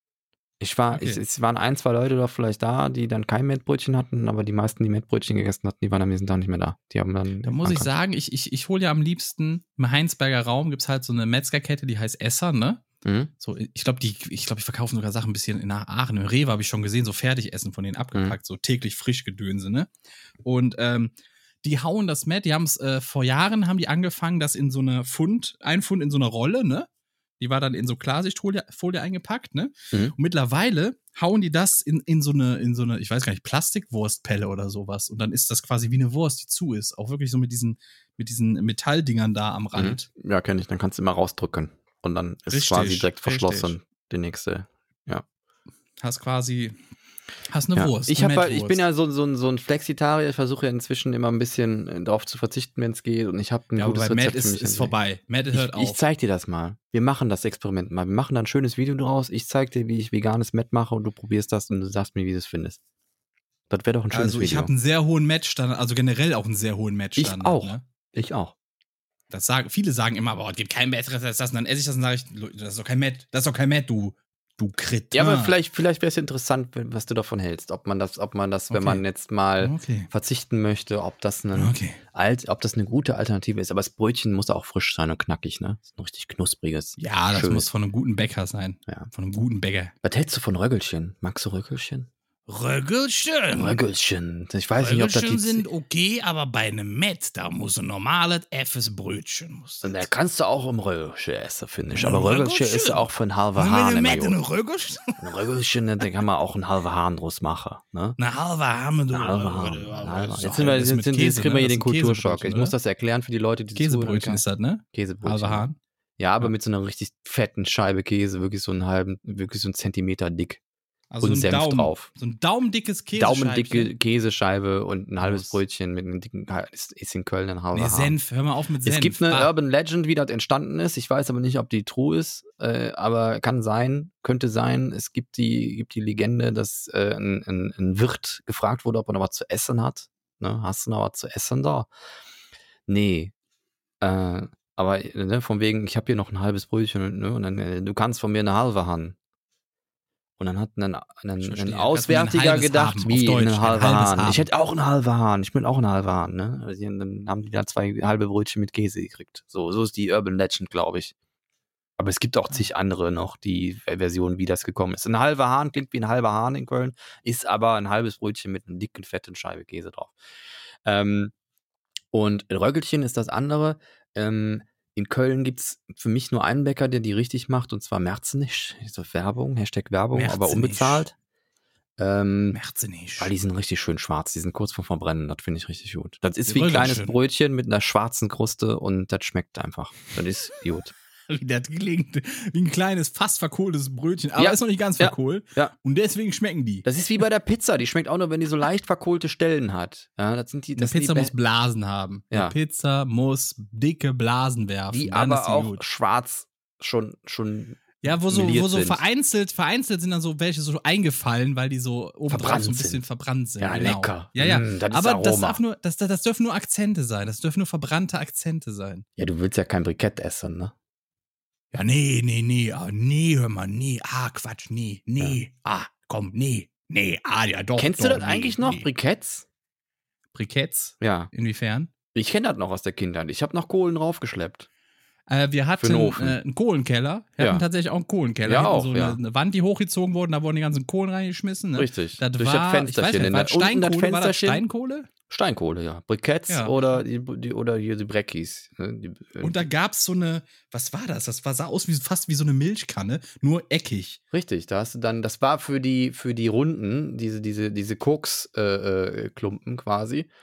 Ich war, Okay. ich, es waren ein, zwei Leute doch vielleicht da, die dann kein Mettbrötchen hatten, aber die meisten, die Mettbrötchen gegessen hatten, die waren am nächsten Tag nicht mehr da. Die haben dann. Da muss ich sagen, ich, ich, ich hole ja am liebsten, im Heinsberger Raum gibt es halt so eine Metzgerkette, die heißt Esser, ne? Mhm. So, ich glaube, die, ich glaube, die verkaufen sogar Sachen ein bisschen in Aachen. Im Rewe habe ich schon gesehen, so Fertigessen von denen abgepackt, so täglich frisch Gedönse, ne? Und ähm, die hauen das Mett, die haben es äh, vor Jahren haben die angefangen, das in so eine Pfund, ein Pfund in so eine Rolle, ne? Die war dann in so Klarsichtfolie Folie eingepackt, ne? Mhm. Und mittlerweile hauen die das in, in so eine, in so eine, ich weiß gar nicht, Plastikwurstpelle oder sowas. Und dann ist das quasi wie eine Wurst, die zu ist. Auch wirklich so mit diesen, mit diesen Metalldingern da am Rand. Mhm. Ja, kenne ich. Dann kannst du immer rausdrücken. Und dann ist Richtig, quasi direkt verschlossen, richtig. die nächste. Ja. Hast quasi, hast eine Ja. Wurst. Ich, eine hab halt, ich Mettwurst. bin ja so, so, ein- so ein Flexitarier. Ich versuche ja inzwischen immer ein bisschen äh, darauf zu verzichten, wenn es geht. Und ich habe ein Ja, aber gutes bei Rezept Matt für ist, mich. ist vorbei. Matt hört Ich, auf. ich zeig dir das mal. Wir machen das Experiment mal. Wir machen da ein schönes Video draus. Ich zeig dir, wie ich veganes Mett mache und du probierst das und du sagst mir, wie du es findest. Das wäre doch ein schönes also ich Video. habe einen sehr hohen Matchstandard, also generell auch einen sehr hohen Matchstandard. Ich auch. Ne? Ich auch. Das sagen, viele sagen immer, boah, es gibt kein besseres als das. Und dann esse ich das und sage ich, das ist doch kein Matt, das ist doch kein Matt, du, du Kretin. Ja, aber vielleicht, vielleicht wäre es interessant, was du davon hältst. Ob man das, ob man das, wenn Okay. man jetzt mal Okay. verzichten möchte, ob das, ein, Okay. alt, ob das eine gute Alternative ist. Aber das Brötchen muss auch frisch sein und knackig, ne? Das ist ein richtig knuspriges. Ja, das schön. muss von einem guten Bäcker sein. Ja. Von einem guten Bäcker. Was hältst du von Röggelchen? Magst du Röggelchen? Röggelchen. Röggelchen. Ich weiß nicht, ob das Röggelchen die sind okay, aber bei einem Matt, da muss ein normales Effes Brötchen. Muss das. Da kannst du auch im Röggelchen essen, finde ich. Ein Aber Röggelchen Röggelchen? ist auch für einen halben Und Hahn mit einem immer Matt gut. ein Röggelchen? Ein Röggelchen, da kann man auch einen halben Hahn draus machen. Ne? Eine halbe Hamme, du. Ein halber Hahn. Oder- Ein halber. oder- Jetzt, sind wir, das jetzt, mit sind, Käse, jetzt kriegen wir ne? hier Das den ist ein Kulturschock. Käsebrötchen, Ich muss oder? das erklären für die Leute, die Käsebrötchen zuhören. ist das, ne? Käsebrötchen. Halber Hahn. Ja, aber Ja. mit so einer richtig fetten Scheibe Käse, wirklich so einen halben, wirklich so einen Zentimeter dick. Also Und so ein Senf Daumen, drauf. So ein daumendickes Käsescheibchen. Daumendicke Käsescheibe und ein halbes Los. Brötchen mit einem dicken, ist, ist in Köln ein halber Nee, Hahn. Senf. Hör mal auf mit Senf. Es gibt eine Bah. Urban Legend, wie das entstanden ist. Ich weiß aber nicht, ob die true ist, äh, aber kann sein, könnte sein. Es gibt die, gibt die Legende, dass äh, ein, ein, ein Wirt gefragt wurde, ob er noch was zu essen hat. Ne? Hast du noch was zu essen da? Nee. Äh, aber ne, von wegen, ich habe hier noch ein halbes Brötchen, ne? Und dann, äh, du kannst von mir eine halbe haben. Und dann hat ein, ein, Ich ein verstehe. Kannst du mir ein Auswärtiger halbes gedacht, haben, wie auf Deutsch, eine ein halbe halbes Hahn. haben. Ich hätte auch einen halben Hahn. Ich will auch einen halben Hahn. Ne? Also die- dann haben die da zwei halbe Brötchen mit Käse gekriegt. So, so ist die Urban Legend, glaube ich. Aber es gibt auch zig andere noch, die Versionen, wie das gekommen ist. Ein halber Hahn klingt wie ein halber Hahn in Köln, ist aber ein halbes Brötchen mit einer dicken, fetten Scheibe Käse drauf. Ähm, und Röggelchen ist das andere. Ähm, in Köln gibt es für mich nur einen Bäcker, der die richtig macht, und zwar Merzenich. Ist doch Werbung, Hashtag Werbung, aber Merzenich. unbezahlt. Ähm, Merzenich. weil die sind richtig schön schwarz, die sind kurz vorm Verbrennen, das finde ich richtig gut. Das ist Die wie ein kleines Röggelchen. Brötchen mit einer schwarzen Kruste und das schmeckt einfach. Das ist gut. Wie das klingt. Wie ein kleines, fast verkohltes Brötchen. Aber Ja. ist noch nicht ganz Ja. verkohlt. Ja. Und deswegen schmecken die. Das ist wie bei der Pizza, die schmeckt auch nur, wenn die so leicht verkohlte Stellen hat. Ja, das sind die, Eine das sind Pizza die, muss Blasen haben. Ja. Eine Pizza muss dicke Blasen werfen. die Dann ist aber die auch gut. schwarz schon, schon Ja, wo so, meliert wo so sind. vereinzelt, vereinzelt sind dann so welche so eingefallen, weil die so oben drauf Verbrannt so ein bisschen sind. verbrannt sind. Ja, genau. lecker. Ja, ja. Mm, das ist Aber das, Aroma. darf nur, das, das, das dürfen nur Akzente sein. Das dürfen nur verbrannte Akzente sein. Ja, du willst ja kein Brikett essen, ne? Ja, nee, nee, nee, ah, nee, hör mal, nee, ah, Quatsch, nee, nee, ah, komm, nee, nee, ah, ja, doch. Kennst doch, du das nee, eigentlich noch, Nee. Briketts? Briketts? Ja. Inwiefern? Ich kenne das noch aus der Kindheit. Ich habe noch Kohlen draufgeschleppt. Äh, wir hatten den äh, Ofen. einen Kohlenkeller. Wir Ja. hatten tatsächlich auch einen Kohlenkeller. Ja, Hinten auch, so eine, ja. eine Wand, die hochgezogen wurde, da wurden die ganzen Kohlen reingeschmissen. Ne? Richtig. Das Durch war, das Fensterchen. ich weiß in nicht, war der, das unten das Steinkohle? War das Fensterchen. Steinkohle? Steinkohle, ja. Briketts Ja. oder, die, die, oder hier die Breckis. ne? Die, Und da gab es so eine, was war das? Das war, sah aus wie, fast wie so eine Milchkanne, nur eckig. Richtig, da hast du dann, das war für die, für die Runden, diese, diese, diese Koks-Klumpen äh, äh, Klumpen quasi.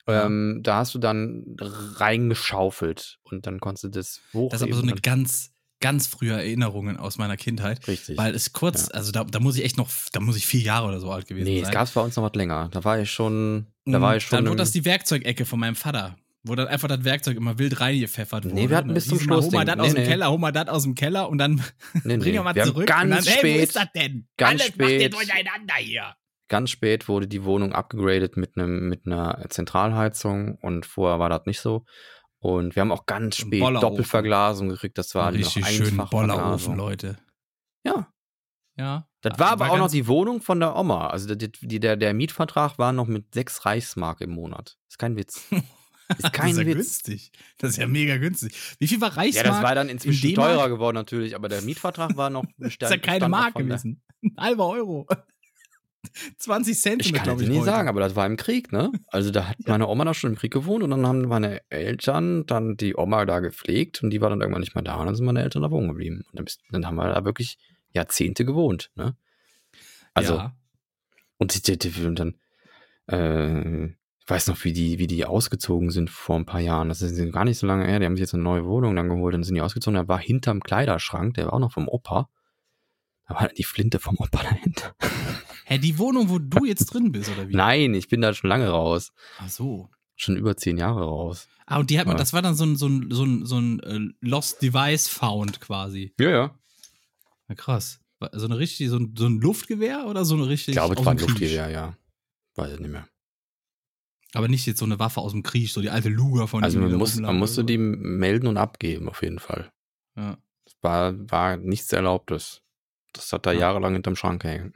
Ähm, da hast du dann reingeschaufelt und dann konntest du das hochheben. Das ist aber so eine ganz, ganz frühe Erinnerungen aus meiner Kindheit. Richtig. Weil es kurz, Ja. also da, da muss ich echt noch, da muss ich vier Jahre oder so alt gewesen Nee, sein. es gab es bei uns noch was länger. Da war ich schon, da Und war ich schon. dann wurde im- das die Werkzeugecke von meinem Vater, wo dann einfach das Werkzeug immer wild reingepfeffert wurde. Nee, wir hatten Ne? bis zum Hieß mal, Schluss Hol mal Ding. das aus Nee, dem nee. Keller, hol mal das aus dem Keller und dann Nee, nee. bring wir mal Wir haben zurück. ganz und dann, hey, wo spät- ist das denn? ganz Alles macht ihr spät- durcheinander hier. Ganz spät wurde die Wohnung abgegradet mit einem mit einer Zentralheizung und vorher war das nicht so. Und wir haben auch ganz So ein spät Bollerofen. Doppelverglasung gekriegt. Das war Einen noch richtig schönen Bollerofen, Einfachverglasung. Leute. Ja, Ja. das war aber auch noch ganz- die Wohnung von der Oma. Also die, die, der, der Mietvertrag war noch mit sechs Reichsmark im Monat. Ist kein Witz. Ist kein das ist ja Witz. günstig. Das ist ja mega günstig. Wie viel war Ja, Reichsmark? das war dann inzwischen in D-Mark? teurer geworden natürlich, aber der Mietvertrag war noch Das ist ja keine bestand noch Mark von der- gewesen. Ein halber Euro. zwanzig Cent Ich sind das, kann glaube es ich, nie heute. sagen, aber das war im Krieg, ne? Also da hat meine Oma da schon im Krieg gewohnt und dann haben meine Eltern dann die Oma da gepflegt und die war dann irgendwann nicht mehr da und dann sind meine Eltern da wohnen geblieben. Und dann, bist, dann haben wir da wirklich Jahrzehnte gewohnt, ne? Also, ja. und, die, die, und dann, äh, ich weiß noch, wie die, wie die ausgezogen sind vor ein paar Jahren. Das ist gar nicht so lange her. Die haben sich jetzt eine neue Wohnung dann geholt, dann sind die ausgezogen. Da war hinterm Kleiderschrank, der war auch noch vom Opa. Da war die Flinte vom Opa dahinter. Hä, die Wohnung, wo du jetzt drin bist, oder wie? Nein, ich bin da schon lange raus. Ach so. Schon über zehn Jahre raus. Ah, und die hat man, Ja. das war dann so ein, so ein, so ein, so ein äh, Lost Device Found quasi. Ja, ja. Ja, krass. War So eine richtig, so ein, so ein Luftgewehr oder so eine richtig Ich glaube, es aus war ein dem Krieg? Luftgewehr, ja. Weiß ich nicht mehr. Aber nicht jetzt so eine Waffe aus dem Krieg, so die alte Luger von Also ihm, die man, da muss, rumlag man oder musste so. die melden und abgeben, auf jeden Fall. Ja. Es war, war nichts Erlaubtes. Das hat da Ja. jahrelang hinterm Schrank hängen.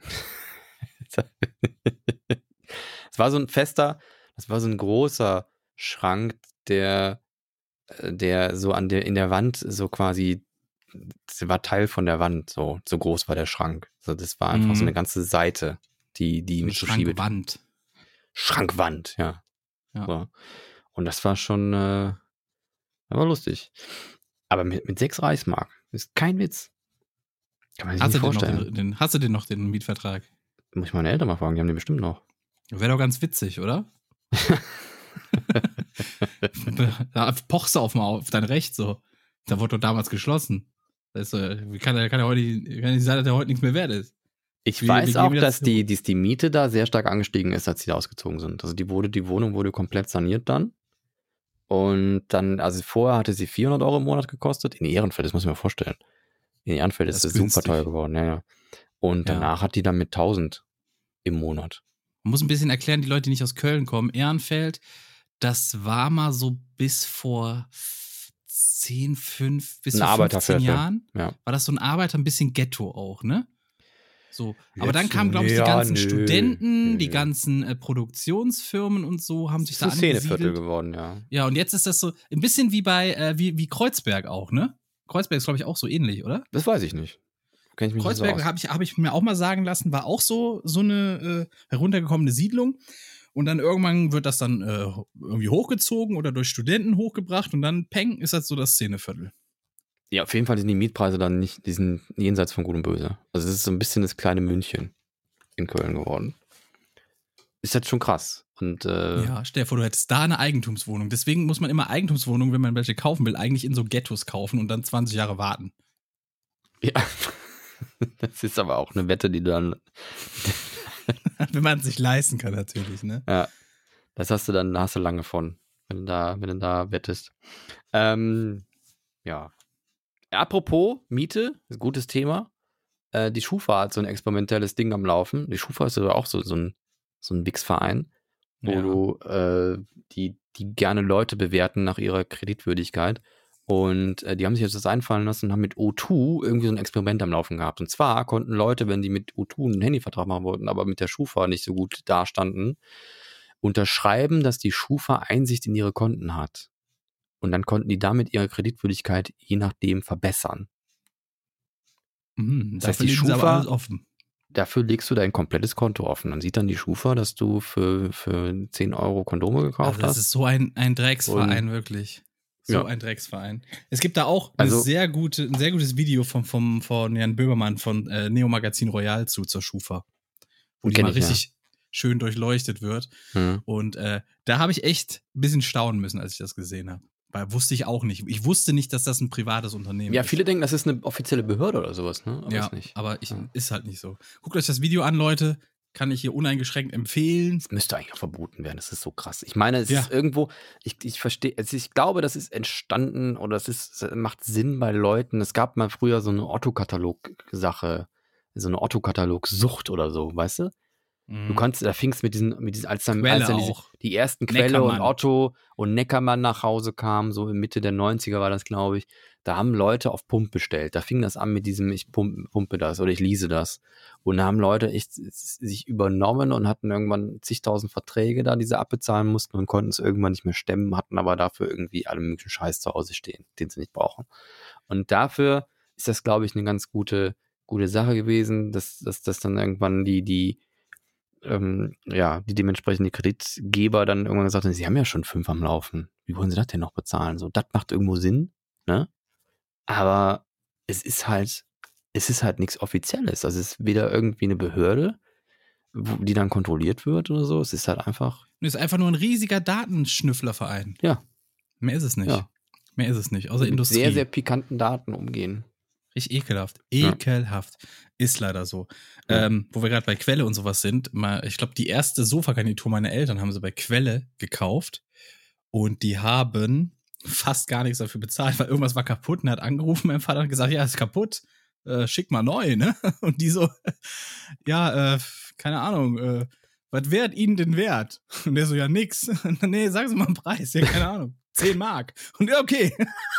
Es war so ein fester, das war so ein großer Schrank, der, äh, der so an der, in der Wand so quasi, das war Teil von der Wand, so, so groß war der Schrank. Also das war einfach Mhm. so eine ganze Seite, die, die So eine mit so Schiebe. Schrankwand. Schrankwand, ja. Ja. So. Und das war schon, äh, das war lustig. Aber mit, mit sechs Reichsmark, ist kein Witz. Kann man sich Hast nicht du, den noch vorstellen. den, den, hast du denn noch den Mietvertrag? Muss ich meine Eltern mal fragen, die haben den bestimmt noch. Wäre doch ganz witzig, oder? Da pochst du auf, mal auf dein Recht so. Da wurde doch damals geschlossen. Das ist, äh, wie kann, kann ja heute kann nicht sein, dass der heute nichts mehr wert ist. Ich Wir- weiß wir gehen auch, wieder dass zu- die, dass die Miete da sehr stark angestiegen ist, als sie da ausgezogen sind. Also die wurde, die Wohnung wurde komplett saniert dann. Und dann, also vorher hatte sie vierhundert Euro im Monat gekostet. In Ehrenfeld, das muss ich mir vorstellen. In Ehrenfeld ist Das es ist super günstig. teuer geworden, ja, ja. Und Ja. danach hat die dann mit tausend im Monat. Man muss ein bisschen erklären, die Leute, die nicht aus Köln kommen. Ehrenfeld, das war mal so bis vor zehn, fünf, bis Ein zu fünfzehn Arbeiterviertel. Jahren. Ja. War das so ein Arbeiter, ein bisschen Ghetto auch, ne? So. Aber Jetzt dann kamen, glaube ich, die ja, ganzen nö, Studenten, nö. die ganzen äh, Produktionsfirmen und so haben sich Das da ist ein Szeneviertel angesiedelt. geworden, ja. Ja, und jetzt ist das so ein bisschen wie bei, äh, wie, wie Kreuzberg auch, ne? Kreuzberg ist, glaube ich, auch so ähnlich, oder? Das weiß ich nicht. Kenn ich mich Kreuzberg, nicht so aus. habe ich, hab ich mir auch mal sagen lassen, war auch so, so eine äh, heruntergekommene Siedlung. Und dann irgendwann wird das dann äh, irgendwie hochgezogen oder durch Studenten hochgebracht und dann, peng, ist das so das Szeneviertel. Ja, auf jeden Fall sind die Mietpreise dann nicht, die sind jenseits von Gut und Böse. Also es ist so ein bisschen das kleine München in Köln geworden. Ist jetzt schon krass. Und äh, Ja, stell dir vor, du hättest da eine Eigentumswohnung. Deswegen muss man immer Eigentumswohnungen, wenn man welche kaufen will, eigentlich in so Ghettos kaufen und dann zwanzig Jahre warten. ja. Das ist aber auch eine Wette, die du dann, Wenn man es sich leisten kann, natürlich, ne? ja, das hast du dann, hast du lange von, wenn du da, wenn du da wettest. Ähm, ja. Apropos Miete, ist ein gutes Thema. Äh, die Schufa hat so ein experimentelles Ding am Laufen. Die Schufa ist aber auch so, so ein, so ein Wix-Verein, wo Ja. du, äh, die, die gerne Leute bewerten nach ihrer Kreditwürdigkeit. Und äh, die haben sich jetzt das einfallen lassen und haben mit O zwei irgendwie so ein Experiment am Laufen gehabt. Und zwar konnten Leute, wenn die mit O zwei einen Handyvertrag machen wollten, aber mit der Schufa nicht so gut dastanden, unterschreiben, dass die Schufa Einsicht in ihre Konten hat. Und dann konnten die damit ihre Kreditwürdigkeit je nachdem verbessern. Mhm, Das heißt, dafür die legen sie aber Schufa- alles offen. Dafür legst du dein komplettes Konto offen. Dann sieht dann die Schufa, dass du für, für zehn Euro Kondome gekauft Also das hast. ist so ein, ein Drecksverein, wirklich. So Ja. ein Drecksverein. Es gibt da auch Also- eine sehr gute, ein sehr gutes Video vom, vom, von Jan Böhmermann von äh, Neo Magazin Royal zu zur Schufa. Wo die Kenn mal ich, ja. richtig, schön durchleuchtet wird. Mhm. Und äh, da habe ich echt ein bisschen staunen müssen, als ich das gesehen habe. Weil wusste ich auch nicht. Ich wusste nicht, dass das ein privates Unternehmen Ja, ist. viele denken, das ist eine offizielle Behörde oder sowas, ne? Aber ja, ist nicht. aber ich, Ja. ist halt nicht so. Guckt euch das Video an, Leute. Kann ich hier uneingeschränkt empfehlen. Das müsste eigentlich auch verboten werden. Das ist so krass. Ich meine, es Ja. ist irgendwo, ich, ich verstehe, also ich glaube, das ist entstanden oder es ist, es macht Sinn bei Leuten. Es gab mal früher so eine Otto-Katalog-Sache, so eine Otto-Katalog-Sucht oder so, weißt du? Du kannst, da fingst mit diesen, mit diesen, als dann, Quelle als dann diese, auch. die ersten Quelle Neckermann. und Otto und Neckermann nach Hause kamen, so in Mitte der neunziger war das, glaube ich, da haben Leute auf Pump bestellt. Da fing das an mit diesem, ich pumpe, pumpe das oder ich lease das. Und da haben Leute echt sich übernommen und hatten irgendwann zigtausend Verträge da, die sie abbezahlen mussten und konnten es irgendwann nicht mehr stemmen, hatten aber dafür irgendwie alle möglichen Scheiß zu Hause stehen, den sie nicht brauchen. Und dafür ist das, glaube ich, eine ganz gute, gute Sache gewesen, dass, dass, dass dann irgendwann die, die, ähm, ja, die dementsprechend die Kreditgeber dann irgendwann gesagt haben, sie haben ja schon fünf am Laufen. Wie wollen sie das denn noch bezahlen? So, das macht irgendwo Sinn, ne? Aber es ist halt, es ist halt nichts Offizielles. Also es ist weder irgendwie eine Behörde, wo, die dann kontrolliert wird oder so. Es ist halt einfach. Es ist einfach nur ein riesiger Datenschnüfflerverein. Ja. Mehr ist es nicht. Ja. Mehr ist es nicht. Außer mit Industrie. sehr, sehr pikanten Daten umgehen. Richtig ekelhaft. Ja. Ekelhaft. Ist leider so. Ja. Ähm, wo wir gerade bei Quelle und sowas sind, mal, ich glaube, die erste Sofagarnitur meiner Eltern haben sie bei Quelle gekauft und die haben fast gar nichts dafür bezahlt, weil irgendwas war kaputt und er hat angerufen, mein Vater hat gesagt, ja, ist kaputt, äh, schick mal neu, ne? Und die so, ja, äh, keine Ahnung, äh, was wärt Ihnen denn wert? Und der so, ja, nix. Nee, sagen Sie mal einen Preis, ja, keine Ahnung, zehn Mark. Und ja, okay.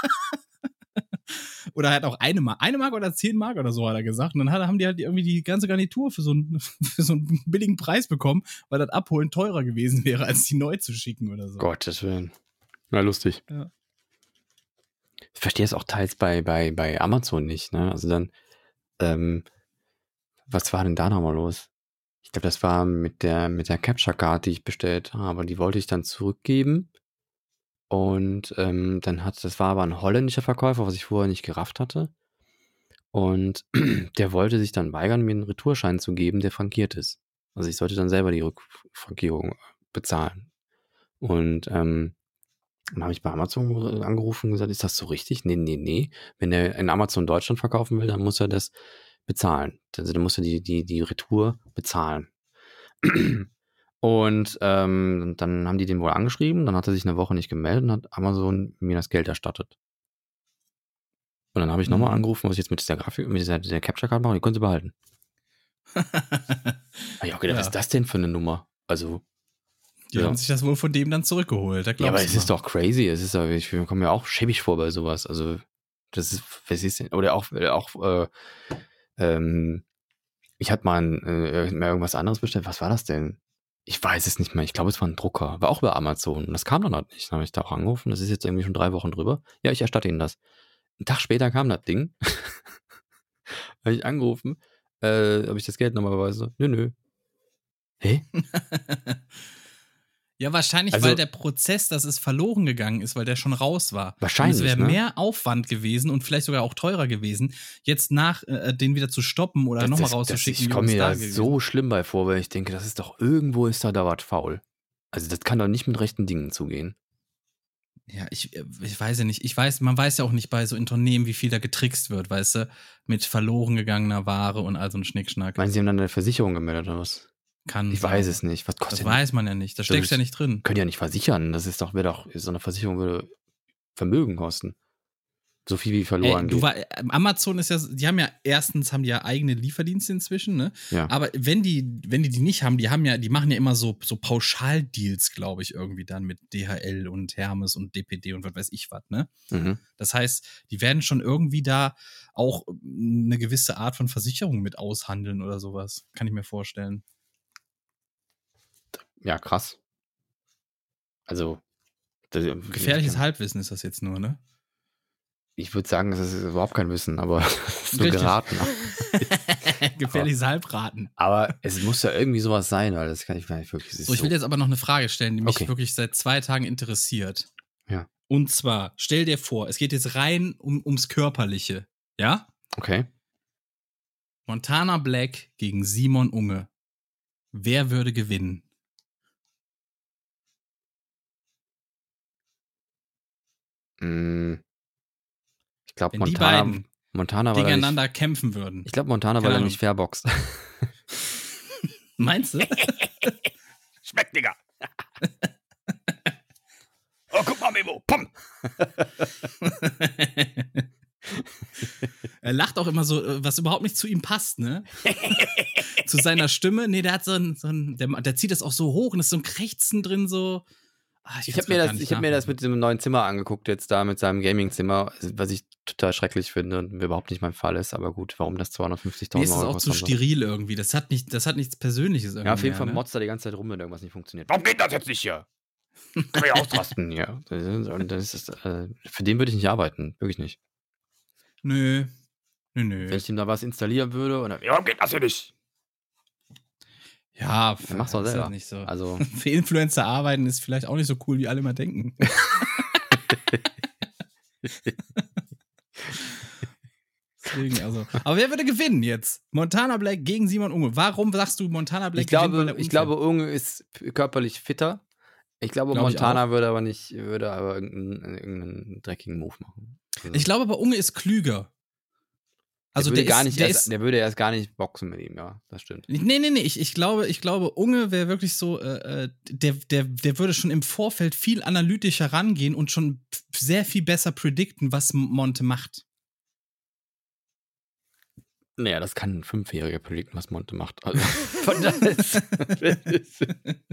Oder er hat auch eine Mark, eine Mark oder zehn Mark oder so, hat er gesagt. Und dann hat, haben die halt irgendwie die ganze Garnitur für so, einen, für so einen billigen Preis bekommen, weil das Abholen teurer gewesen wäre, als die neu zu schicken oder so. Gottes Willen. Na, lustig. Ja. Ich verstehe es auch teils bei, bei, bei Amazon nicht, ne? Also dann, ähm, was war denn da nochmal los? Ich glaube, das war mit der, mit der Capture Card, die ich bestellt habe. Die wollte ich dann zurückgeben. Und ähm, dann hat, das war aber ein holländischer Verkäufer, was ich vorher nicht gerafft hatte. Und der wollte sich dann weigern, mir einen Retoursschein zu geben, der frankiert ist. Also ich sollte dann selber die Rückfrankierung bezahlen. Und ähm, dann habe ich bei Amazon angerufen und gesagt, ist das so richtig? Nee, nee, nee. Wenn er in Amazon Deutschland verkaufen will, dann muss er das bezahlen. Also dann muss er die, die, die Retour bezahlen. Und ähm, dann haben die den wohl angeschrieben, dann hat er sich eine Woche nicht gemeldet und hat Amazon mir das Geld erstattet. Und dann habe ich nochmal Mhm. angerufen, was ich jetzt mit dieser Grafik, mit dieser, dieser Capture Card mache, die können sie behalten. Hab ich auch gedacht, Ja. was ist das denn für eine Nummer? Also, Die ja. haben sich das wohl von dem dann zurückgeholt. Da Ja, aber glaubst es du ist mal. doch crazy. Es ist doch, ich komme mir auch schäbig vor bei sowas. Also, das ist, was ist denn? Oder auch, äh, auch, äh, ähm, ich hatte mal, ein, äh, mir irgendwas anderes bestellt. Was war das denn? Ich weiß es nicht mehr. Ich glaube, es war ein Drucker. War auch bei Amazon. Und das kam dann halt nicht. Dann habe ich da auch angerufen. Das ist jetzt irgendwie schon drei Wochen drüber. Ja, ich erstatte Ihnen das. Einen Tag später kam das Ding. Habe ich angerufen. Äh, ob ich das Geld nochmal überweise? Nö, nö. Hä? Ja, wahrscheinlich, Also- weil der Prozess, dass es verloren gegangen ist, weil der schon raus war. Wahrscheinlich, Und es wäre ne? mehr Aufwand gewesen und vielleicht sogar auch teurer gewesen, jetzt nach äh, den wieder zu stoppen oder nochmal das, rauszuschicken. ich wie komme uns mir da gewesen. so schlimm bei vor, weil ich denke, das ist doch, irgendwo ist da da was faul. Also das kann doch nicht mit rechten Dingen zugehen. Ja, ich, ich weiß ja nicht. Ich weiß, man weiß ja auch nicht bei so Unternehmen, wie viel da getrickst wird, weißt du, mit verloren gegangener Ware und all so ein Schnickschnack. Meinen Sie, haben dann eine Versicherung gemeldet oder was? Kann Ich sein. weiß es nicht. Was Das kostet weiß man ja nicht. Da Das steckst du ist- ja nicht drin. Können ja nicht versichern. Das ist doch, wäre doch, so eine Versicherung würde Vermögen kosten. So viel wie verloren Ey, du geht. war, Amazon ist ja, die haben ja, erstens haben die ja eigene Lieferdienste inzwischen, ne? Ja. Aber wenn die, wenn die die nicht haben, die haben ja, die machen ja immer so, so Pauschaldeals, glaube ich, irgendwie dann mit D H L und Hermes und D P D und was weiß ich was, ne? Mhm. Das heißt, die werden schon irgendwie da auch eine gewisse Art von Versicherung mit aushandeln oder sowas. Kann ich mir vorstellen. Ja, krass. Also, das, Gefährliches Halbwissen ist das jetzt nur, ne? Ich würde sagen, das ist überhaupt kein Wissen, aber das ist nur Richtig. geraten. Gefährliches Halbraten. Aber es muss ja irgendwie sowas sein, weil das kann ich mir nicht wirklich. es ist So, ich will jetzt aber noch eine Frage stellen, die mich Okay. wirklich seit zwei Tagen interessiert. Ja. Und zwar, stell dir vor, es geht jetzt rein um, ums Körperliche, ja? Okay. Montana Black gegen Simon Unge. wer würde gewinnen? Mm. Ich glaube, Wenn die Montana, beiden Montana weil er gegeneinander nicht, kämpfen würden. ich glaube, Montana, Keine weil er Ahnung. nicht fairboxt. Meinst du? Schmeckt, Digga. Oh, guck mal, Memo. Pum. Er lacht auch immer so, äh, was überhaupt nicht zu ihm passt, ne? Zu seiner Stimme. Nee, der hat so ein, so ein der, der zieht das auch so hoch und ist so ein Krächzen drin, so. Ah, Ich habe mir, das, ich hab mir das mit diesem neuen Zimmer angeguckt, jetzt da mit seinem Gaming-Zimmer, was ich total schrecklich finde und überhaupt nicht mein Fall ist. Aber gut, warum das zweihundertfünfzigtausend Mir ist das Euro auch zu kostet? steril irgendwie. Das hat, nicht, das hat nichts Persönliches irgendwie. Ja, auf jeden Fall mehr, ne? motzt er die ganze Zeit rum, wenn irgendwas nicht funktioniert. Warum geht das jetzt nicht hier? Kann ich ausrasten, ja. Und das ist, äh, für den würde ich nicht arbeiten, wirklich nicht. Nö. Nö, nö. Wenn ich ihm da was installieren würde und dann, ja, warum geht das hier nicht? Ja, Dann mach's doch ist selber. halt nicht so. Also, Für Influencer arbeiten ist vielleicht auch nicht so cool, wie alle mal denken. Deswegen, also. Aber wer würde gewinnen jetzt? Montana Black gegen Simon Unge. Warum sagst du Montana Black ich glaube, gewinnt, weil er ich unfair- glaube, Unge ist körperlich fitter. Ich glaube, Glaub ich Montana würde aber nicht, würde aber irgendeinen, irgendeinen dreckigen Move machen. Also, Ich glaube aber, Unge ist klüger. Also der, würde der, gar ist, nicht der erst, ist. der würde erst gar nicht boxen mit ihm, ja, das stimmt. Nee, nee, nee. Ich, ich, glaube, ich glaube, Unge wäre wirklich so, äh, der, der, der würde schon im Vorfeld viel analytischer rangehen und schon sehr viel besser predikten, was Monte macht. Naja, das kann ein Fünfjähriger predikten, was Monte macht. Also, von daher ist-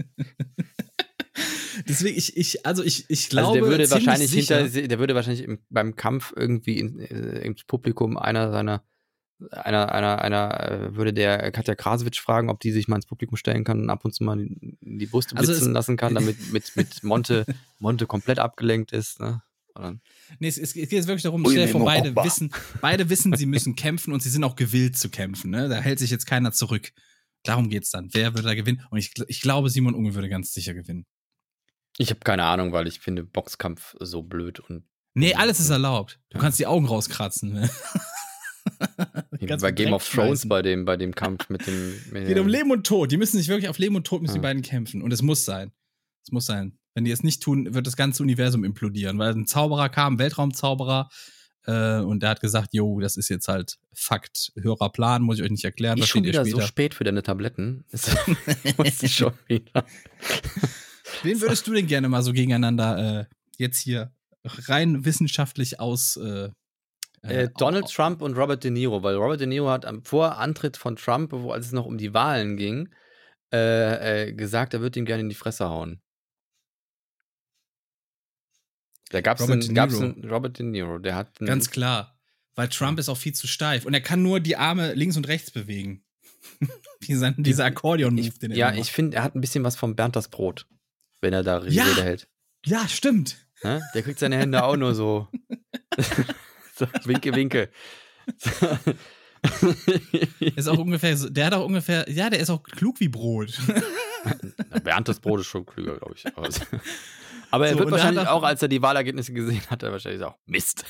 Deswegen, ich, ich, also ich, ich also glaube, der würde ziemlich wahrscheinlich sicher, hinter, der würde wahrscheinlich im, beim Kampf irgendwie in, äh, ins Publikum einer seiner, einer, einer, einer, äh, würde der Katja Krasowitsch fragen, ob die sich mal ins Publikum stellen kann und ab und zu mal die, die Brüste Also blitzen es- lassen kann, damit mit, mit Monte, Monte komplett abgelenkt ist, ne? Und nee, es, es geht jetzt wirklich darum, Ui, stell dir vor, Memo, beide Opa. wissen, beide wissen, sie müssen kämpfen und sie sind auch gewillt zu kämpfen. Ne? Da hält sich jetzt keiner zurück. Darum geht's dann. Wer würde da gewinnen? Und ich, ich glaube, Simon Unge würde ganz sicher gewinnen. ich habe keine Ahnung, weil ich finde Boxkampf so blöd und Nee, alles ist erlaubt. Du Ja. kannst die Augen rauskratzen. Ne? Kannst bei mit Game Dreck of Thrones schmeißen. bei dem, bei dem Kampf mit dem. Mit Geht um dem Leben und Tod. Die müssen sich wirklich auf Leben und Tod müssen die Ja. beiden kämpfen. Und es muss sein. Es muss sein. Wenn die es nicht tun, wird das ganze Universum implodieren. Weil ein Zauberer kam, ein Weltraumzauberer, äh, und der hat gesagt, jo, das ist jetzt halt Fakt. Höherer Plan, muss ich euch nicht erklären. ist Das schon seht ihr wieder so später. spät für deine Tabletten. Es muss schon wieder. Wen würdest du denn gerne mal so gegeneinander äh, jetzt hier rein wissenschaftlich aus äh, Äh, Donald Trump und Robert De Niro, weil Robert De Niro hat am Vorantritt von Trump, wo als es noch um die Wahlen ging, äh, äh, gesagt, er würde ihn gerne in die Fresse hauen. Da gab es Robert einen, De gab's Niro. einen Robert De Niro, der hat einen, Ganz klar. Weil Trump ist auch viel zu steif. Und er kann nur die Arme links und rechts bewegen. Wie sein, dieser Akkordeon-Move, ich, den er ja, immer ich macht. finde, er hat ein bisschen was vom Bernd das Brot, wenn er da Ja. Rede hält. Ja, stimmt. Ne? Der kriegt seine Hände auch nur so. so winke, winke. Ist auch ungefähr, so- der hat auch ungefähr, ja, der ist auch klug wie Brot. Bernd das Brot ist schon klüger, glaube ich. Aber, aber er So, wird und er wahrscheinlich hat auch, auch- als er die Wahlergebnisse gesehen hat, er wahrscheinlich auch Mist.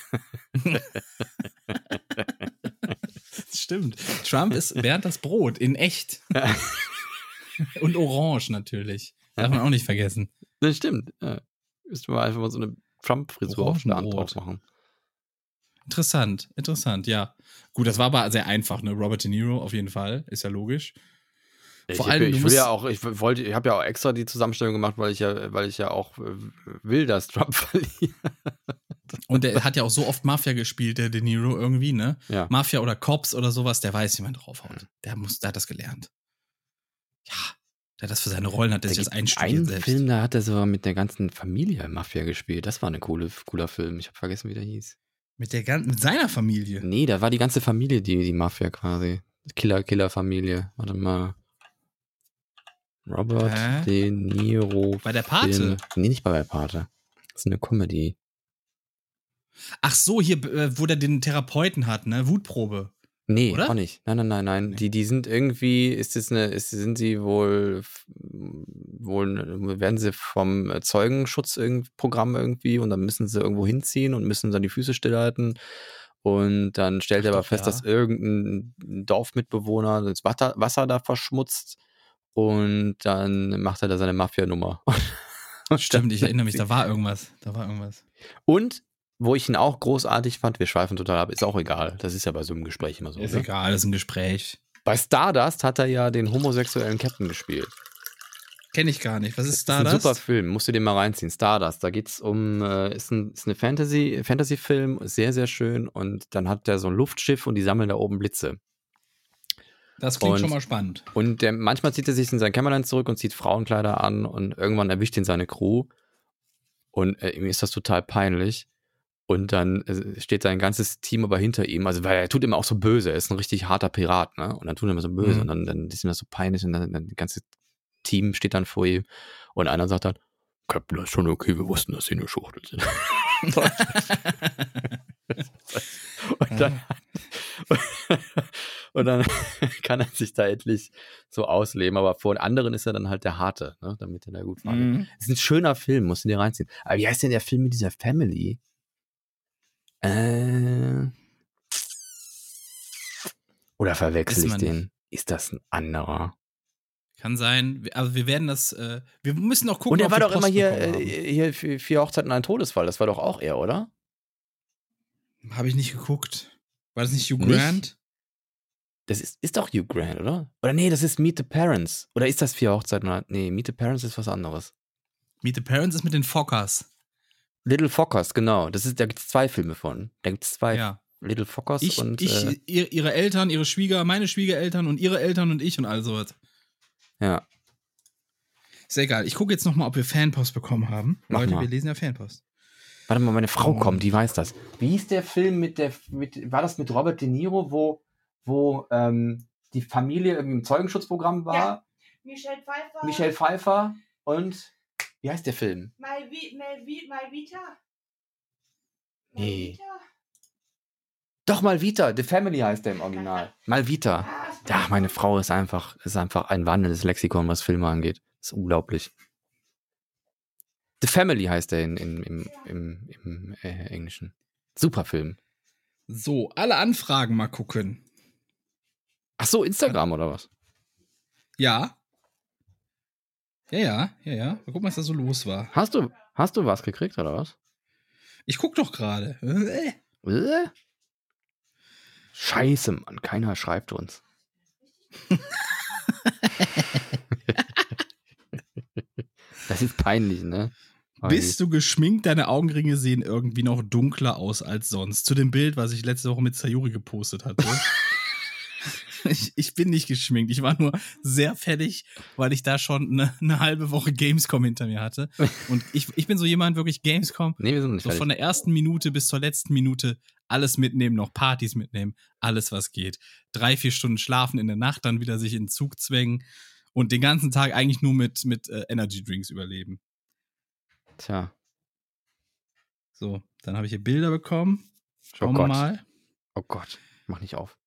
Stimmt. Trump ist Bernd das Brot in echt. Und orange natürlich. Darf man auch nicht vergessen. Das stimmt. Ja. Müssten wir einfach mal so eine Trump-Frisur auf der Hand Orangenbrot. drauf machen. Interessant, interessant, ja. Gut, das war aber sehr einfach, ne? Robert De Niro auf jeden Fall, ist ja logisch. Ich, Vor hab allem, ja- du ich will musst- ja auch, ich wollte, ich habe ja auch extra die Zusammenstellung gemacht, weil ich ja, weil ich ja auch äh, will, dass Trump verliert. Und der hat ja auch so oft Mafia gespielt, der De Niro irgendwie, ne? Ja. Mafia oder Cops oder sowas, der weiß, wie man draufhaut. Der muss, der hat das gelernt. Ja, der hat das für seine Rollen, hat der Da sich das gibt einstudiert einen selbst. Film, da hat er sogar mit der ganzen Familie Mafia gespielt. Das war ein coole, cooler Film. Ich habe vergessen, wie der hieß. Mit der ganzen, mit seiner Familie. Nee, da war die ganze Familie, die, die Mafia quasi. Killer-Killer-Familie. Warte mal. Robert Hä? De Niro. Bei der Pate? Film. Nee, nicht bei der Pate. Das ist eine Comedy. Ach so, hier, äh, wo der den Therapeuten hat, ne? Wutprobe. Nee, Oder? auch nicht. Nein, nein, nein, nein. Nee. Die, die sind irgendwie, ist das eine, ist, sind sie wohl, wohl, werden sie vom Zeugenschutzprogramm irgendwie und dann müssen sie irgendwo hinziehen und müssen dann die Füße stillhalten. Und dann stellt Ach er aber doch, fest, ja. dass irgendein Dorfmitbewohner das Wasser, Wasser da verschmutzt. und dann macht er da seine Mafia-Nummer. Stimmt, ich erinnere mich, da war irgendwas. Da war irgendwas. Und wo ich ihn auch großartig fand, wir schweifen total ab, ist auch egal. Das ist ja bei so einem Gespräch immer so. Ist ne? egal, das ist ein Gespräch. Bei Stardust hat er ja den homosexuellen Captain gespielt. Kenne ich gar nicht. Was ist Das ist ein Stardust? super Film, musst du dir mal reinziehen. Stardust, da geht's um, äh, ist ein, ist eine Fantasy, Fantasy-Film, sehr, sehr schön. Und dann hat der so ein Luftschiff und die sammeln da oben Blitze. Das klingt Und- schon mal spannend. Und der, manchmal zieht er sich in sein Kämmerlein zurück und zieht Frauenkleider an und irgendwann erwischt ihn seine Crew. Und äh, ihm ist das total peinlich. Und dann äh, steht sein ganzes Team aber hinter ihm. Also, weil er tut immer auch so böse. Er ist ein richtig harter Pirat, ne? Und dann tut er immer so böse. Mhm. Und dann, dann ist ihm das so peinlich. Und dann, dann das ganze Team steht dann vor ihm. Und einer sagt dann, Captain, das ist schon okay, wir wussten, dass sie eine Schachtel sind. und, dann, und dann kann er sich da endlich so ausleben. Aber vor den anderen ist er dann halt der Harte, ne? Damit er da gut fahren kann. Mhm. Das ist ein schöner Film, musst du dir reinziehen. Aber wie heißt denn der Film mit dieser Family? Äh. Oder verwechsel Ist ich man den? Ist das ein anderer? Kann sein. Aber wir werden das, äh, wir müssen noch gucken, Und er ob war wir doch immer Post hier, bekommen äh, hier für vier Hochzeiten ein Todesfall. Das war doch auch er, oder? haben. Habe ich nicht geguckt. War das nicht Hugh Nicht? Grant? Das ist, ist doch Hugh Grant, oder? Oder nee, das ist Meet the Parents. Oder ist das vier Hochzeiten? Nee, Meet the Parents ist was anderes. Meet the Parents ist mit den Fockers. Little Fockers, genau. Das ist, da gibt es zwei Filme von. Da gibt es zwei. Ja. Little Fockers Ich, und. ich äh, ihr, ihre Eltern, ihre Schwieger, meine Schwiegereltern und ihre Eltern und ich und all sowas. ja. Ist ja egal. Ich gucke jetzt nochmal, ob wir Fanpost bekommen haben. Mach Leute, mal. wir lesen ja Fanpost. Warte mal, meine Frau Oh. kommt, die weiß das. Wie hieß der Film mit der, mit, war das mit Robert De Niro, wo, wo ähm, die Familie irgendwie im Zeugenschutzprogramm war? Ja. Michelle Pfeiffer. Michelle Pfeiffer und, wie heißt der Film? Mal, Vi Mal, Vi Mal Vita. Nee. Vita? Doch, Malvita, The Family heißt der im Original. Malvita. Ah, Ja, meine Frau ist einfach, ist einfach ein wandelndes Lexikon, was Filme angeht. Das ist unglaublich. The Family heißt der in, in, im, im, im äh, Englischen. Super Film. So, alle Anfragen mal gucken. Ach so, Instagram oder was? Ja. Ja, ja, ja, ja. Mal gucken, was da so los war. Hast du, hast du was gekriegt oder was? Ich guck doch gerade. Äh. Äh? Scheiße, Mann, keiner schreibt uns. Das ist peinlich, ne? Bist du geschminkt? Deine Augenringe sehen irgendwie noch dunkler aus als sonst. Zu dem Bild, was ich letzte Woche mit Sayuri gepostet hatte. ich, ich bin nicht geschminkt. Ich war nur sehr fertig, weil ich da schon eine, eine halbe Woche Gamescom hinter mir hatte. Und ich, ich bin so jemand, wirklich Gamescom. Nee, wir sind nicht So fertig. von der ersten Minute bis zur letzten Minute alles mitnehmen, noch Partys mitnehmen, alles was geht. Drei, vier Stunden schlafen in der Nacht, dann wieder sich in den Zug zwängen und den ganzen Tag eigentlich nur mit, mit äh, Energy Drinks überleben. Tja, So, dann habe ich hier Bilder bekommen. Schauen Oh wir Gott. mal. oh Gott, mach nicht auf.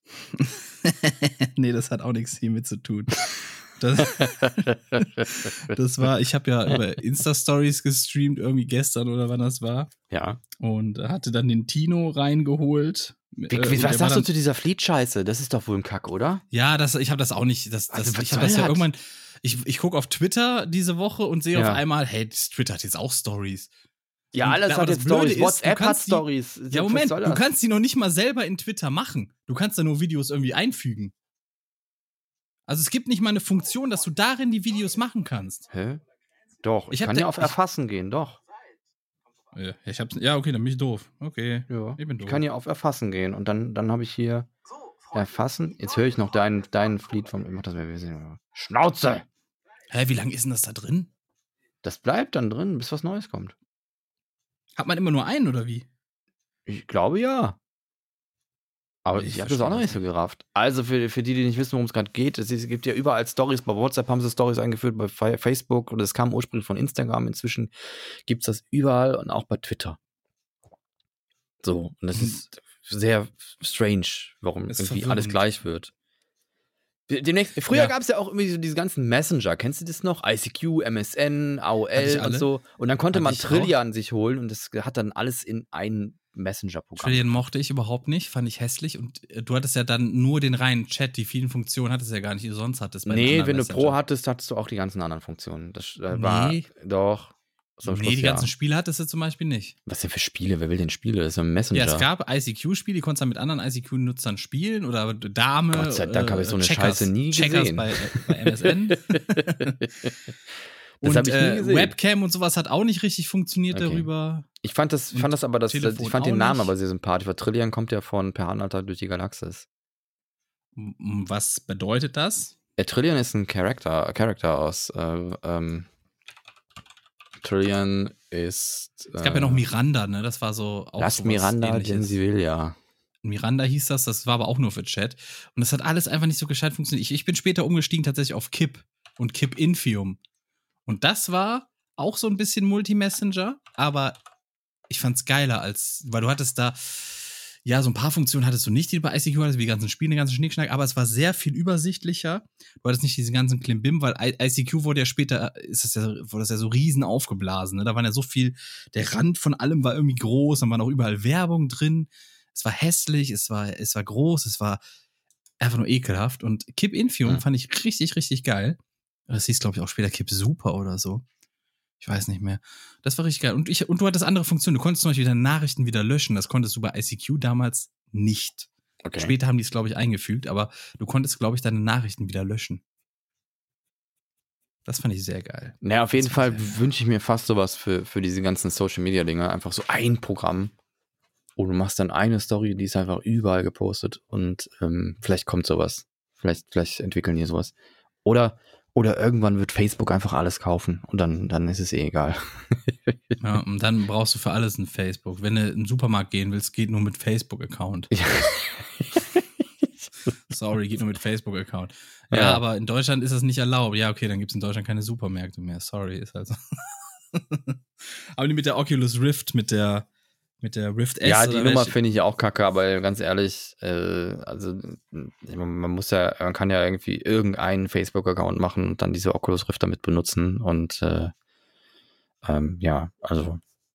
Nee, das hat auch nichts hiermit zu tun. Das, das war, ich habe ja über Insta-Stories gestreamt, irgendwie gestern oder wann das war. Ja. Und hatte dann den Tino reingeholt. Wie, Äh, wie, und der was war sagst du dann- zu dieser Fleet-Scheiße? Das ist doch wohl ein Kack, oder? Ja, das, ich habe das auch nicht. Das, das, Also, was ich habe soll das ja das? irgendwann. Ich, ich gucke auf Twitter diese Woche und sehe Ja. auf einmal, hey, das Twitter hat jetzt auch Stories. Ja, Und alles aber hat das jetzt Blöde Stories. ist, du WhatsApp hat kannst die- Stories. Ja, Was Moment, soll du das? kannst die noch nicht mal selber in Twitter machen. Du kannst da nur Videos irgendwie einfügen. Also es gibt nicht mal eine Funktion, dass du darin die Videos machen kannst. Hä? Doch, ich, Ich hab kann da- ja auf ich- Erfassen gehen, doch. Ja, ich hab's, ja, okay, dann bin ich doof. Okay. Ja. Ich bin Ich doof. kann ja auf Erfassen gehen und dann, dann habe ich hier Erfassen. Jetzt höre ich noch deinen, deinen Fleet vom. Ich mach das mal ein bisschen. Schnauze! Hä, wie lange ist denn das da drin? Das bleibt dann drin, bis was Neues kommt. Hat man immer nur einen oder wie? Ich glaube ja. Aber Ich ich, habe das auch noch verstehe nicht so gerafft. Also für, für die, die nicht wissen, worum es gerade geht, es, ist, es gibt ja überall Stories. Bei WhatsApp haben sie Stories eingeführt, bei Fe- Facebook und es kam ursprünglich von Instagram. Inzwischen gibt es das überall und auch bei Twitter. So, und das Hm. ist sehr strange, warum Ist irgendwie verwirrend. alles gleich wird. Demnächst, früher Ja. gab es ja auch irgendwie so diese ganzen Messenger. Kennst du das noch? I C Q, M S N, A O Hatte ich L und alle. so. Und dann konnte Hatte man ich auch. Trillian sich holen und das hat dann alles in einen Messenger-Programm. Trillion mochte ich überhaupt nicht, fand ich hässlich. Und äh, du hattest ja dann nur den reinen Chat, die vielen Funktionen hattest du ja gar nicht, die du sonst hattest. Bei den Nee, anderen wenn du Messenger. Pro hattest, hattest du auch die ganzen anderen Funktionen. Das äh, war Nee. doch. Zum Nee, Schluss, die ja. ganzen Spiele hattest du zum Beispiel nicht. Was denn für Spiele? Wer will denn Spiele? Das ist ein Messenger. Ja, es gab I C Q-Spiele, die konntest du dann mit anderen I C Q-Nutzern spielen oder Dame. Gott sei Dank äh, habe ich so eine Checkers, Scheiße nie Checkers gesehen. bei, bei M S N. Das und hab ich nie äh, gesehen. Webcam und sowas hat auch nicht richtig funktioniert Okay. darüber. Ich fand das, fand das aber, das, ich Telefon fand den auch Namen nicht. aber sehr sympathisch, weil Trillian kommt ja von Per Anhalter durch die Galaxis. M- Was bedeutet das? Äh, Trillian ist ein Charakter, Charakter aus. Äh, ähm, Trillian ist. Es gab äh, ja noch Miranda, ne? Das war so auch Lass sowas Miranda, Ähnliches. denn sie will ja. Miranda hieß das, das war aber auch nur für Chat. Und das hat alles einfach nicht so gescheit funktioniert. Ich, ich bin später umgestiegen tatsächlich auf Kip und Kip Infium. Und das war auch so ein bisschen Multi-Messenger, aber ich fand's geiler als, weil du hattest da, ja, so ein paar Funktionen hattest du nicht, die du bei I C Q hattest, wie die ganzen Spiele, den ganzen Schnickschnack, aber es war sehr viel übersichtlicher. Du hattest nicht diesen ganzen Klimbim, weil I- ICQ wurde ja später, ist das ja, wurde das ja so riesen aufgeblasen, ne? Da waren ja so viel, der Rand von allem war irgendwie groß, dann waren auch überall Werbung drin. Es war hässlich, es war, es war groß, es war einfach nur ekelhaft. Und Kip Infium Hm. fand ich richtig, richtig geil. Das hieß, glaube ich, auch später Kip Super oder so. Ich weiß nicht mehr. Das war richtig geil. Und, ich, und du hattest andere Funktionen. Du konntest zum Beispiel deine Nachrichten wieder löschen. Das konntest du bei I C Q damals nicht. Okay. Später haben die es, glaube ich, eingefügt, aber du konntest, glaube ich, deine Nachrichten wieder löschen. Das fand ich sehr geil. Naja, auf jeden Das war Fall sehr geil. wünsche ich mir fast sowas für, für diese ganzen Social-Media-Dinge. Einfach so ein Programm. Und du machst dann eine Story, die ist einfach überall gepostet. Und ähm, vielleicht kommt sowas. Vielleicht, vielleicht entwickeln die sowas. Oder, oder irgendwann wird Facebook einfach alles kaufen. Und dann, dann ist es eh egal. Ja, und dann brauchst du für alles ein Facebook. Wenn du in den Supermarkt gehen willst, geht nur mit Facebook-Account. Sorry, geht nur mit Facebook-Account. Ja, Ja. aber in Deutschland ist das nicht erlaubt. Ja, okay, dann gibt es in Deutschland keine Supermärkte mehr. Sorry, ist halt so. Aber die mit der Oculus Rift, mit der, mit der Rift S. Ja, die oder Nummer welche- finde ich auch kacke, aber ganz ehrlich, äh, also man man muss ja, man kann ja irgendwie irgendeinen Facebook-Account machen und dann diese Oculus Rift damit benutzen und äh, ähm, ja, also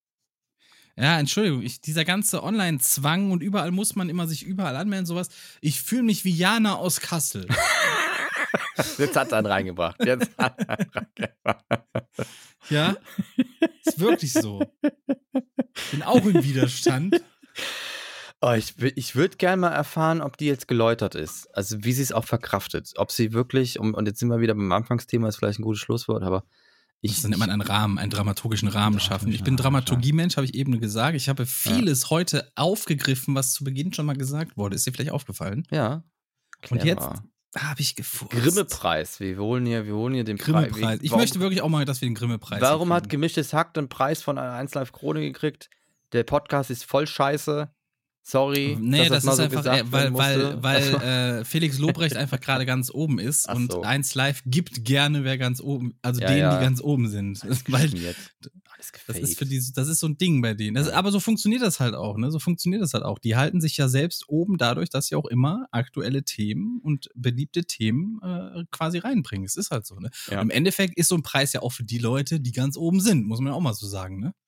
Ja, Entschuldigung, ich, dieser ganze Online-Zwang und überall muss man immer sich überall anmelden, sowas. Ich fühle mich wie Jana aus Kassel. jetzt hat er einen reingebracht. Jetzt hat er einen reingebracht. Ja, ist wirklich so. Bin auch im Widerstand. Oh, ich wü- ich würde gerne mal erfahren, ob die jetzt geläutert ist. Also wie sie es auch verkraftet. Ob sie wirklich, um, und jetzt sind wir wieder beim Anfangsthema, ist vielleicht ein gutes Schlusswort, aber ich, Das nennt man einen Rahmen, einen dramaturgischen Rahmen schaffen. Ich bin Dramaturgischen Rahmen Dramaturgiemensch, habe ich eben gesagt. Ich habe vieles heute aufgegriffen, was zu Beginn schon mal gesagt wurde. Ist dir vielleicht aufgefallen? ja. Und jetzt clever. habe ich gefurzt. Grimme-Preis. Wir holen hier, wir holen hier den Preis. Grimme-Preis. Ich Warum- möchte wirklich auch mal, dass wir den Grimme-Preis Warum hat kriegen. Gemischtes Hack den Preis von eins Live Krone gekriegt? Der Podcast ist voll scheiße. Sorry, Nee, dass das, mal ist so einfach, gesagt äh, weil, werden musste. weil, weil äh, Felix Lobrecht einfach gerade ganz oben ist Ach und so. eins Live gibt gerne, wer ganz oben, also Ja, denen, ja. die ganz oben sind. weil Geschmiert. Alles das gefaked. ist für die, das ist so ein Ding bei denen. Das, aber so funktioniert das halt auch, ne? So funktioniert das halt auch. Die halten sich ja selbst oben dadurch, dass sie auch immer aktuelle Themen und beliebte Themen äh, quasi reinbringen. Es ist halt so, ne? Ja. Und im Endeffekt ist so ein Preis ja auch für die Leute, die ganz oben sind, muss man ja auch mal so sagen, ne?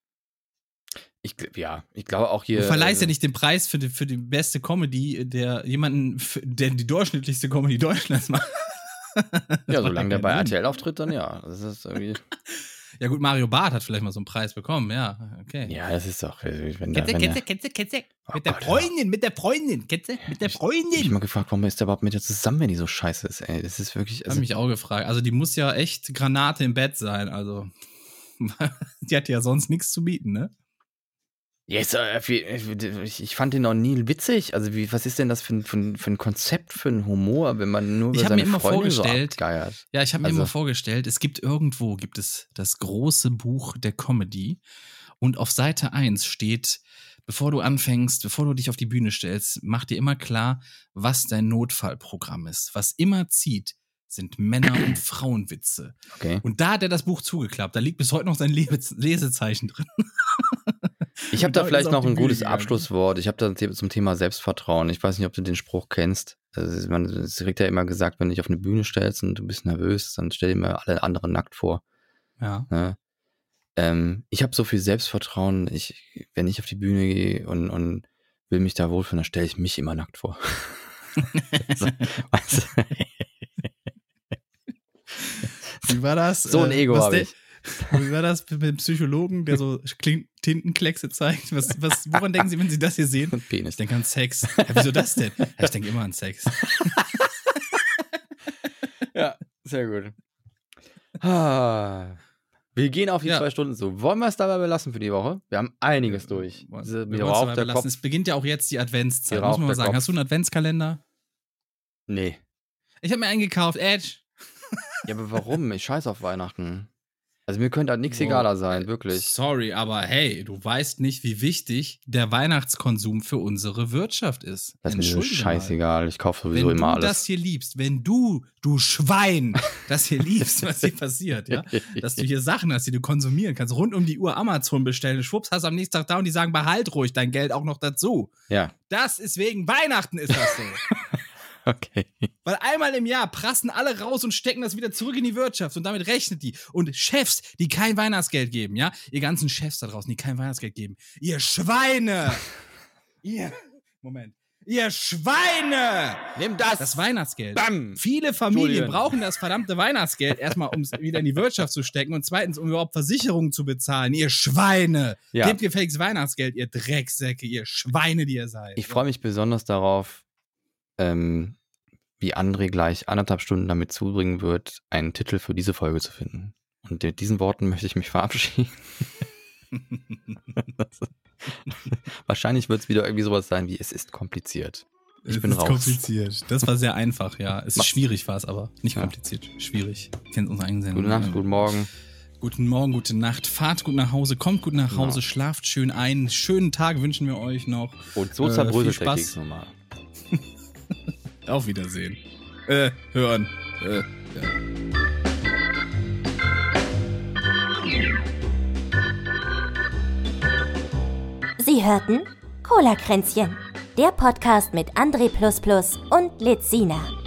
Ich, gl- ja, ich glaube auch hier. Du verleihst äh, ja nicht den Preis für die, für die beste Comedy, der jemanden, für- der die durchschnittlichste Comedy Deutschlands macht. Ja, macht solange der keinen bei Sinn. R T L auftritt, dann ja. Das ist irgendwie. Ja gut, Mario Barth hat vielleicht mal so einen Preis bekommen, ja, okay. Ja, das ist doch. äh, Wenn der, Kennst du, wenn kennst du, der, kennst du, kennst du? Oh Mit der Gott, Freundin, mit der Freundin, kennst du? Mit der ich hab mich Freundin. mal gefragt, warum ist der überhaupt mit der zusammen, wenn die so scheiße ist, ey. Das ist wirklich. Hab Also, mich auch gefragt. Also die muss ja echt Granate im Bett sein, also die hat ja sonst nichts zu bieten, ne? yes, äh, wie- ich, ich fand den noch nie witzig. Also, wie, was ist denn das für ein, für, ein, für ein Konzept, für ein Humor, wenn man nur Ich über hab mir seine immer Freundin so vorgestellt- abgeiert? Ja, ich habe mir Also- immer vorgestellt, es gibt irgendwo, gibt es das große Buch der Comedy und auf Seite eins steht, bevor du anfängst, bevor du dich auf die Bühne stellst, mach dir immer klar, was dein Notfallprogramm ist. Was immer zieht, sind Männer- und Frauenwitze. Okay. Und da hat er das Buch zugeklappt. Da liegt bis heute noch sein Le- Lesezeichen drin. Ich habe Und da damit vielleicht ist er noch auf die ein Bühne gutes gegangen. Abschlusswort. Ich habe da The- zum Thema Selbstvertrauen. Ich weiß nicht, ob du den Spruch kennst. Also man es kriegt ja immer gesagt, wenn du dich auf eine Bühne stellst und du bist nervös, dann stell dir mal alle anderen nackt vor. Ja. Ne? ähm, ich habe so viel Selbstvertrauen, ich, wenn ich auf die Bühne gehe und, und will mich da wohlfühlen, dann stelle ich mich immer nackt vor. so, weißt du? Wie war das? So ein Ego was habe der- ich. Wie war das mit dem Psychologen, der so Klin- Tintenkleckse zeigt? Was, was, woran denken Sie, wenn Sie das hier sehen? Ich Penis. denke an Sex. Ja, wieso das denn? Ja, ich denke immer an Sex. Ja, sehr gut. Ah, wir gehen auf die Ja. zwei Stunden zu. Wollen wir es dabei belassen für die Woche? Wir haben einiges durch. Wir Diese- wollen Mir es raucht dabei der belassen. Kopf. Es beginnt ja auch jetzt die Adventszeit, Mir muss raucht man mal der sagen. Kopf. Hast du einen Adventskalender? Nee. Ich habe mir einen gekauft, Edge. Ja, aber warum? Ich scheiß auf Weihnachten. Also mir könnte halt nichts Wow. egaler sein, Äh, wirklich. Sorry, aber hey, du weißt nicht, wie wichtig der Weihnachtskonsum für unsere Wirtschaft ist. Das ist mir so Entschuldige mal. scheißegal. Ich kaufe sowieso Wenn immer du alles. das hier liebst, wenn du, du Schwein, das hier liebst, was hier passiert, ja, dass du hier Sachen hast, die du konsumieren kannst, rund um die Uhr Amazon bestellen, schwupps, hast am nächsten Tag da und die sagen, behalt ruhig dein Geld auch noch dazu. Ja, Das ist wegen Weihnachten ist das so. okay. Weil einmal im Jahr prassen alle raus und stecken das wieder zurück in die Wirtschaft und damit rechnet die. Und Chefs, die kein Weihnachtsgeld geben, ja, ihr ganzen Chefs da draußen, die kein Weihnachtsgeld geben, ihr Schweine! ihr, Moment, ihr Schweine! Nimm das! Das Weihnachtsgeld. Bam! Viele Familien Entschuldigung. brauchen das verdammte Weihnachtsgeld erstmal, um es wieder in die Wirtschaft zu stecken und zweitens, um überhaupt Versicherungen zu bezahlen. Ihr Schweine! Ja. Gebt gefälligst Weihnachtsgeld, ihr Drecksäcke, ihr Schweine, die ihr seid. Ich freue mich besonders darauf, ähm, wie André gleich anderthalb Stunden damit zubringen wird, einen Titel für diese Folge zu finden. Und mit diesen Worten möchte ich mich verabschieden. Wahrscheinlich wird es wieder irgendwie sowas sein wie, es ist kompliziert. Ich es bin ist raus. kompliziert. Das war sehr einfach, ja. Es ist Mach- schwierig, war es aber. Nicht Ja. kompliziert. Schwierig. Kennt unsere eigenen Sendung. Gute Nacht, guten Morgen. Guten Morgen, gute Nacht. Fahrt gut nach Hause, kommt gut nach Hause, Genau. schlaft schön ein. Schönen Tag wünschen wir euch noch. Und so Äh, zerbröselt viel der Spaß. Keks nochmal. Auf Wiedersehen. Äh, hören. Äh, ja. Sie hörten Cola-Kränzchen, der Podcast mit André und Lizina.